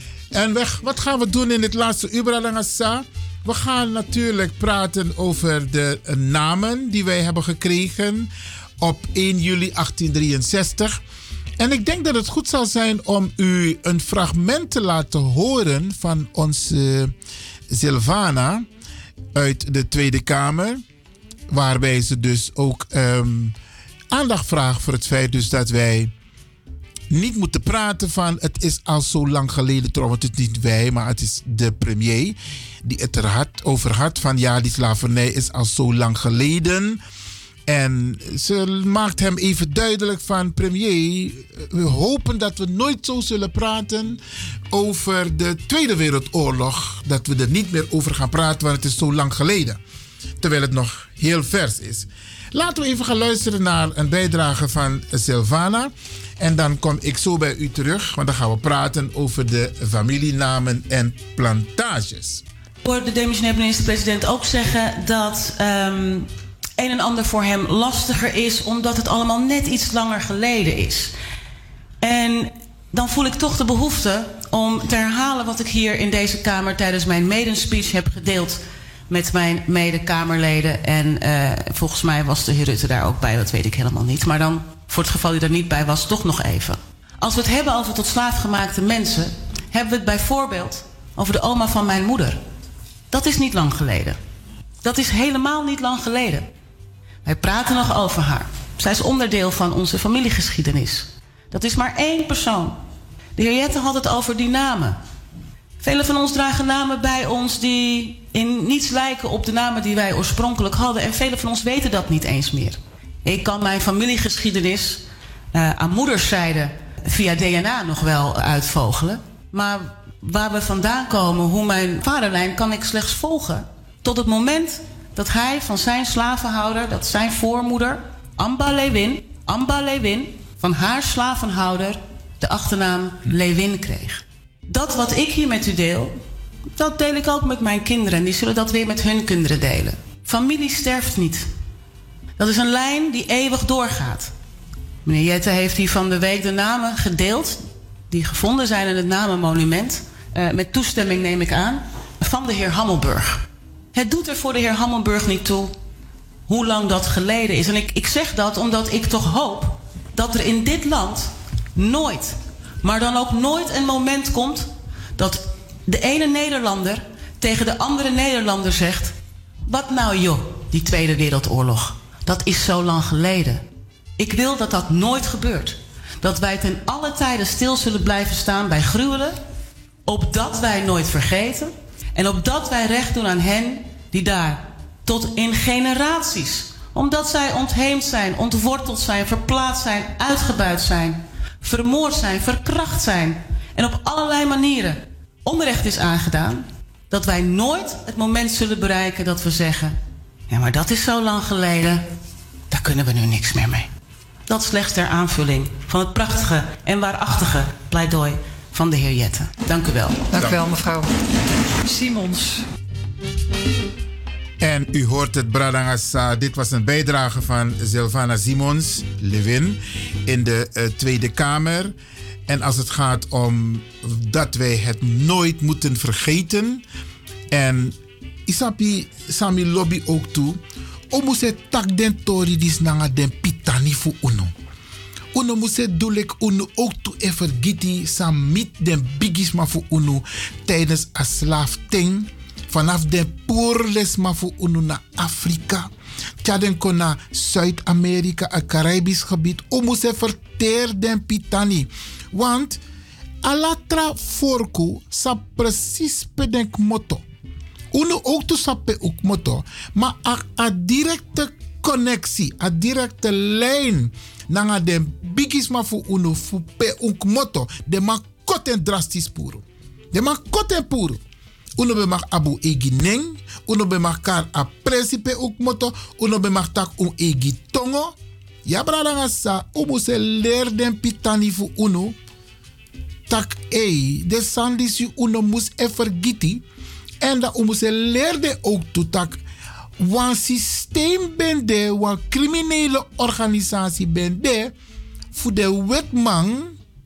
En weg, wat gaan we doen in het laatste uur, Bralangasa? We gaan natuurlijk praten over de namen die wij hebben gekregen op één juli achttien drieënzestig. En ik denk dat het goed zal zijn om u een fragment te laten horen van onze Silvana uit de Tweede Kamer. Waarbij ze dus ook um, aandacht vraagt voor het feit dus dat wij niet moeten praten van het is al zo lang geleden. Trouwens, het is niet wij, maar het is de premier die het er had, over had van ja, die slavernij is al zo lang geleden. En ze maakt hem even duidelijk van premier, we hopen dat we nooit zo zullen praten over de Tweede Wereldoorlog. Dat we er niet meer over gaan praten, want het is zo lang geleden. Terwijl het nog heel vers is. Laten we even gaan luisteren naar een bijdrage van Silvana. En dan kom ik zo bij u terug, want dan gaan we praten over de familienamen en plantages. Ik hoor de demissionair minister-president ook zeggen dat um, een en ander voor hem lastiger is, omdat het allemaal net iets langer geleden is. En dan voel ik toch de behoefte om te herhalen wat ik hier in deze Kamer tijdens mijn maiden-speech heb gedeeld met mijn mede-Kamerleden. En uh, volgens mij was de heer Rutte daar ook bij, dat weet ik helemaal niet. Maar dan, voor het geval u er niet bij was, toch nog even. Als we het hebben over tot slaafgemaakte mensen, hebben we het bijvoorbeeld over de oma van mijn moeder. Dat is niet lang geleden. Dat is helemaal niet lang geleden. Wij praten nog over haar. Zij is onderdeel van onze familiegeschiedenis. Dat is maar één persoon. De heer Jette had het over die namen. Velen van ons dragen namen bij ons die in niets lijken op de namen die wij oorspronkelijk hadden. En velen van ons weten dat niet eens meer. Ik kan mijn familiegeschiedenis uh, aan moederszijde via D N A nog wel uitvogelen. Maar waar we vandaan komen, hoe mijn vaderlijn, kan ik slechts volgen. Tot het moment dat hij van zijn slavenhouder, dat zijn voormoeder, Amba Lewin, Amba Lewin, van haar slavenhouder de achternaam Lewin kreeg. Dat wat ik hier met u deel, dat deel ik ook met mijn kinderen. En die zullen dat weer met hun kinderen delen. Familie sterft niet. Dat is een lijn die eeuwig doorgaat. Meneer Jette heeft hier van de week de namen gedeeld die gevonden zijn in het namenmonument. Uh, met toestemming neem ik aan, van de heer Hammelburg. Het doet er voor de heer Hammelburg niet toe hoe lang dat geleden is. En ik, ik zeg dat omdat ik toch hoop dat er in dit land nooit, maar dan ook nooit een moment komt dat de ene Nederlander tegen de andere Nederlander zegt: wat nou joh, die Tweede Wereldoorlog, dat is zo lang geleden. Ik wil dat dat nooit gebeurt. Dat wij ten alle tijden stil zullen blijven staan bij gruwelen, opdat wij nooit vergeten en opdat wij recht doen aan hen die daar tot in generaties, omdat zij ontheemd zijn, ontworteld zijn, verplaatst zijn, uitgebuit zijn, vermoord zijn, verkracht zijn en op allerlei manieren onrecht is aangedaan, dat wij nooit het moment zullen bereiken dat we zeggen: ja, maar dat is zo lang geleden, daar kunnen we nu niks meer mee. Dat slechts ter aanvulling van het prachtige en waarachtige pleidooi van de heer Jette. Dank u wel. Dank u wel, mevrouw Simons. En u hoort het, Bradangasa. Dit was een bijdrage van Sylvana Simons, Lewin, in de uh, Tweede Kamer. En als het gaat om dat wij het nooit moeten vergeten. En isapi sami lobby ook toe. Omo se tak den tori dis nanga den pitani fu uno. Uno moet se doelek uno ook toe e vergiti samit den bigisma fu uno tijdens a slaafting. Vanaf de poorlesma fu uno naar Afrika. Tjaden kon naar Zuid-Amerika, het Caribisch gebied. Omo se verteer den pitani. Want alatra forku sa precies bedenk motto. Uno ook to sape ook motto. Maar a, a directe connectie, a directe lijn naar de bigisma fu uno fu pe ook motto. De ma koten drastisch puro. De ma koten puro. Uno be mag abu egi neng, uno be mag kar a principe ook motto, uno be mag tak un egi tongo. Ja brada sa, uno se leer den pitani fu uno. Tak ei, de sandis yu uno mus e vergiti. En dat uno se leerde ook toe tak. Wan systeem ben de, wan criminele organisatie ben de, voor de wetman.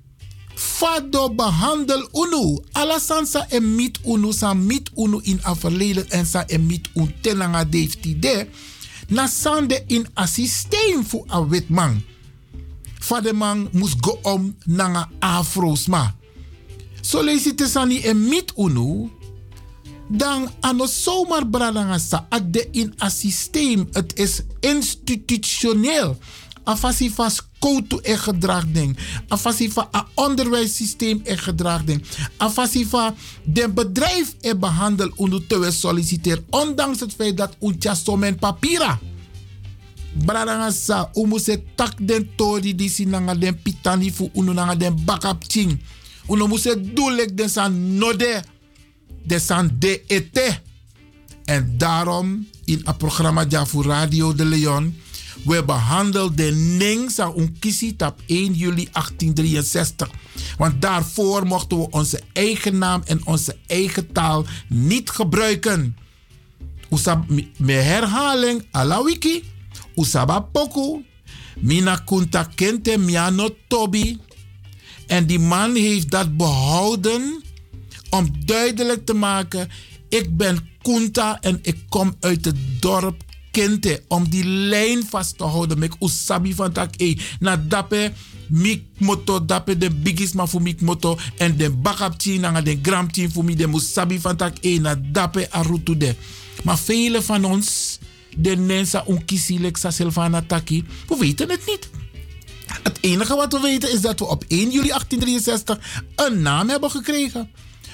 Fado behandel uno. Alasan sa en mit uno sa mit uno in a verleden en sa en mit un tenanga defti de. Na sande in a systeem fu a wetman. Fade man mus go om nanga afros ma. So lees het sani en mit uno. Dan ano zomaar bradanga sa at de in a systeem. Het is institutioneel. Afasi van school en gedraging. Afasi van een onderwijssysteem en gedraging. Afasi van de bedrijf en behandel onder te solliciteer. Ondanks het feit dat untja somen papira. Bradanga sa umu se tak den tori di sinanga den pitani fu unu nanga den bakap ching. Uno mu se doelek den san node. Den san de ete. En daarom in het programma Javu Radio de Leon. We behandelen de Ningsa Unkisi op één juli achttien drieënzestig. Want daarvoor mochten we onze eigen naam en onze eigen taal niet gebruiken. Usab me herhaling ala wiki. Usaba poku. Mina kunta kente miano tobi. En die man heeft dat behouden om duidelijk te maken: ik ben Kunta en ik kom uit het dorp Kente. Om die lijn vast te houden. Mek usabi van tak e. Na dape mik moto dape de bigisma fu mik moto. En de bakapchi na de gramchi fu mi de musabi van tak e. Na dape arutu de. Maar velen van ons, de nensa unkisilik sa Sylvana Taki, we weten het niet. Het enige wat we weten is dat we op één juli achttien drieënzestig een naam hebben gekregen.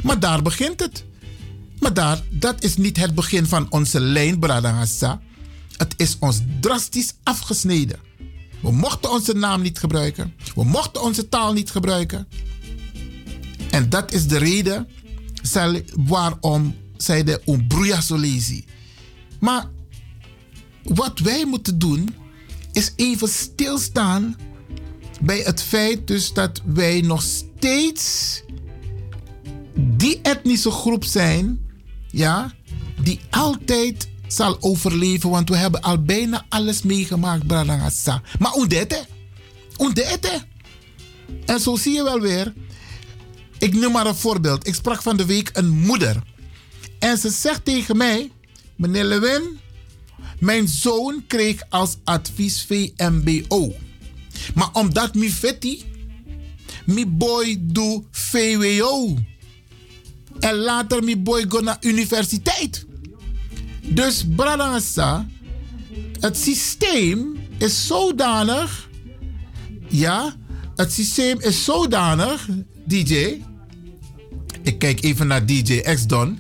Maar daar begint het. Maar daar, dat is niet het begin van onze lijn, Bradangasa. Het is ons drastisch afgesneden. We mochten onze naam niet gebruiken. We mochten onze taal niet gebruiken. En dat is de reden waarom zij de Umbruya Solezi. Maar wat wij moeten doen is even stilstaan bij het feit dus dat wij nog steeds die etnische groep zijn, ja, die altijd zal overleven, want we hebben al bijna alles meegemaakt, Bradangasa. Maar ondete, ondete. En zo zie je wel weer. Ik noem maar een voorbeeld. Ik sprak van de week een moeder. En ze zegt tegen mij, meneer Lewin, mijn zoon kreeg als advies V M B O. Maar omdat mi vetti, mi boy doe V W O. En later mi boy go naar universiteit. Dus Bradangasa, het systeem is zodanig, ja, het systeem is zodanig, D J. Ik kijk even naar D J X-Don.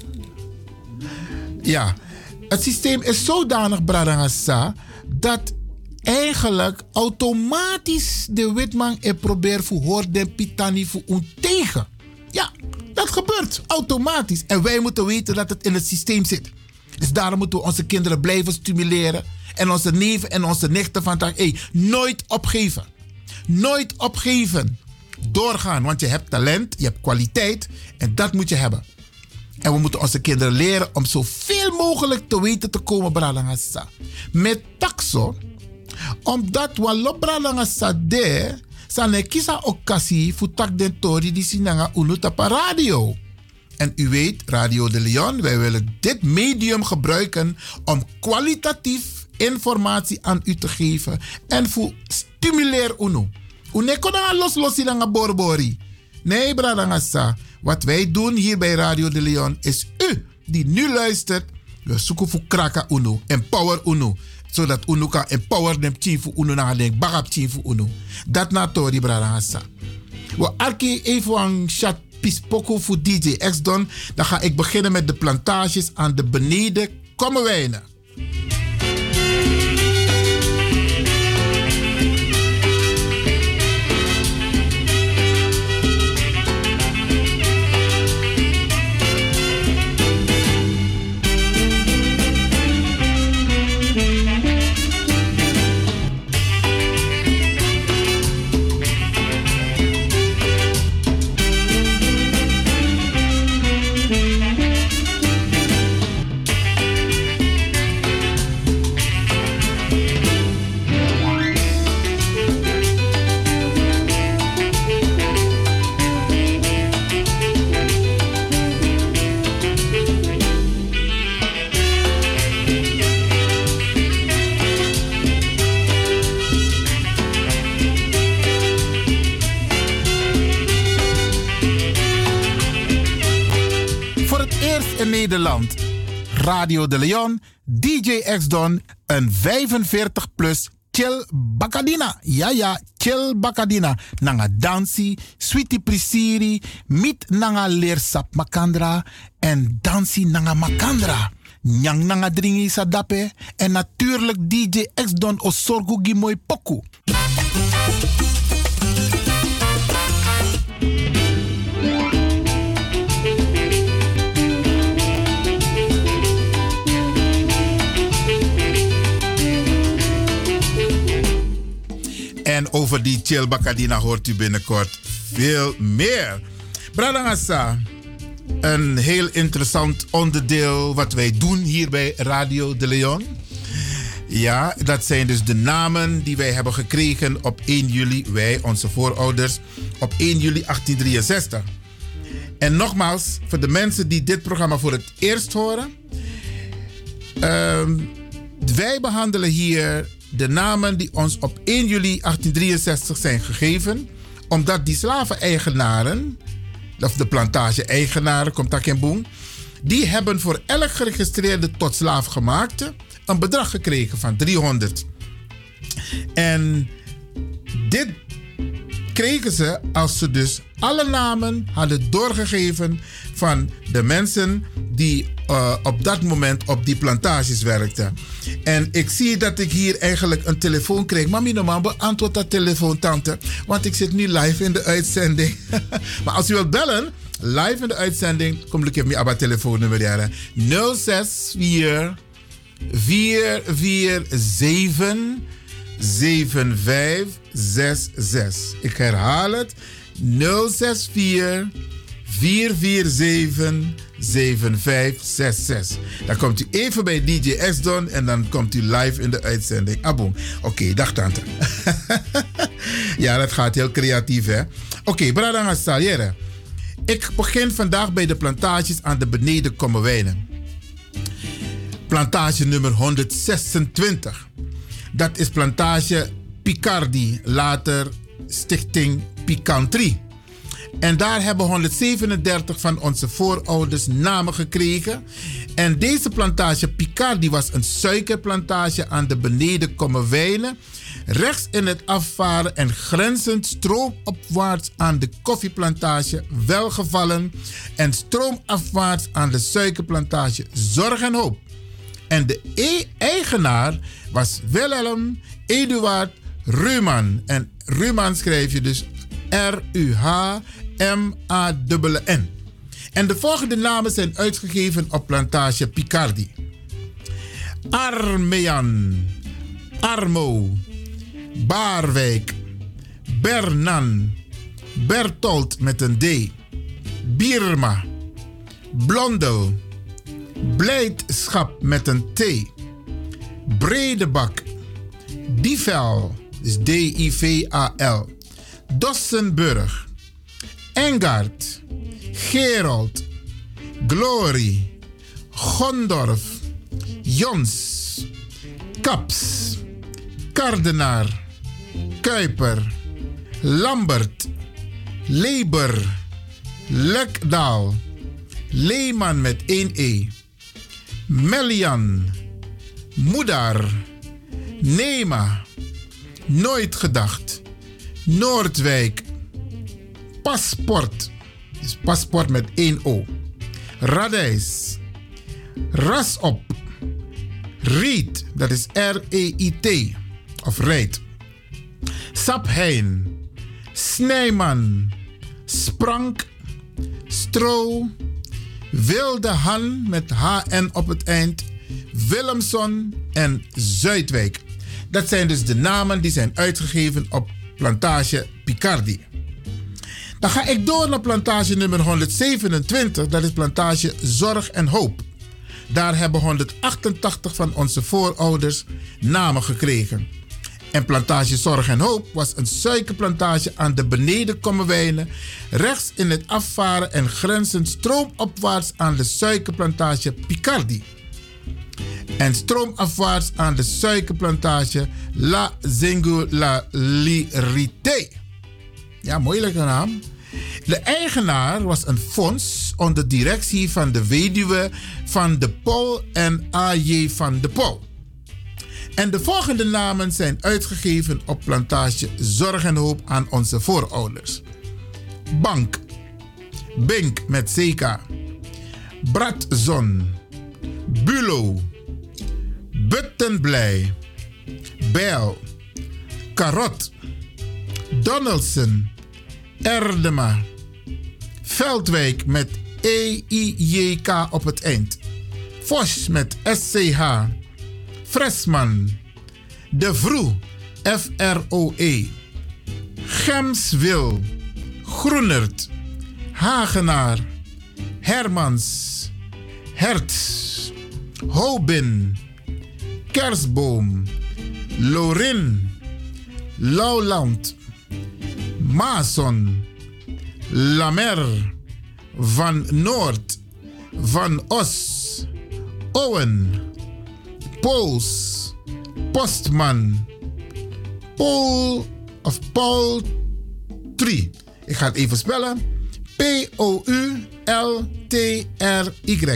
Ja, het systeem is zodanig, Bradangasa, dat eigenlijk automatisch de witman er probeert voor hoort den pitani voor ons tegen. Ja, dat gebeurt automatisch. En wij moeten weten dat het in het systeem zit. Dus daarom moeten we onze kinderen blijven stimuleren. En onze neven en onze nichten van dag, hey, nooit opgeven. Nooit opgeven. Doorgaan, want je hebt talent, je hebt kwaliteit en dat moet je hebben. En we moeten onze kinderen leren om zoveel mogelijk te weten te komen, Bradangasa. Met taxo, omdat we Bradangasa de, zijn kisa occasie voor tak den tori die sinanga unutapa radio. En u weet, Radio de Leon, wij willen dit medium gebruiken om kwalitatief informatie aan u te geven en voor stimuleer unu. Une kon los los in borbori. Nee, Bradangasa. Wat wij doen hier bij Radio de Leon is u die nu luistert. We zoeken voor kraka unu. Empower unu. Zodat unu kan empower dem team voor unu na denk bagap team voor unu. Dat na tori, Bradangasa. We arki even een chat pispoko voor D J X-Don. Dan ga ik beginnen met de plantages aan de beneden Kommerwijnen. Nederland. Radio de Leon, D J X-Don, een vijfenveertig plus chill bakadina. Ja, ja, chill bakadina. Nanga dansi, sweetie prisiri, mit nanga leersap makandra en dansi nanga makandra. Nyang nanga dringi sadape en natuurlijk D J X-Don osorgu gimoy poku. En over die chill bakadina hoort u binnenkort veel meer. Bradangasa, een heel interessant onderdeel wat wij doen hier bij Radio de Leon. Ja, dat zijn dus de namen die wij hebben gekregen op één juli. Wij, onze voorouders, op één juli achttien drieënzestig. En nogmaals, voor de mensen die dit programma voor het eerst horen. Uh, wij behandelen hier de namen die ons op één juli achttien drieënzestig zijn gegeven, omdat die slaven-eigenaren, of de plantage-eigenaren, komt dat in boem, die hebben voor elk geregistreerde tot slaafgemaakte een bedrag gekregen van driehonderd. En dit kregen ze als ze dus alle namen hadden doorgegeven van de mensen die uh, op dat moment op die plantages werkten. En ik zie dat ik hier eigenlijk een telefoon kreeg. Mami, normaal beantwoord dat telefoon, tante. Want ik zit nu live in de uitzending. Maar als u wilt bellen, live in de uitzending, kom ik even mijn telefoonnummer jaren. nul zes vier vier vier zeven zeven vijf zes zes. Ik herhaal het. nul zes vier vier vier zeven zeven vijf zes zes. Dan komt u even bij D J X-Don en dan komt u live in de uitzending. Aboom. Oké, okay, dag tante. Ja, dat gaat heel creatief, hè. Oké, okay, Bradanga Saliere. Ik begin vandaag bij de plantages aan de beneden Kommerwijnen. Plantage nummer honderdzesentwintig. Dat is plantage Picardi, later Stichting Picantry. En daar hebben honderdzevenendertig van onze voorouders namen gekregen. En deze plantage Picardi was een suikerplantage aan de beneden Kommerwijnen. Rechts in het afvaren en grenzend stroomopwaarts aan de koffieplantage Welgevallen. En stroomafwaarts aan de suikerplantage Zorg en Hoop. En de e- eigenaar was Wilhelm Eduard Ruman. En Ruman schrijf je dus R U H M A N N. En de volgende namen zijn uitgegeven op plantage Picardi. Armean, Armo, Baarwijk, Bernan, Bertolt met een D, Birma, Blondel, Blijdschap met een T, Bredebak, Dievel, dus D I V A L, Dossenburg, Engaard, Gerold, Glory, Gondorf, Jons, Kaps, Kardenaar, Kuiper, Lambert, Leber, Lekdaal, Leeman met één E, Melian, Moedar, Nema, Nooit Gedacht, Noordwijk, Paspoort, dus paspoort met één O, Radijs, Rasop, Riet, dat is R E I T, of Rijt, Saphein, Snijman, Sprank, Stro, Wilde Han met H N op het eind, Willemson en Zuidwijk. Dat zijn dus de namen die zijn uitgegeven op plantage Picardi. Dan ga ik door naar plantage nummer honderdzevenentwintig. Dat is plantage Zorg en Hoop. Daar hebben honderdachtentachtig van onze voorouders namen gekregen. En plantage Zorg en Hoop was een suikerplantage aan de beneden Kommerwijnen, rechts in het afvaren en grenzend stroomopwaarts aan de suikerplantage Picardi. En stroomafwaarts aan de suikerplantage La Singularité. Ja, moeilijke naam. De eigenaar was een fonds onder directie van de weduwe van de Pol en A J van de Pol. En de volgende namen zijn uitgegeven op plantage Zorg en Hoop aan onze voorouders. Bank, Bink met C K, Bratzon, Bulo, Buttenblij, Bijl, Karot, Donaldson, Erdema, Veldwijk met E I J K op het eind, Vos met S C H, Fresman, De Vroe, F R O E, Gemswil, Groenert, Hagenaar, Hermans, Hertz, Hobin, Kersboom, Lorin, Lauwland, Mason, Lamer, Van Noord, Van Os, Owen, Pools, Postman, Paul of Paul Tree. Ik ga het even spellen. P O U L T R Y.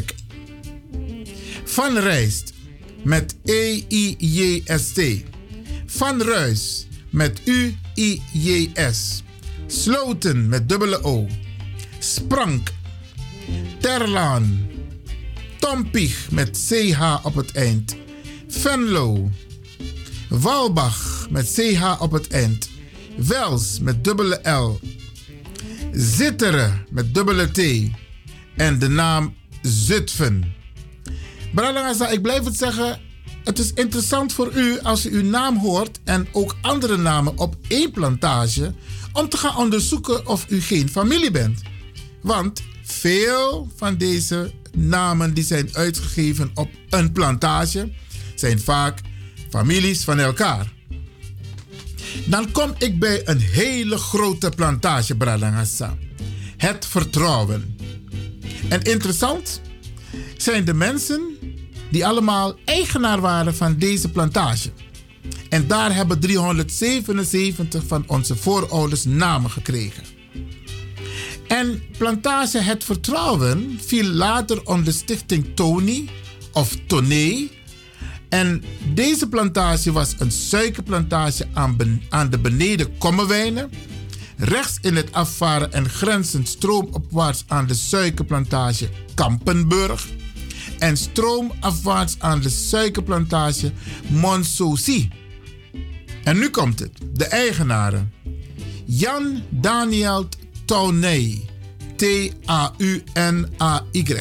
Van Rijst met E I J S T. Van Ruis met U I J S. Sloten met dubbele O. Sprank. Terlaan. Tompig met C H op het eind. Venlo. Walbach met C H op het eind. Wels met dubbele L. Zitteren met dubbele T. En de naam Zutphen. Bralangasa, ik blijf het zeggen. Het is interessant voor u als u uw naam hoort en ook andere namen op één plantage, om te gaan onderzoeken of u geen familie bent. Want veel van deze namen die zijn uitgegeven op een plantage zijn vaak families van elkaar. Dan kom ik bij een hele grote plantage, Bralangasa. Het Vertrouwen. En interessant zijn de mensen die allemaal eigenaar waren van deze plantage. En daar hebben driehonderdzevenenzeventig van onze voorouders namen gekregen. En plantage Het Vertrouwen viel later onder stichting Tony of Toné. En deze plantage was een suikerplantage aan, ben, aan de beneden Kommerwijnen. Rechts in het afvaren en grenzend stroomopwaarts aan de suikerplantage Kampenburg. En stroomafwaarts aan de suikerplantage Monsosi. En nu komt het. De eigenaren. Jan Daniel Taunay. T A U N A Y.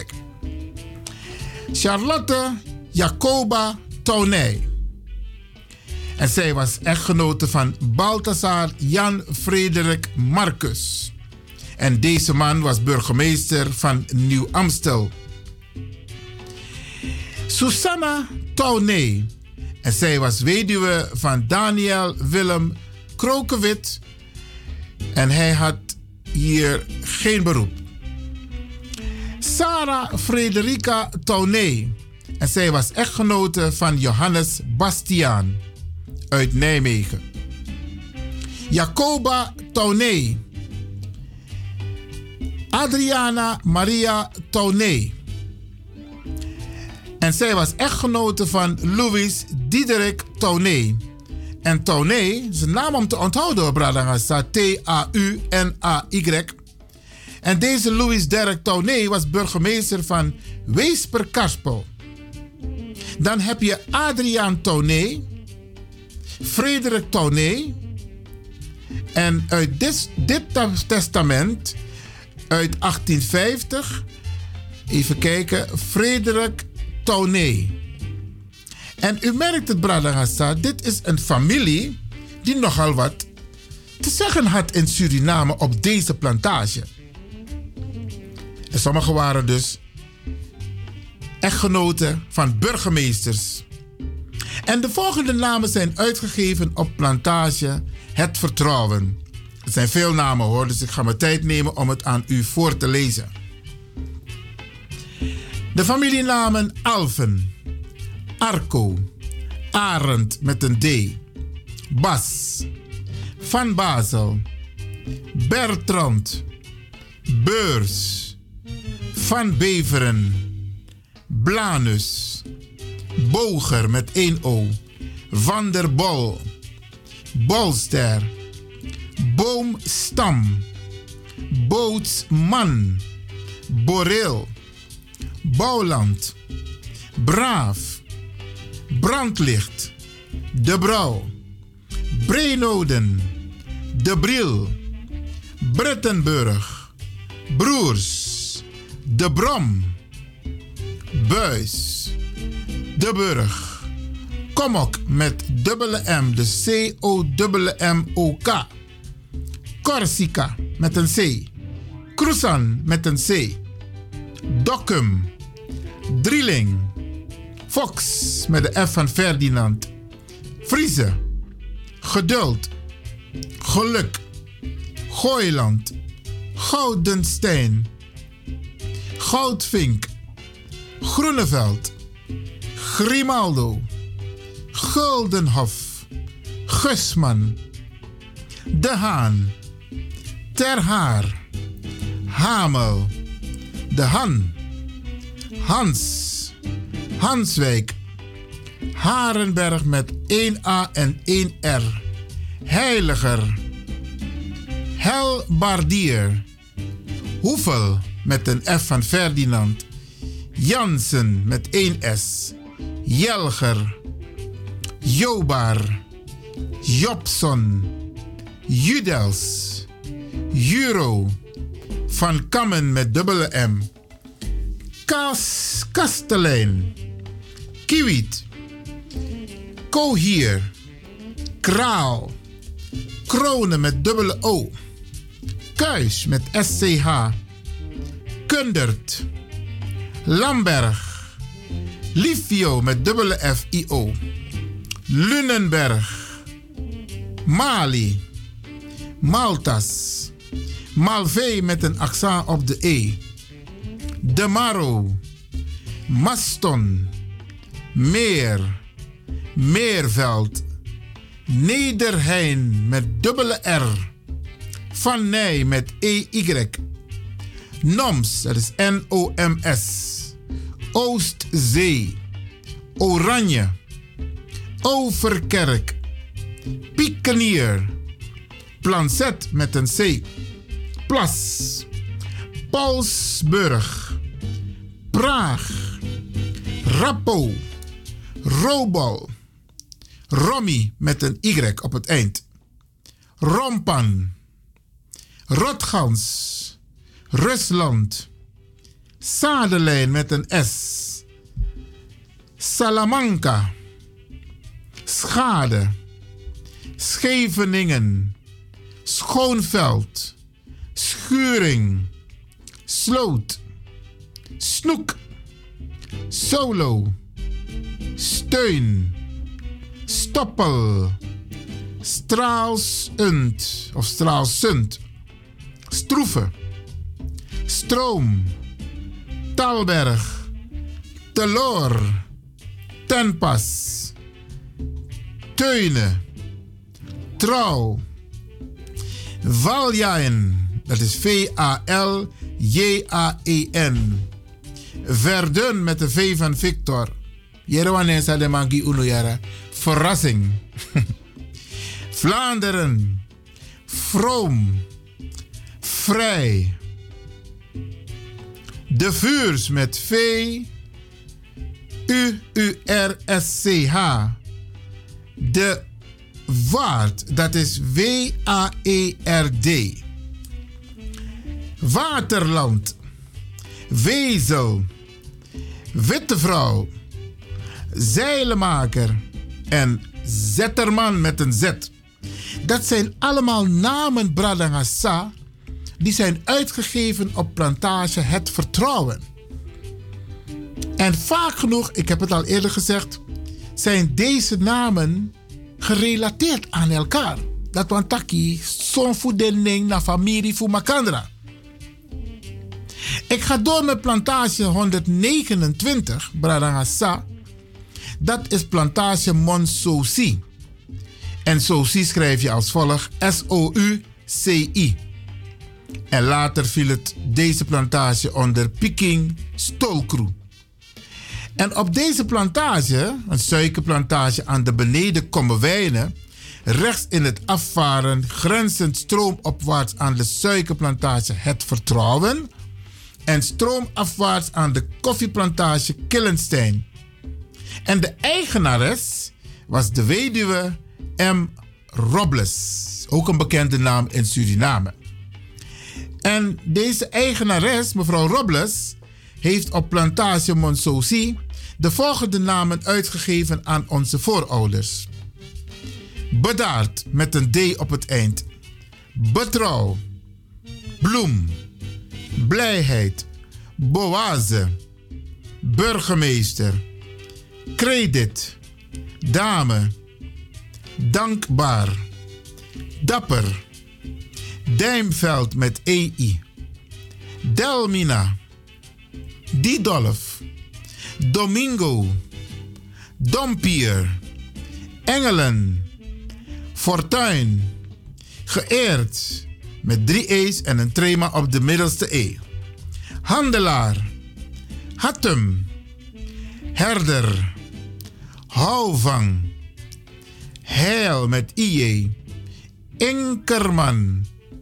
Charlotte Jacoba Taunay. En zij was echtgenote van Balthasar Jan Frederik Marcus. En deze man was burgemeester van Nieuw-Amstel. Susanna Taunay. En zij was weduwe van Daniel Willem Krokewit. En hij had hier geen beroep. Sarah Frederica Taunay. En zij was echtgenote van Johannes Bastiaan uit Nijmegen. Jacoba Taunay. Adriana Maria Taunay. En zij was echtgenote van Louis Diederik Taunay. En Taunay is een naam om te onthouden, Bradangasa. T A U N A Y. En deze Louis Diederik Taunay was burgemeester van Weesperkarspel. Dan heb je Adriaan Taunay, Frederik Taunay. En uit dit, dit testament, uit achttienvijftig, even kijken, Frederik Taunay. En u merkt het, Bradangasa, dit is een familie die nogal wat te zeggen had in Suriname op deze plantage. En sommigen waren dus echtgenoten van burgemeesters. En de volgende namen zijn uitgegeven op plantage Het Vertrouwen. Het zijn veel namen hoor, dus ik ga mijn tijd nemen om het aan u voor te lezen. De familienamen Alphen, Arco, Arend met een D, Bas, Van Bazel, Bertrand, Beurs, Van Beveren, Blanus, Boger met één O, Van der Bol, Bolster, Boomstam, Bootsman, Boreel, Bouwland, Braaf, Brandlicht, De Brouw, Breenoden, De Bril, Brittenburg, Broers, De Brom, Buis, De Burg, Komok met dubbele M, dus C O M M O K, Corsica met een C, Crusan met een C, Dokkum, Drieling, Fox met de F van Ferdinand, Friese, Geduld, Geluk, Gooiland, Goudenstein, Goudvink, Groeneveld, Grimaldo, Guldenhof, Gusman, De Haan, Ter Haar, Hamel, De Han, Hans, Hanswijk, Harenberg met één A en één R, Heiliger, Helbardier. Hoeveel met een F van Ferdinand. Jansen met één S. Jelger. Jobar. Jobson. Judels. Euro. Van Kammen met dubbele M. Kas, Kastelein. Kiewit. Kohier. Kraal. Kronen met dubbele O. Kuis met S C H. Kundert. Lamberg. Livio met dubbele F I O. Lunenberg. Mali. Maltas. Malvee met een accent op de E. De Maro. Maston. Meer. Meerveld. Nederhein met dubbele R. Van Nij met E Y. Noms, dat is N O M S. Oostzee. Oranje. Overkerk. Piekenier. Planset met een C. Plas. Paulsburg. Praag. Rappo. Robal. Romy met een Y op het eind. Rompan. Rotgans. Rusland. Zadelijn met een S. Salamanca. Schade. Scheveningen. Schoonveld. Schuring. Sloot. Snoek. Solo. Steun. Stoppel. Straalsund of Straalsund. Stroeven. Stroom. Talberg. Teloor. Tenpas. Teunen. Trouw. Valjaen. Dat is V A L J A E N. Verdun met de V van Victor. Jeroen sa de mangi uno. Verrassing. Vlaanderen. Vroom. Vrij. De Vuurs met V U U R S C H. De Waard, dat is W A E R D. Waterland. Wezel. Witte vrouw. Zeilenmaker. En Zetterman met een Z. Dat zijn allemaal namen, Bradangasa, die zijn uitgegeven op plantage Het Vertrouwen. En vaak genoeg, ik heb het al eerder gezegd, zijn deze namen gerelateerd aan elkaar. Dat want taki, zo'n voedeling na familie voor Makandra. Ik ga door met plantage honderdnegenentwintig, Bradangasa. Dat is plantage Monsosi. En Sosi schrijf je als volgt: S O U C I. En later viel het deze plantage onder Peking Stolkroe. En op deze plantage, een suikerplantage aan de beneden Kommerwijnen, rechts in het afvaren, grenzend stroomopwaarts aan de suikerplantage Het Vertrouwen en stroomafwaarts aan de koffieplantage Killenstein. En de eigenares was de weduwe M. Robles, ook een bekende naam in Suriname. En deze eigenares, mevrouw Robles, heeft op plantage Monsosi de volgende namen uitgegeven aan onze voorouders. Bedaard met een D op het eind. Betrouw. Bloem. Blijheid. Boaze. Burgemeester. Credit. Dame. Dankbaar. Dapper. Dijmveld met E I. Delmina. Didolf. Domingo. Dompier. Engelen. Fortuin. Geëerd. Met drie E's en een trema op de middelste E. Handelaar. Hattem. Herder. Houvang. Heil met I J. Inkerman.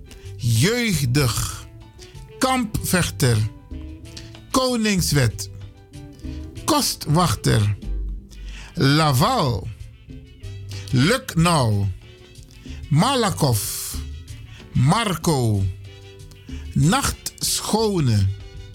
Jeugdig, Kampvechter, Koningswet, Kostwachter, Laval, Lucknow, Malakoff, Marco, Nachtschone,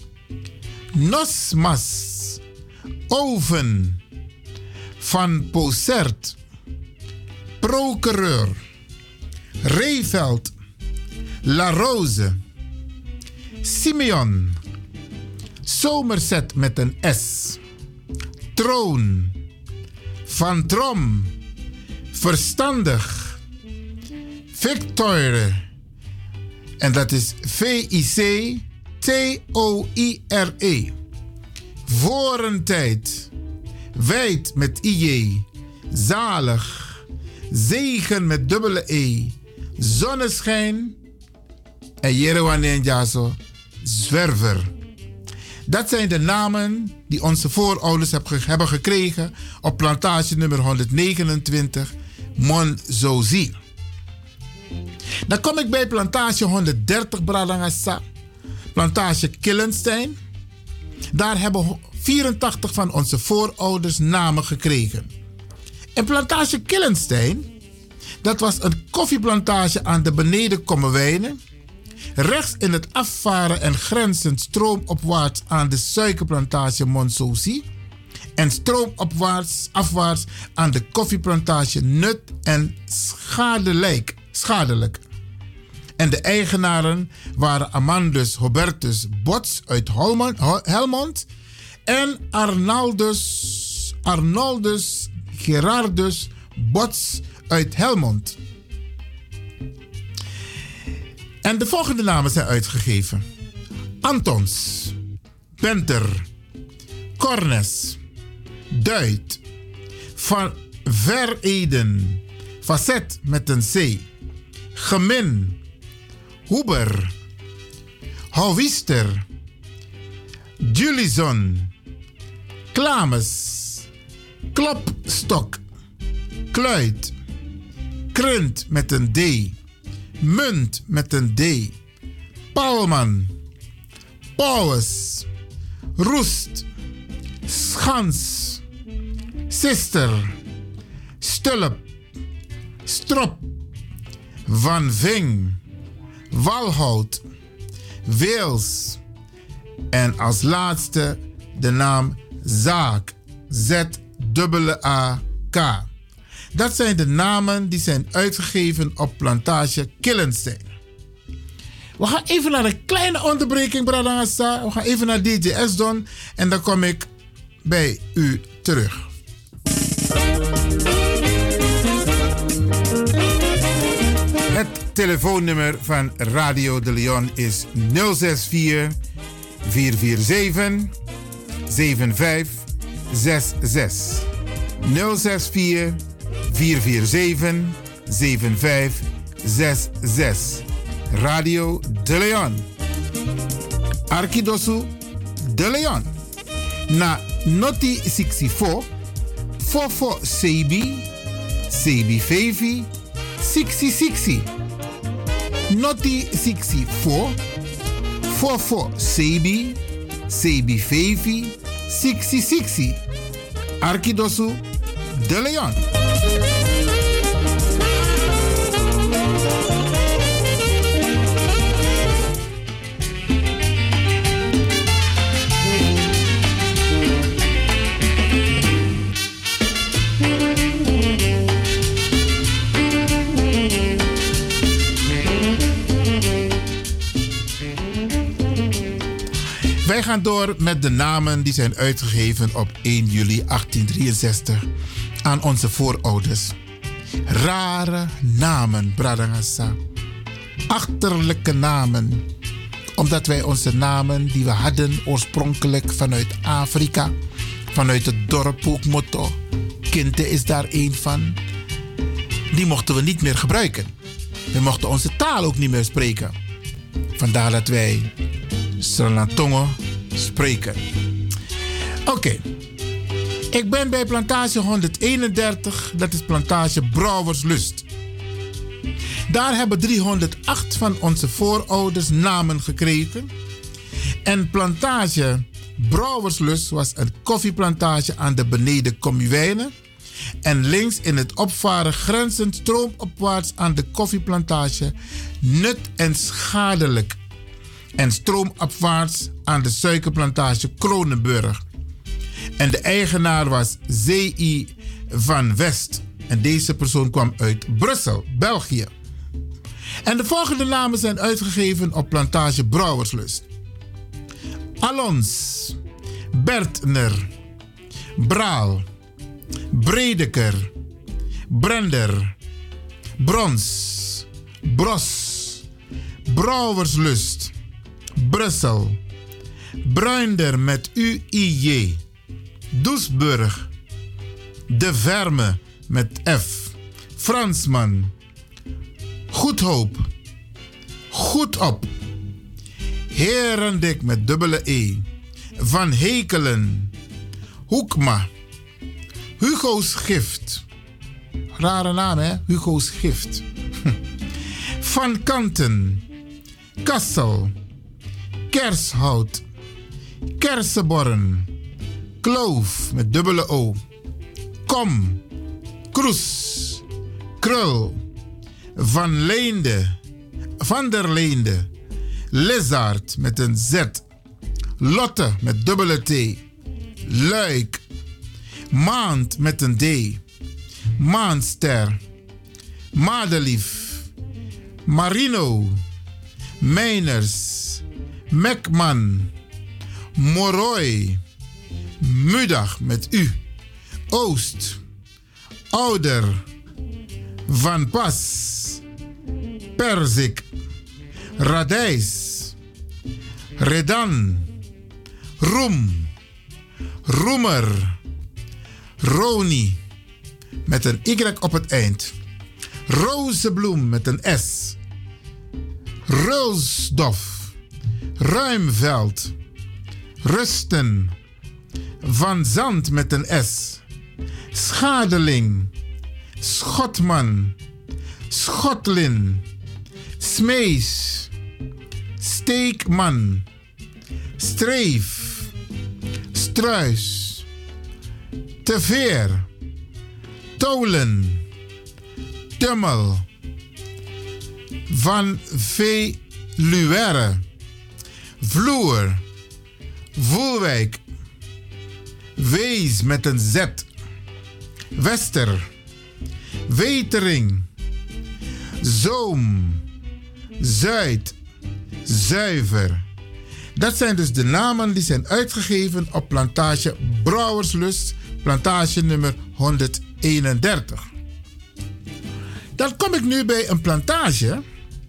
Nosmas, Oven, Van Posert, Procureur, Reeveld, La Rose, Simeon, Somerset met een S, Troon, Van Trom, Verstandig, Victoire, en dat is V I C T O I R E. Voor een tijd, wijd met I J, zalig, zegen met dubbele E, zonneschijn en Jeroen en Jaso, zwerver. Dat zijn de namen die onze voorouders hebben gekregen op plantage nummer honderdnegenentwintig, Monzozi. Dan kom ik bij plantage honderddertig, Bradangasa, plantage Killenstein. Daar hebben vierentachtig van onze voorouders namen gekregen. En plantage Killenstein, dat was een koffieplantage aan de beneden Kommerwijnen. Rechts in het afvaren en grenzend stroomopwaarts aan de suikerplantage Monzozi. En stroomopwaarts afwaarts aan de koffieplantage Nut en Schadelijk. Schadelijk. En de eigenaren waren Amandus Hubertus Bots uit Holmond, Helmond en Arnaldus, Arnoldus Gerardus Bots uit Helmond. En de volgende namen zijn uitgegeven: Antons, Benter, Cornes, Duit, Van Vereden, Facet met een C, Gemin, Huber, Houwister, Julison, Klames, Klopstok, Kluit, Krint met een D, Munt met een D, Palman, Pauwes, Roest, Schans, Sister, Stulp, Strop, Van Ving, Walhout, Weels en als laatste de naam Zaak, Z A K. Dat zijn de namen die zijn uitgegeven op plantage Killenstein. We gaan even naar een kleine onderbreking, Bradangasa. We gaan even naar D J S-Don en dan kom ik bij u terug. Het telefoonnummer van Radio de Leon is nul zes vier, vier vier zeven, zeven vijf zes zes. nul zes vier, vier vier zeven, zeven vijf zes zes. Radio de Leon. Arkidosu de Leon. Na Noti zesenzestig, Fofo Sebi, Sebi Fevi, zesenzestig. Noti zesenzestig, Fofo Sebi, Sebi Fevi, zesenzestig. Arkidosu de Leon. Wij gaan door met de namen die zijn uitgegeven op één juli achttienhonderddrieënzestig aan onze voorouders. Rare namen, Bradangasa. Achterlijke namen. Omdat wij onze namen die we hadden oorspronkelijk vanuit Afrika, vanuit het dorp Poekmotto, Kinte is daar één van, die mochten we niet meer gebruiken. We mochten onze taal ook niet meer spreken. Vandaar dat wij Sralantongo spreken. Oké. Okay. Ik ben bij plantage honderdeenendertig. Dat is plantage Brouwerslust. Daar hebben driehonderdacht van onze voorouders namen gekregen. En plantage Brouwerslust was een koffieplantage aan de beneden Commuwijnen. En links in het opvaren grenzend stroomopwaarts aan de koffieplantage Nut en Schadelijk. En stroomopwaarts aan de suikerplantage Kronenburg. En de eigenaar was Z I van West. En deze persoon kwam uit Brussel, België. En de volgende namen zijn uitgegeven op plantage Brouwerslust. Alons, Bertner, Braal, Bredeker, Brender, Brons, Bros, Brouwerslust, Brussel, Bruinder met U I J, Doesburg, De Verme met F, Fransman, Goedhoop, Goedop, Herendik met dubbele E, Van Hekelen, Hoekma, Hugo's Gift. Rare naam, hè? Hugo's Gift. Van Kanten, Kassel, Kershout, Kersenborren, Kloof met dubbele O, Kom, Kroes, Krul, Van Leende, Van der Leende, Lizard met een Z, Lotte met dubbele T, Luik, Maand met een D, Maanster, Madelief, Marino, Meiners, Mekman, Moroy, Mudag met U, Oost, Ouder, Van Pas, Perzik, Radijs, Redan, Roem, Roemer, Roni met een Y op het eind, Rozebloem met een S, Rulsdof, Ruimveld, Rusten, Van Zand met een S, Schadeling, Schotman, Schotlin, Smees, Steekman, Streef, Struis, Teveer, Tolen, Tummel, Van Veluwere, Vloer, Voelwijk, Wees met een Z, Wester, Wetering, Zoom, Zuid, Zuiver. Dat zijn dus de namen die zijn uitgegeven op plantage Brouwerslust, plantage nummer honderdeenendertig. Dan kom ik nu bij een plantage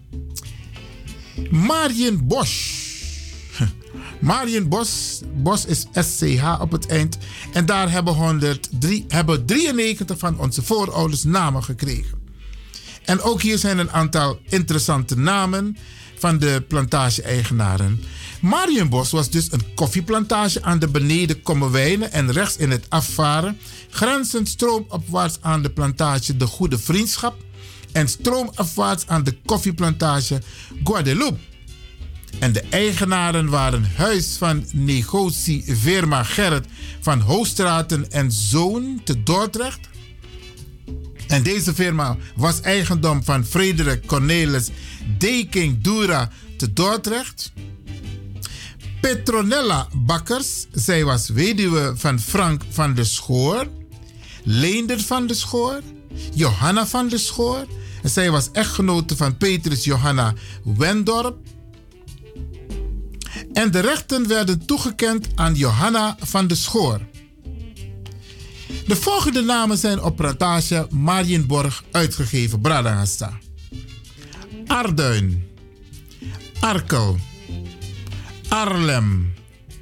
Marienbosch. Marienbosch, Bos is S C H op het eind. En daar hebben, honderddrie, hebben drieënnegentig van onze voorouders namen gekregen. En ook hier zijn een aantal interessante namen van de plantage-eigenaren. Marienbosch was dus een koffieplantage aan de beneden Kommerwijnen en rechts in het afvaren, grenzend stroomopwaarts aan de plantage De Goede Vriendschap en stroomafwaarts aan de koffieplantage Guadeloupe. En de eigenaren waren Huis van Negotie Veerma Gerrit van Hoogstraten en Zoon te Dordrecht. En deze firma was eigendom van Frederik Cornelis Deking Dura te Dordrecht. Petronella Bakkers, zij was weduwe van Frank van der Schoor. Leender van der Schoor. Johanna van der Schoor. En zij was echtgenote van Petrus Johanna Wendorp. En de rechten werden toegekend aan Johanna van der Schoor. De volgende namen zijn op plantage Marienborg uitgegeven. Bradangasa. Arduin. Arkel. Arlem.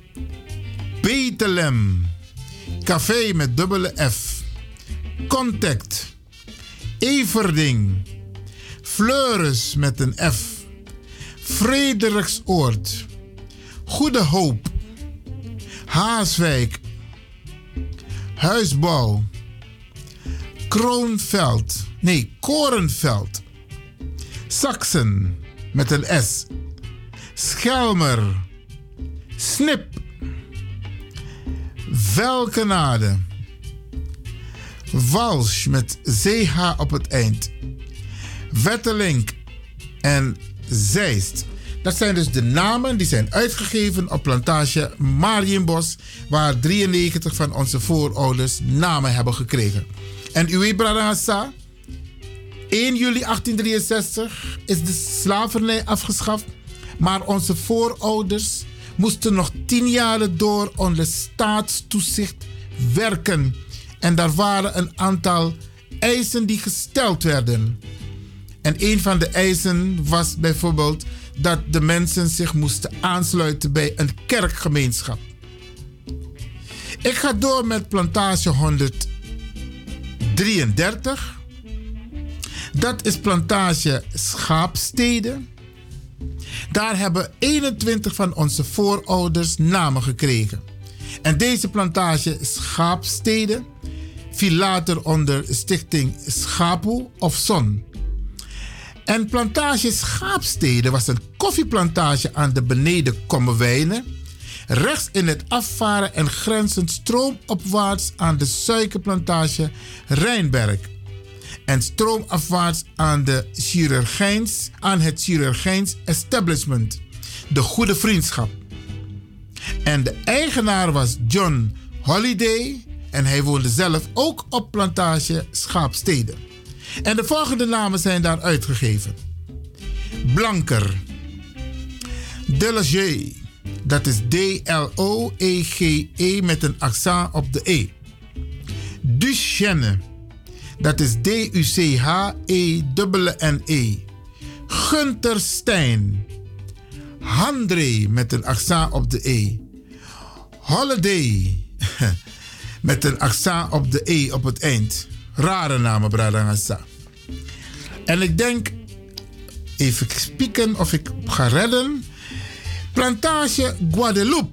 Betelem. Café met dubbele F. Contact. Everding. Fleurus met een F. Frederiksoord. Goede Hoop. Haaswijk. Huisbouw. Kroonveld. Nee, Korenveld. Saxen met een S. Schelmer. Snip. Velkenade. Walsch met C H op het eind. Wettelink en Zeist. Dat zijn dus de namen die zijn uitgegeven op plantage Marienbos, waar drieënnegentig van onze voorouders namen hebben gekregen. En u weet, Bradassa, één juli achttien drieënzestig is de slavernij afgeschaft, maar onze voorouders moesten nog tien jaren door onder staatstoezicht werken. En daar waren een aantal eisen die gesteld werden. En een van de eisen was bijvoorbeeld dat de mensen zich moesten aansluiten bij een kerkgemeenschap. Ik ga door met plantage honderddrieëndertig. Dat is plantage Schaapstede. Daar hebben eenentwintig van onze voorouders namen gekregen. En deze plantage Schaapstede viel later onder stichting Schapu of Zon. En plantage Schaapstede was een koffieplantage aan de beneden Kommerwijnen, rechts in het afvaren en grenzend stroomopwaarts aan de suikerplantage Rijnberg en stroomafwaarts aan, de chirurgijns, aan het chirurgijns establishment, de Goede Vriendschap. En de eigenaar was John Holiday en hij woonde zelf ook op plantage Schaapstede. En de volgende namen zijn daar uitgegeven. Blanker. Delager. Dat is D L O E G E met een accent op de E. Duchenne. Dat is D U C H E N E. Gunter Stein. Handré met een accent op de E. Holiday. Met een accent op de E op het eind. Rare namen, Bradangasa. En ik denk, even spieken of ik ga redden. Plantage Guadeloupe.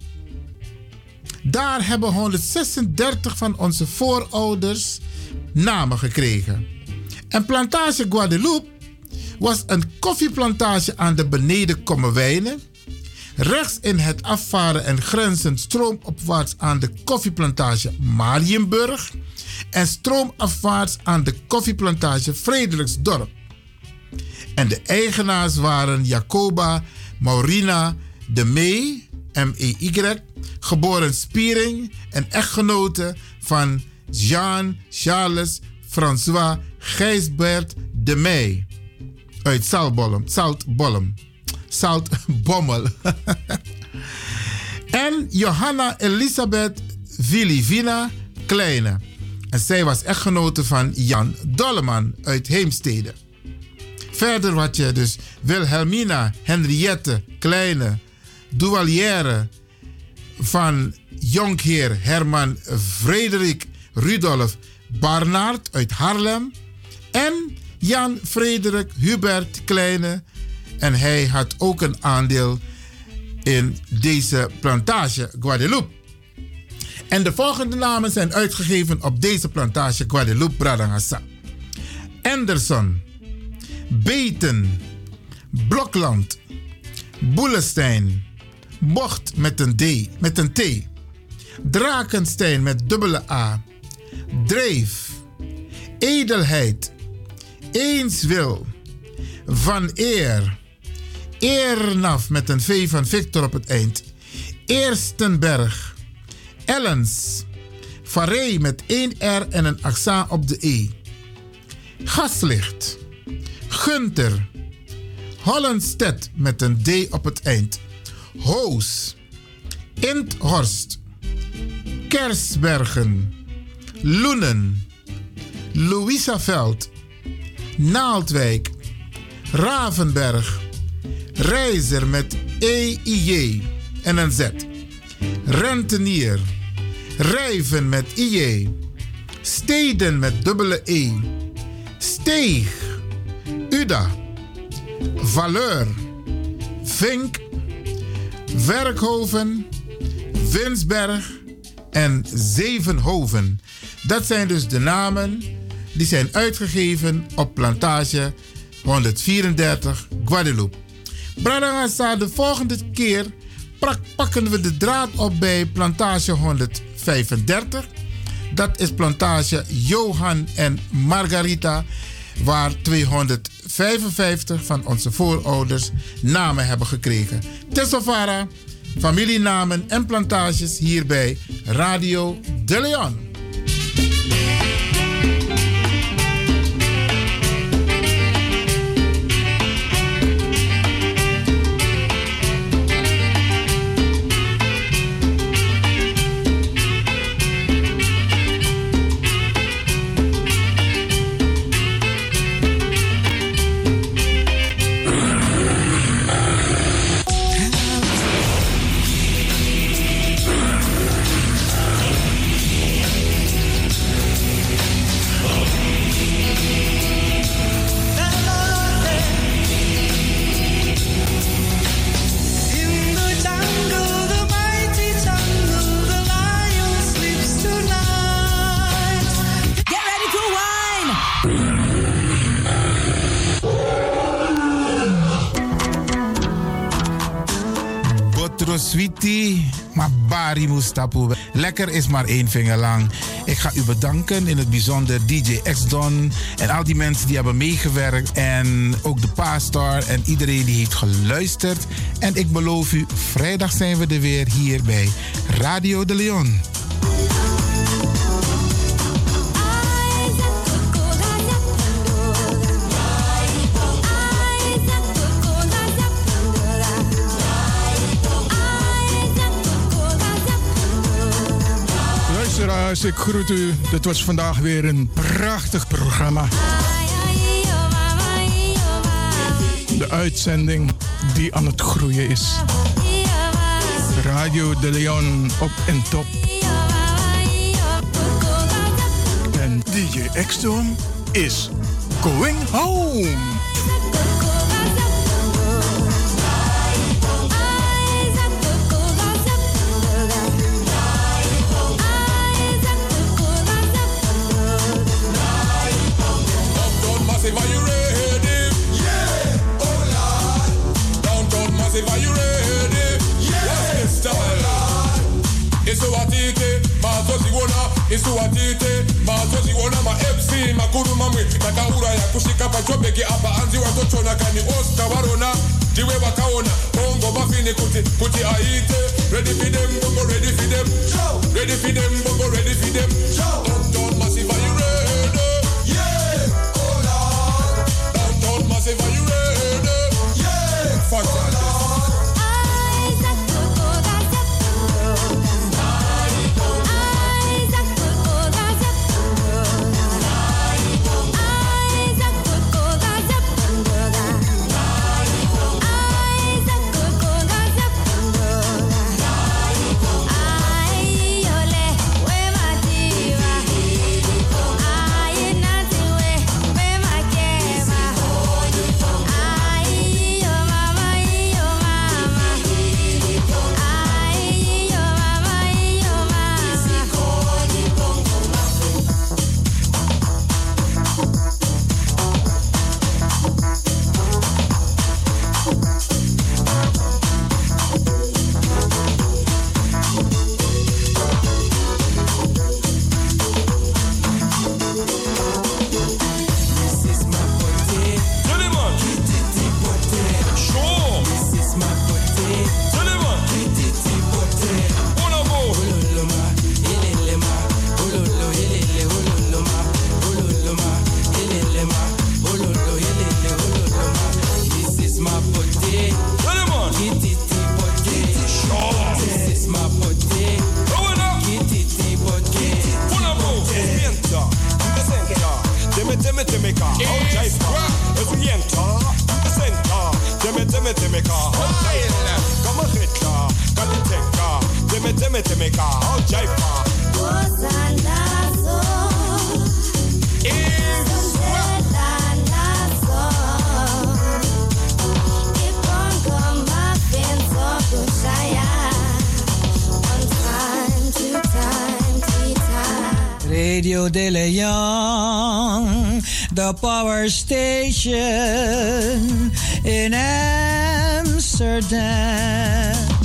Daar hebben honderdzesendertig van onze voorouders namen gekregen. En plantage Guadeloupe was een koffieplantage aan de beneden Kommerwijnen, rechts in het afvaren en grenzend stroomopwaarts aan de koffieplantage Marienburg en stroomafwaarts aan de koffieplantage Frederiksdorp. En de eigenaars waren Jacoba Maurina de Mee, M E Y, geboren Spiering en echtgenote van Jean-Charles François Gijsbert de Mee uit Zaltbollem, Zaltbollem, Zaltbommel. En Johanna Elisabeth Vilivina Kleine. En zij was echtgenote van Jan Dolleman uit Heemstede. Verder had je dus Wilhelmina Henriette Kleine doualière van jonkheer Herman Frederik Rudolf Barnaert uit Haarlem. En Jan Frederik Hubert Kleine. En hij had ook een aandeel in deze plantage Guadeloupe. En de volgende namen zijn uitgegeven op deze plantage Guadeloupe Bradangasa. Anderson, Beten, Blokland, Boelestein, Bocht met een D, met een T, Drakenstein met dubbele A, Dreef, Edelheid, Eenswil, Van Eer, Eernaf met een V van Victor op het eind, Eerstenberg, Ellens, Varee met één R en een accent op de E, Gaslicht, Gunter, Hollandstedt met een D op het eind, Hoos, Inthorst, Kersbergen, Loenen, Louisaveld, Naaldwijk, Ravenberg, Reizer met E I J en een Z, Rentenier, Rijven met I J, Steden met dubbele E, Steeg, Uda, Valeur, Vink, Werkhoven, Winsberg en Zevenhoven. Dat zijn dus de namen die zijn uitgegeven op plantage honderdvierendertig Guadeloupe. Bradangasa, de volgende keer pak, pakken we de draad op bij plantage honderdvijfendertig. Dat is plantage Johan en Margarita, waar tweehonderdvijfenvijftig van onze voorouders namen hebben gekregen. Tessovara, familienamen en plantages hier bij Radio De Leon. Sweetie, maar Bari Mustapu. Lekker is maar één vinger lang. Ik ga u bedanken, in het bijzonder D J X-Don en al die mensen die hebben meegewerkt. En ook de Pastor en iedereen die heeft geluisterd. En ik beloof u, vrijdag zijn we er weer hier bij Radio De Leon. Ik groet u. Dit was vandaag weer een prachtig programma. De uitzending die aan het groeien is. Radio De Leon op en top. En D J X-Don is going home. Are you ready? Yeah, oh Lord. Downtown Massive, are you ready? Yeah, what's this style? Isuatite, mazoziona, isuatite, mazoziona, ma F C, makuru mamwe, nakaura ya kushika pachobeki apa anzi watochona kani osta warona, diwe wakaona, bongo mafini kuti, kuti aite, ready for them, bongo ready for them, ready for them, bongo ready for them, Downtown Massive, are you ready? Massive, are you ready? Yeah! Fuck that. Radio De Leon, the power station in Amsterdam.